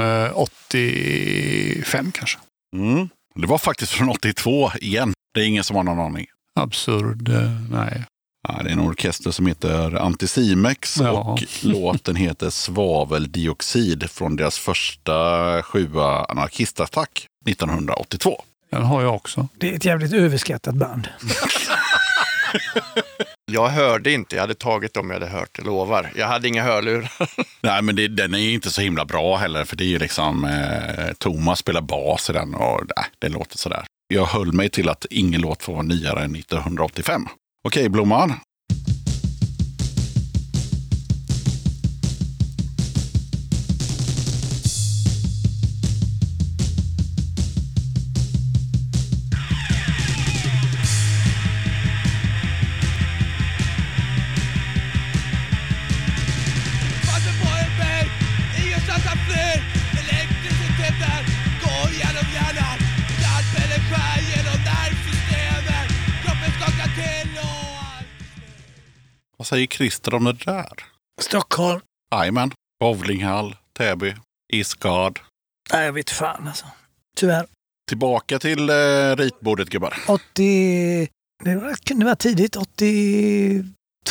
85 kanske. Mm. Det var faktiskt från 82 igen. Det är ingen som har någon aning. Absurd, nej. Ja, det är en orkester som heter Anticimex och låten heter Svaveldioxid från deras första 7 anarkistattack 1982. Den har jag också. Det är ett jävligt överskattat band. Jag hörde inte, jag hade tagit dem jag hade hört, jag lovar. Jag hade inga hörlurar. Nej, men den är ju inte så himla bra heller, för det är ju liksom Thomas spelar bas i den och det låter sådär. Jag höll mig till att ingen låt får vara nyare än 1985. Okej, Blomman. Vad säger Christer om det där? Stockholm. Jajamän. Bowlinghall, Täby, Isgard. Nej, jag vet fan alltså. Tyvärr. Tillbaka till ritbordet, gubbar. 80... Det kunde vara tidigt. 82.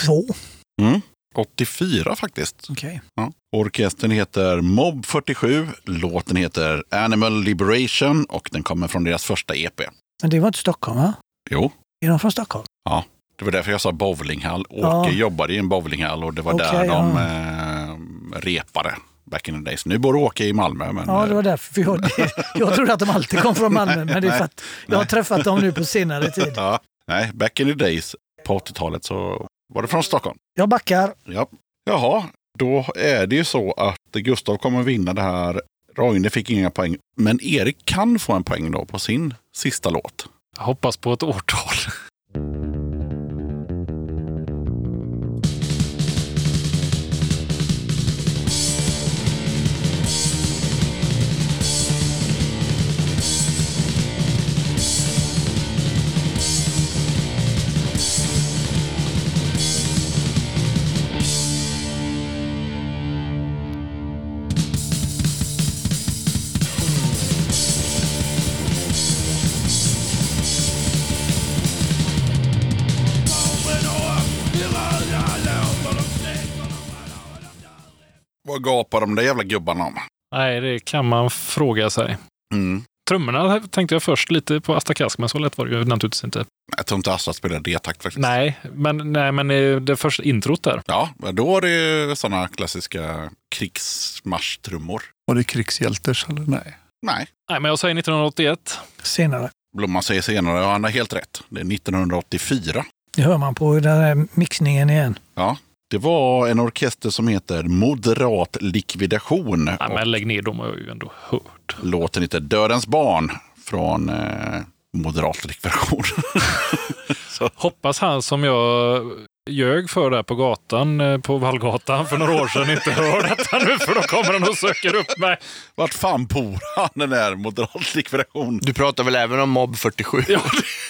84 faktiskt. Okej. Ja. Orkestern heter Mob 47. Låten heter Animal Liberation och den kommer från deras första EP. Men det var inte Stockholm, va? Jo. Är de från Stockholm? Ja. Det var därför jag sa bowlinghall. Åke jobbade i en bowlinghall och det var där de repade back in the days. Nu bor Åke i Malmö. Men, ja, det var därför. För jag trodde att de alltid kom från Malmö, men det är för att jag har träffat dem nu på senare tid. Ja, nej, back in the days på 80-talet så var det från Stockholm. Jag backar. Ja. Jaha, då är det ju så att Gustav kommer vinna det här. Roine fick inga poäng, men Erik kan få en poäng då på sin sista låt. Jag hoppas på ett årtal. Vad gapar de där jävla gubbarna om? Nej, det kan man fråga sig. Mm. Trummorna tänkte jag först lite på Asta Kask, men så lätt var det ju naturligtvis inte. Jag tror inte Asta spelade D-takt faktiskt. Nej, men det första introt där. Ja, då är det sådana klassiska krigsmarschtrummor. Var det krigshjälters eller nej? Nej. Nej, men jag säger 1981. Senare. Blomman säger senare, och han har helt rätt. Det är 1984. Det hör man på den här mixningen igen. Ja, det var en orkester som heter Moderat Likvidation. Ja, men lägg ner, de har jag ju ändå hört. Låten heter Dödens barn från Moderat Likvidation. Hoppas han som jag ljög för där på gatan, på Vallgatan för några år sedan, inte hör detta nu, för då kommer han och söker upp mig. Vart fan bor han, den där Moderat Likvidation? Du pratar väl även om Mob 47? Ja,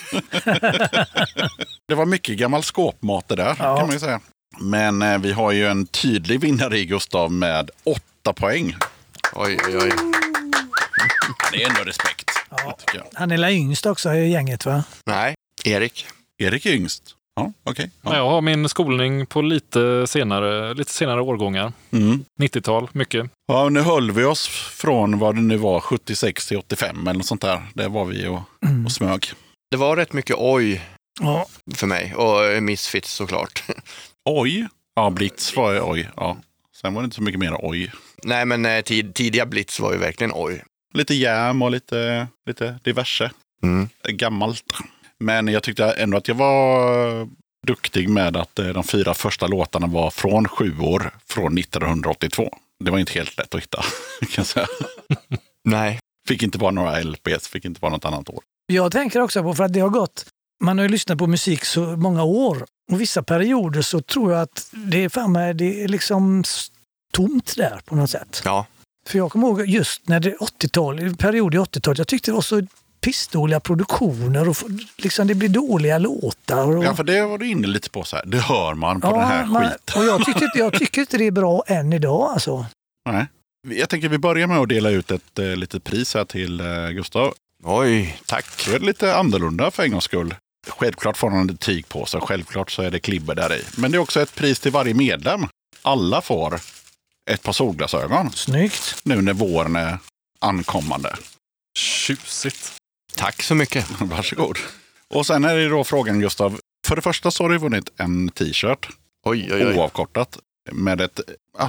det var mycket gammal skåpmat det där, kan man ju säga. Men vi har ju en tydlig vinnare i Gustav med 8 poäng. Oj, oj, oj. Det är ändå respekt. Ja. Han är yngst också i gänget, va? Nej, Erik. Erik är yngst. Ja, okej. Ja. Jag har min skolning på lite senare årgångar. 90-tal, mycket. Ja, nu höll vi oss från vad det nu var, 76 till 85 eller något sånt där. Där var vi och smög. Det var rätt mycket oj för mig. Och Misfits såklart. Oj? Ja, Blitz var oj. Ja. Sen var det inte så mycket mer oj. Nej, men tidiga Blitz var ju verkligen oj. Lite jam och lite diverse. Gammalt. Men jag tyckte ändå att jag var duktig med att de 4 första låtarna var från 7 år från 1982. Det var inte helt lätt att hitta, kan jag säga. Nej. Fick inte vara några LPs, fick inte vara något annat år. Jag tänker också på, för att det har gått, man har ju lyssnat på musik så många år. Och vissa perioder så tror jag att det är liksom tomt där på något sätt. Ja. För jag kommer ihåg just när det 80-tal, period i 80-talet, jag tyckte det var så pissdåliga produktioner och liksom det blir dåliga låtar. Och... Ja, för det var du inne lite på så här. Det hör man på den här skiten. Och jag tycker inte det är bra än idag alltså. Nej. Jag tänker vi börjar med att dela ut ett litet pris här till Gustav. Oj, tack. Det är lite annorlunda för en gångs skull. Självklart får han en tyg på sig. Självklart så är det klibber där i. Men det är också ett pris till varje medlem. Alla får ett par solglasögon. Snyggt. Nu när våren är ankommande. Tjusigt. Tack så mycket. Varsågod. Och sen är det då frågan, Gustav. För det första så har du vunnit en t-shirt. Oj. Oavkortat. Med ett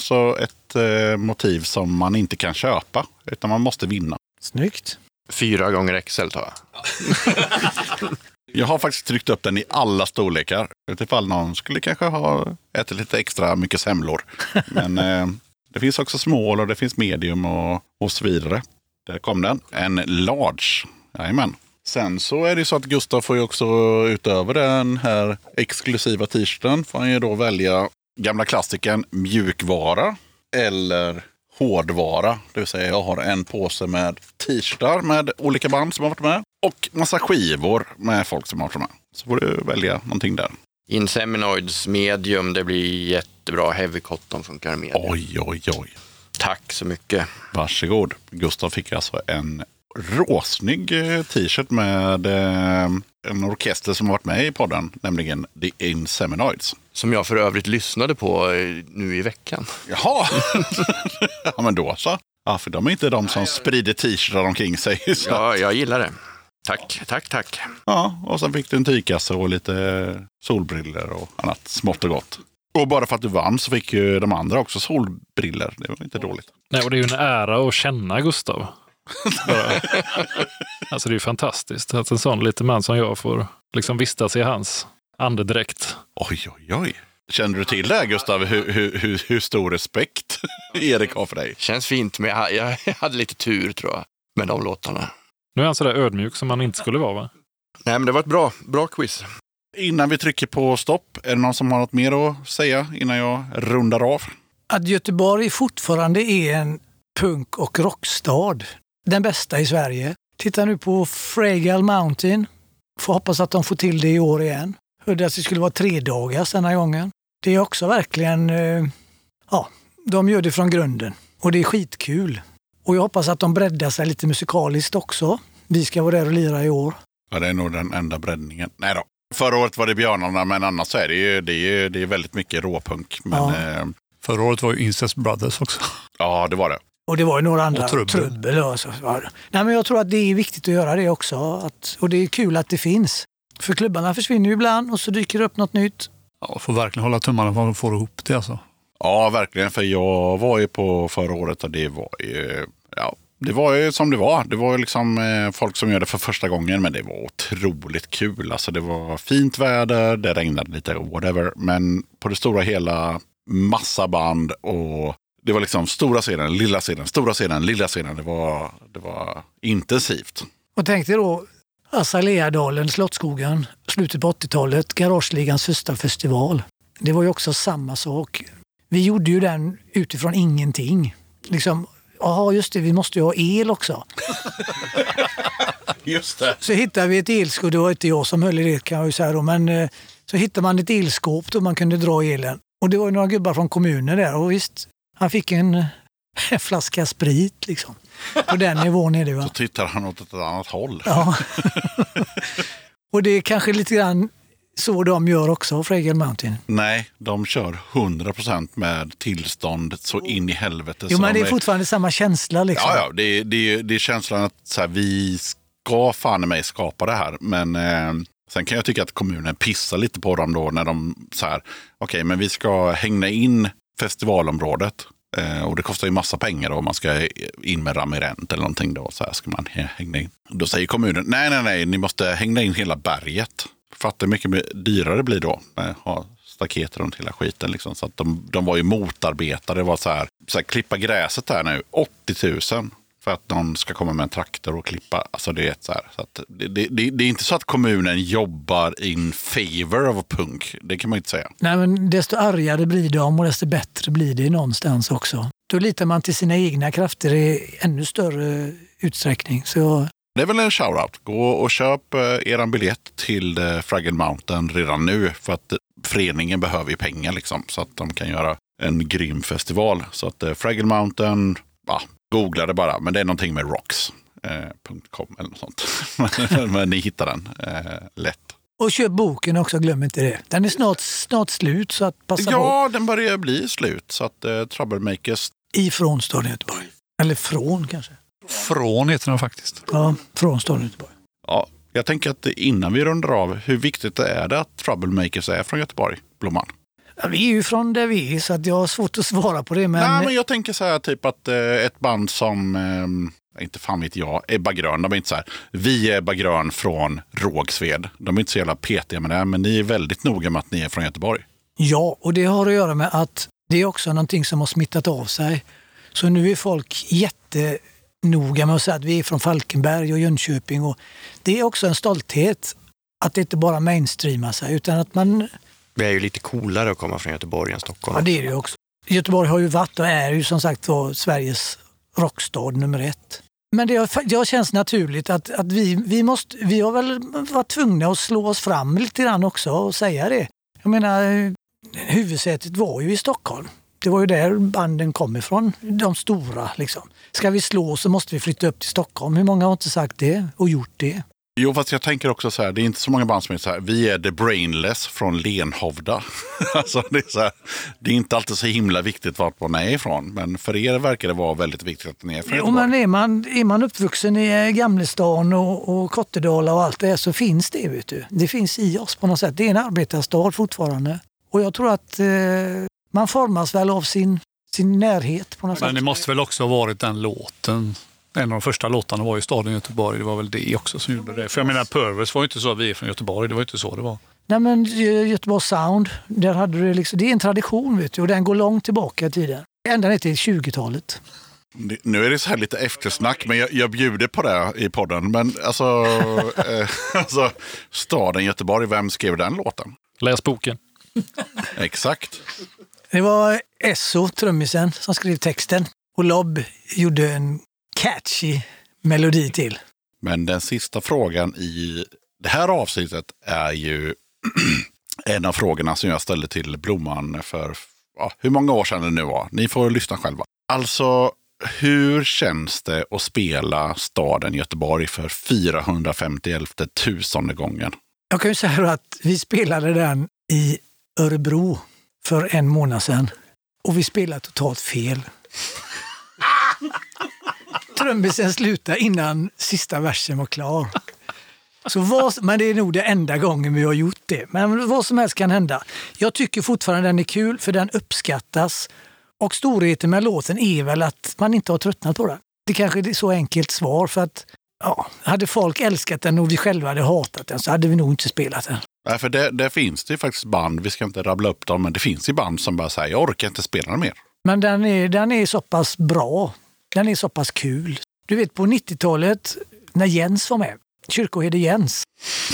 motiv som man inte kan köpa. Utan man måste vinna. Snyggt. 4 gånger XL tar jag. Jag har faktiskt tryckt upp den i alla storlekar. Utifall någon skulle kanske ha ätit lite extra mycket semlor. Men det finns också small och det finns medium och så vidare. Där kom den. En large. Jajamän. Sen så är det så att Gustav får ju också utöver den här exklusiva t-shirten får han ju då välja gamla klassiken mjukvara eller hårdvara. Det vill säga jag har en påse med t-shirtar med olika band som har varit med. Och massa skivor med folk som har varit med. Så får du välja någonting där. Inseminoids medium, det blir jättebra. Heavy cotton funkar med. Oj. Tack så mycket. Varsågod. Gustav fick alltså en råsnygg t-shirt med en orkester som har varit med i podden. Nämligen The Inseminoids. Som jag för övrigt lyssnade på nu i veckan. Jaha! Ja, men då så. Ja, för de är inte de som sprider t-shirtar omkring sig. Så. Ja, jag gillar det. Tack. Ja, och sen fick du en tygkasse och lite solbriller och annat smått och gott. Och bara för att du vann så fick ju de andra också solbriller. Det var inte dåligt. Nej, och det är ju en ära att känna Gustav. Alltså det är ju fantastiskt att en sån liten man som jag får liksom vistas i hans andedräkt. Oj. Känner du till det här, Gustav? Hur stor respekt Erik har för dig? Känns fint, men jag hade lite tur tror jag med de låtarna. Nu är han sådär ödmjuk som han inte skulle vara, va? Nej, men det var ett bra quiz. Innan vi trycker på stopp, är det någon som har något mer att säga innan jag rundar av? Att Göteborg fortfarande är en punk- och rockstad. Den bästa i Sverige. Titta nu på Fragal Mountain. Får hoppas att de får till det i år igen. Hörde att det skulle vara 3 dagar denna gången. Det är också verkligen, de gör det från grunden. Och det är skitkul. Och jag hoppas att de breddar sig lite musikaliskt också. Vi ska vara där och lira i år. Ja, det är nog den enda breddningen. Nej då. Förra året var det Björnarna, men annars så är det är väldigt mycket råpunk. Men, Förra året var ju Incest Brothers också. Ja, det var det. Och det var ju några andra trubbel. Alltså. Nej, men jag tror att det är viktigt att göra det också. Och det är kul att det finns. För klubbarna försvinner ju ibland och så dyker det upp något nytt. Ja, får verkligen hålla tummarna för att de får ihop det alltså. Ja, verkligen. För jag var ju på förra året och det var ju som det var. Det var ju liksom folk som gör det för första gången, men det var otroligt kul. Alltså det var fint väder, det regnade lite, whatever. Men på det stora hela, massa band och det var liksom stora scenen, lilla scenen, stora scenen, lilla scenen. Det var intensivt. Och tänk dig då Azaleadalen, Slottsskogen, slutet på 80-talet, Garageligans första festival. Det var ju också samma sak. Vi gjorde ju den utifrån ingenting. Liksom, jaha just det, vi måste ju ha el också. Just det. Så hittade vi ett elskåp, det var inte jag som höll i det kan jag ju säga då, men så hittade man ett elskåp då man kunde dra elen. Och det var ju några gubbar från kommunen där och visst, han fick en flaska sprit liksom. På den nivån är det va. Så tittar han åt ett annat håll. Ja. Och det är kanske lite grann så de gör också, Fragal Mountain. Nej, de kör 100% med tillstånd så in i helvete. Jo, men det är fortfarande samma känsla liksom. Ja, det är känslan att så här, vi ska fan i mig skapa det här. Men sen kan jag tycka att kommunen pissar lite på dem då när de så här, okej, men vi ska hängna in festivalområdet. Och det kostar ju massa pengar då om man ska in med ramirent eller någonting då. Så här ska man hängna in. Då säger kommunen, nej, ni måste hängna in hela berget. Fattar hur mycket dyrare det blir då med ha staket runt hela skiten liksom. Så att de var ju motarbetare. Det var så här klippa gräset här nu, 80 000 för att de ska komma med en traktor och klippa. Alltså det är så här. Så att det är inte så att kommunen jobbar in favor av punk. Det kan man inte säga. Nej, men desto argare blir de och desto bättre blir det någonstans också. Då litar man till sina egna krafter i ännu större utsträckning. Så Det är väl en shoutout. Gå och köp eran biljett till Fraggle Mountain redan nu. För att föreningen behöver ju pengar liksom. Så att de kan göra en grym festival. Så att Fraggle Mountain, googla det bara. Men det är någonting med rocks.com eller något sånt. Men ni hittar den lätt. Och köp boken också, glöm inte det. Den är snart slut, så att passa på. Ja, den börjar bli slut. Så att Troublemakers... Ifrån staden Göteborg. Eller från kanske. Från heter den faktiskt. Ja, från staden Göteborg. Ja, jag tänker att innan vi rundar av, hur viktigt är det att Troublemakers är från Göteborg, Blomman? Ja, vi är ju från där vi är, så att jag har svårt att svara på det. Men jag tänker så här, typ att ett band som... inte fan vet jag, Ebba Grön, de är inte så här, vi är Ebba Grön från Rågsved. De är inte så jävla petiga med det, men ni är väldigt noga med att ni är från Göteborg. Ja, och det har att göra med att det är också någonting som har smittat av sig. Så nu är folk jättenoga med att säga att vi är från Falkenberg och Jönköping. Och det är också en stolthet att det inte bara mainstreamar sig, utan att man... Det är ju lite coolare att komma från Göteborg än Stockholm. Ja, det är det ju också. Göteborg har ju varit och är ju som sagt Sveriges rockstad nummer 1. Men det känns naturligt att vi har väl varit tvungna att slå oss fram lite grann också och säga det. Jag menar, huvudsätet var ju i Stockholm. Det var ju där banden kom ifrån, de stora liksom. Ska vi slå så måste vi flytta upp till Stockholm. Hur många har inte sagt det och gjort det? Jo, fast jag tänker också så här, det är inte så många band som är så här, vi är The Brainless från Lenhovda. Alltså det är så här, det är inte alltid så himla viktigt vart man är ifrån, men för er verkar det vara väldigt viktigt att ni är från Göteborg. Men är man uppvuxen i Gamlestan och Kottedala och allt det, så finns det, vet du. Det finns i oss på något sätt. Det är en arbetarstad fortfarande. Och jag tror att man formas väl av sin närhet på något sätt. Men det måste väl också ha varit den låten. En av de första låtarna var ju staden Göteborg. Det var väl det också som gjorde det. För jag menar, Purvis var ju inte så att vi är från Göteborg. Det var ju inte så det var. Nej, men Göteborgs Sound, där hade du liksom, det är en tradition, vet du. Och den går långt tillbaka i tiden. Ända ner till 20-talet. Nu är det så här lite eftersnack, men jag bjuder på det i podden. Men alltså staden Göteborg, vem skrev den låten? Läs boken. Exakt. Det var Esso, trummisen, som skrev texten. Och Lobb gjorde en catchy melodi till. Men den sista frågan i det här avsnittet är ju en av frågorna som jag ställde till Blomman för hur många år sedan det nu var. Ni får lyssna själva. Alltså, hur känns det att spela staden Göteborg för 451,000 gången? Jag kan ju säga att vi spelade den i Örebro för 1 månad sedan. Och vi spelade totalt fel. Trummisen slutade innan sista versen var klar. Men det är nog det enda gången vi har gjort det. Men vad som helst kan hända. Jag tycker fortfarande den är kul, för den uppskattas. Och storheten med låten är väl att man inte har tröttnat på den. Det kanske är så enkelt svar, för att hade folk älskat den och vi själva hade hatat den, så hade vi nog inte spelat den. Nej, för det finns det ju faktiskt band, vi ska inte rabbla upp dem, men det finns ju band som bara säger jag orkar inte spela den mer. Men den är så pass bra. Den är så pass kul. Du vet, på 90-talet när Jens var med, Kyrkoherde Jens,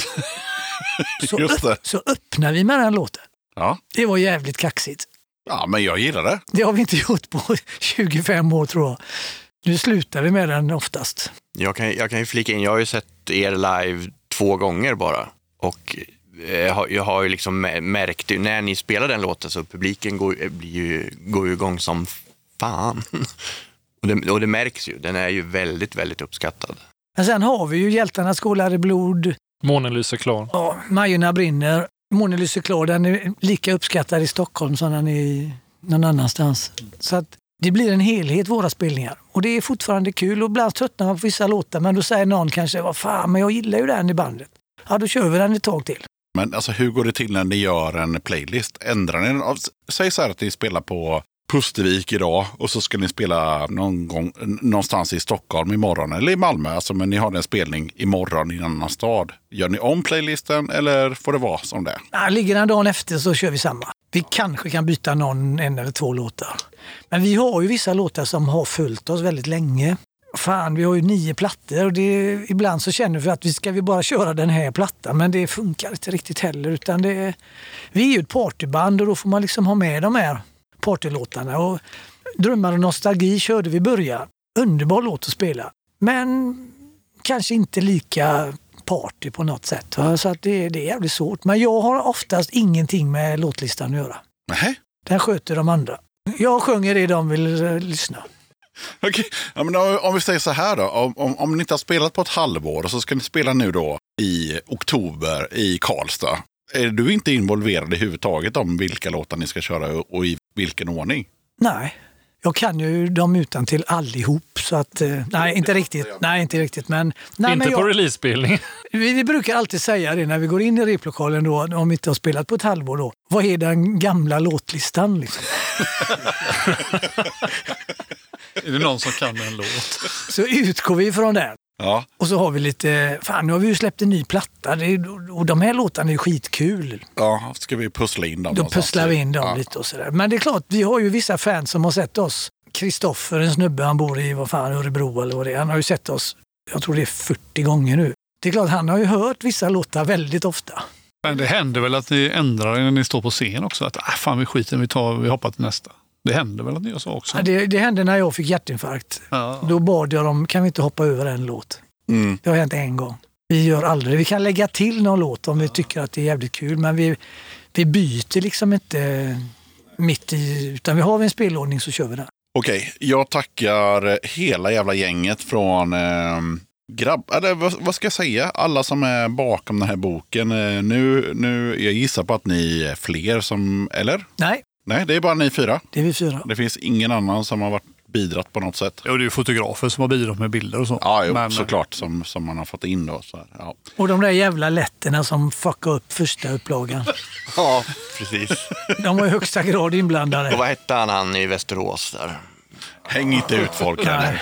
så öppnade vi med den låten. Ja. Det var jävligt kaxigt. Ja, men jag gillar det. Det har vi inte gjort på 25 år, tror jag. Nu slutar vi med den oftast. Jag kan ju flika in, jag har ju sett er live 2 gånger bara. Och jag har ju liksom märkt, när ni spelar den låten så publiken går ju igång som fan. Och det märks ju, den är ju väldigt, väldigt uppskattad. Men sen har vi ju Hjältarnas skålar i blod. Månen lyser klar. Ja, Majorna brinner. Månen lyser klar, den är lika uppskattad i Stockholm som den är någon annanstans. Så att det blir en helhet, våra spelningar. Och det är fortfarande kul, och ibland tröttnar man på vissa låtar, men då säger någon kanske, vad fan, men jag gillar ju den i bandet. Ja, då kör vi den ett tag till. Men alltså, hur går det till när ni gör en playlist? Ändrar ni den? Säg så här att ni spelar på Pustervik idag och så ska ni spela någonstans i Stockholm imorgon eller i Malmö. Alltså, men ni har en spelning imorgon i en annan stad. Gör ni om playlisten eller får det vara som det? Ja, ligger den dagen efter så kör vi samma. Vi kanske kan byta en eller 2 låtar. Men vi har ju vissa låtar som har följt oss väldigt länge. Fan, vi har ju 9 plattor och ibland så känner vi att vi ska bara köra den här plattan, men det funkar inte riktigt heller, utan vi är ju ett partyband och då får man liksom ha med de här partylåtarna. Och Drömmar och nostalgi körde vi i början. Underbar låt att spela. Men kanske inte lika party på något sätt. Så att det är jävligt svårt. Men jag har oftast ingenting med låtlistan att göra. Nähä? Den sköter de andra. Jag sjunger det de vill lyssna. Okej, ja, men om vi säger så här då. Om ni inte har spelat på ett halvår och så ska ni spela nu då i oktober i Karlstad. Är du inte involverad i huvudtaget om vilka låtar ni ska köra och i vilken ordning? Nej, jag kan ju dem utan till allihop. Så att, nej, inte riktigt. Men, nej, inte men på releasespelning. Vi brukar alltid säga det när vi går in i replokalen då, om vi inte har spelat på ett halvår då. Vad är den gamla låtlistan liksom? Är det någon som kan en låt? Så utgår vi från den. Ja. Och så har vi lite, nu har vi ju släppt en ny platta och de här låtarna är ju skitkul. Ja, ska vi pussla in dem? Då pusslar vi in dem lite och sådär. Men det är klart, vi har ju vissa fans som har sett oss. Kristoffer, en snubbe, han bor i Örebro eller vad det är. Han har ju sett oss, jag tror det är 40 gånger nu. Det är klart, han har ju hört vissa låtar väldigt ofta. Men det händer väl att ni ändrar när ni står på scen också? Att fan vi skiter, vi hoppar till nästa. Det händer väl att ni gör så också? Ja, det hände när jag fick hjärtinfarkt. Ja. Då bad jag dem, kan vi inte hoppa över en låt? Mm. Det har hänt en gång. Vi gör aldrig. Vi kan lägga till någon låt om vi tycker att det är jävligt kul. Men vi byter liksom inte mitt i, utan vi har en spelordning så kör vi den. Okej, jag tackar hela jävla gänget från vad ska jag säga? Alla som är bakom den här boken. Nu jag gissar på att ni är fler som, eller? Nej, det är bara ni 4. Det är vi 4. Det finns ingen annan som har varit bidratt på något sätt. Jo, det är ju fotografer som har bidragit med bilder och så. Ja, jo, men såklart som man har fått in då. Så här, ja. Och de där jävla letterna som fuckade upp första upplagan. Ja, precis. De var i högsta grad inblandade. Och vad hette han i Västerås där? Häng inte ut folk här.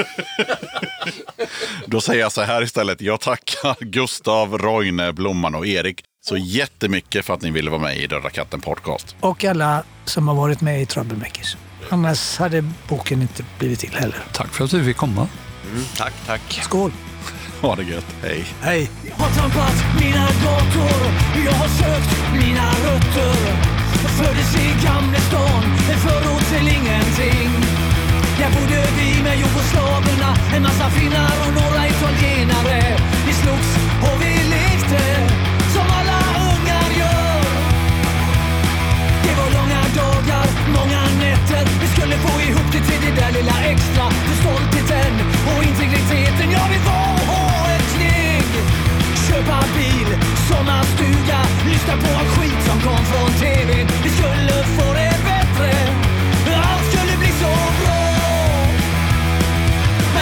Då säger jag så här istället. Jag tackar Gustav, Roine, Blomman och Erik så jättemycket för att ni ville vara med i Döda katten podcast. Och alla som har varit med i Troublemakers. Annars hade boken inte blivit till heller. tack för att du fick komma. Tack. Skål! Ha det gött. Hej. Hej! Jag har trampat mina gator, jag har sökt mina rötter. Jag föddes i Gamlestan, en förort till ingenting. Där bodde vi med jugoslaverna, en massa finnar och några italienare. Vi slogs och vi lekte som alla ungar gör. Det var långa dagar, många nätter. Vi skulle få ihop det till det där lilla extra. För stoltheten och integriteten, jag vill ha ett knägg. Köpa bil, sommarstuga, lyssna på all skit som kom från TV. Vi skulle få det bättre, allt skulle bli så bra.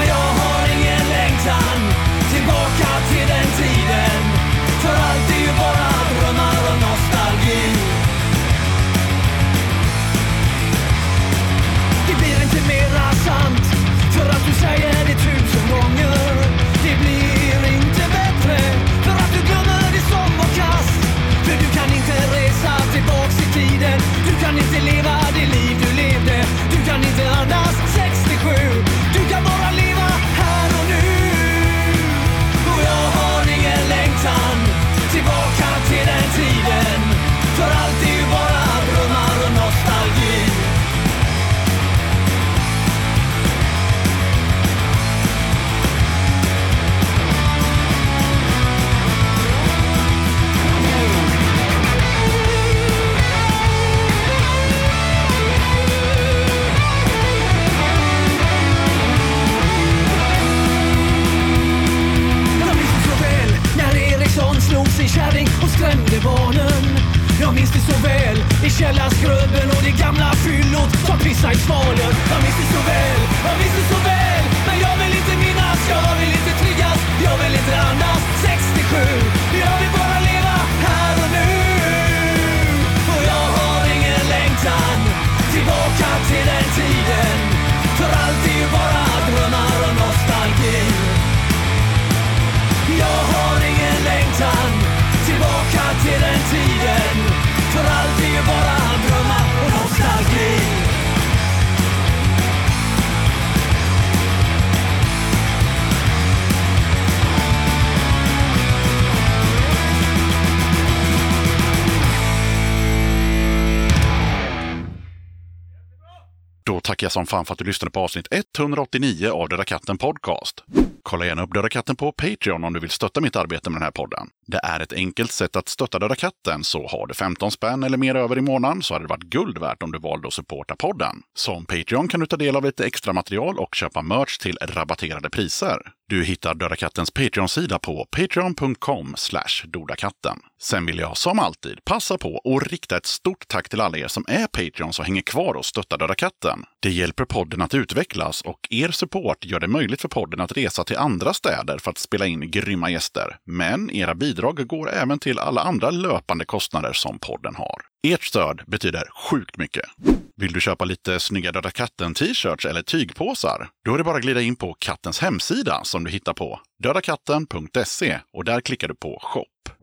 tackar jag som fan för att du lyssnade på avsnitt 189 av Döda katten podcast. Kolla gärna upp Döda katten på Patreon om du vill stötta mitt arbete med den här podden. Det är ett enkelt sätt att stötta Döda katten, så har du 15 spänn eller mer över i månaden så hade det varit guld värt om du valde att supporta podden. Som Patreon kan du ta del av lite extra material och köpa merch till rabatterade priser. Du hittar Döda kattens Patreon-sida på patreon.com/dodakatten. Sen vill jag som alltid passa på att rikta ett stort tack till alla er som är Patreons och hänger kvar och stöttar Döda katten. Det hjälper podden att utvecklas och er support gör det möjligt för podden att resa till andra städer för att spela in grymma gäster. Men era bidrag går även till alla andra löpande kostnader som podden har. Ert stöd betyder sjukt mycket. Vill du köpa lite snygga Döda katten-t-shirts eller tygpåsar? Då är det bara att glida in på kattens hemsida som du hittar på dödakatten.se och där klickar du på shop.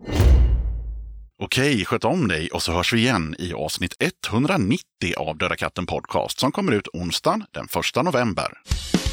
Okej, sköt om dig och så hörs vi igen i avsnitt 190 av Döda katten podcast som kommer ut onsdagen den 1 november.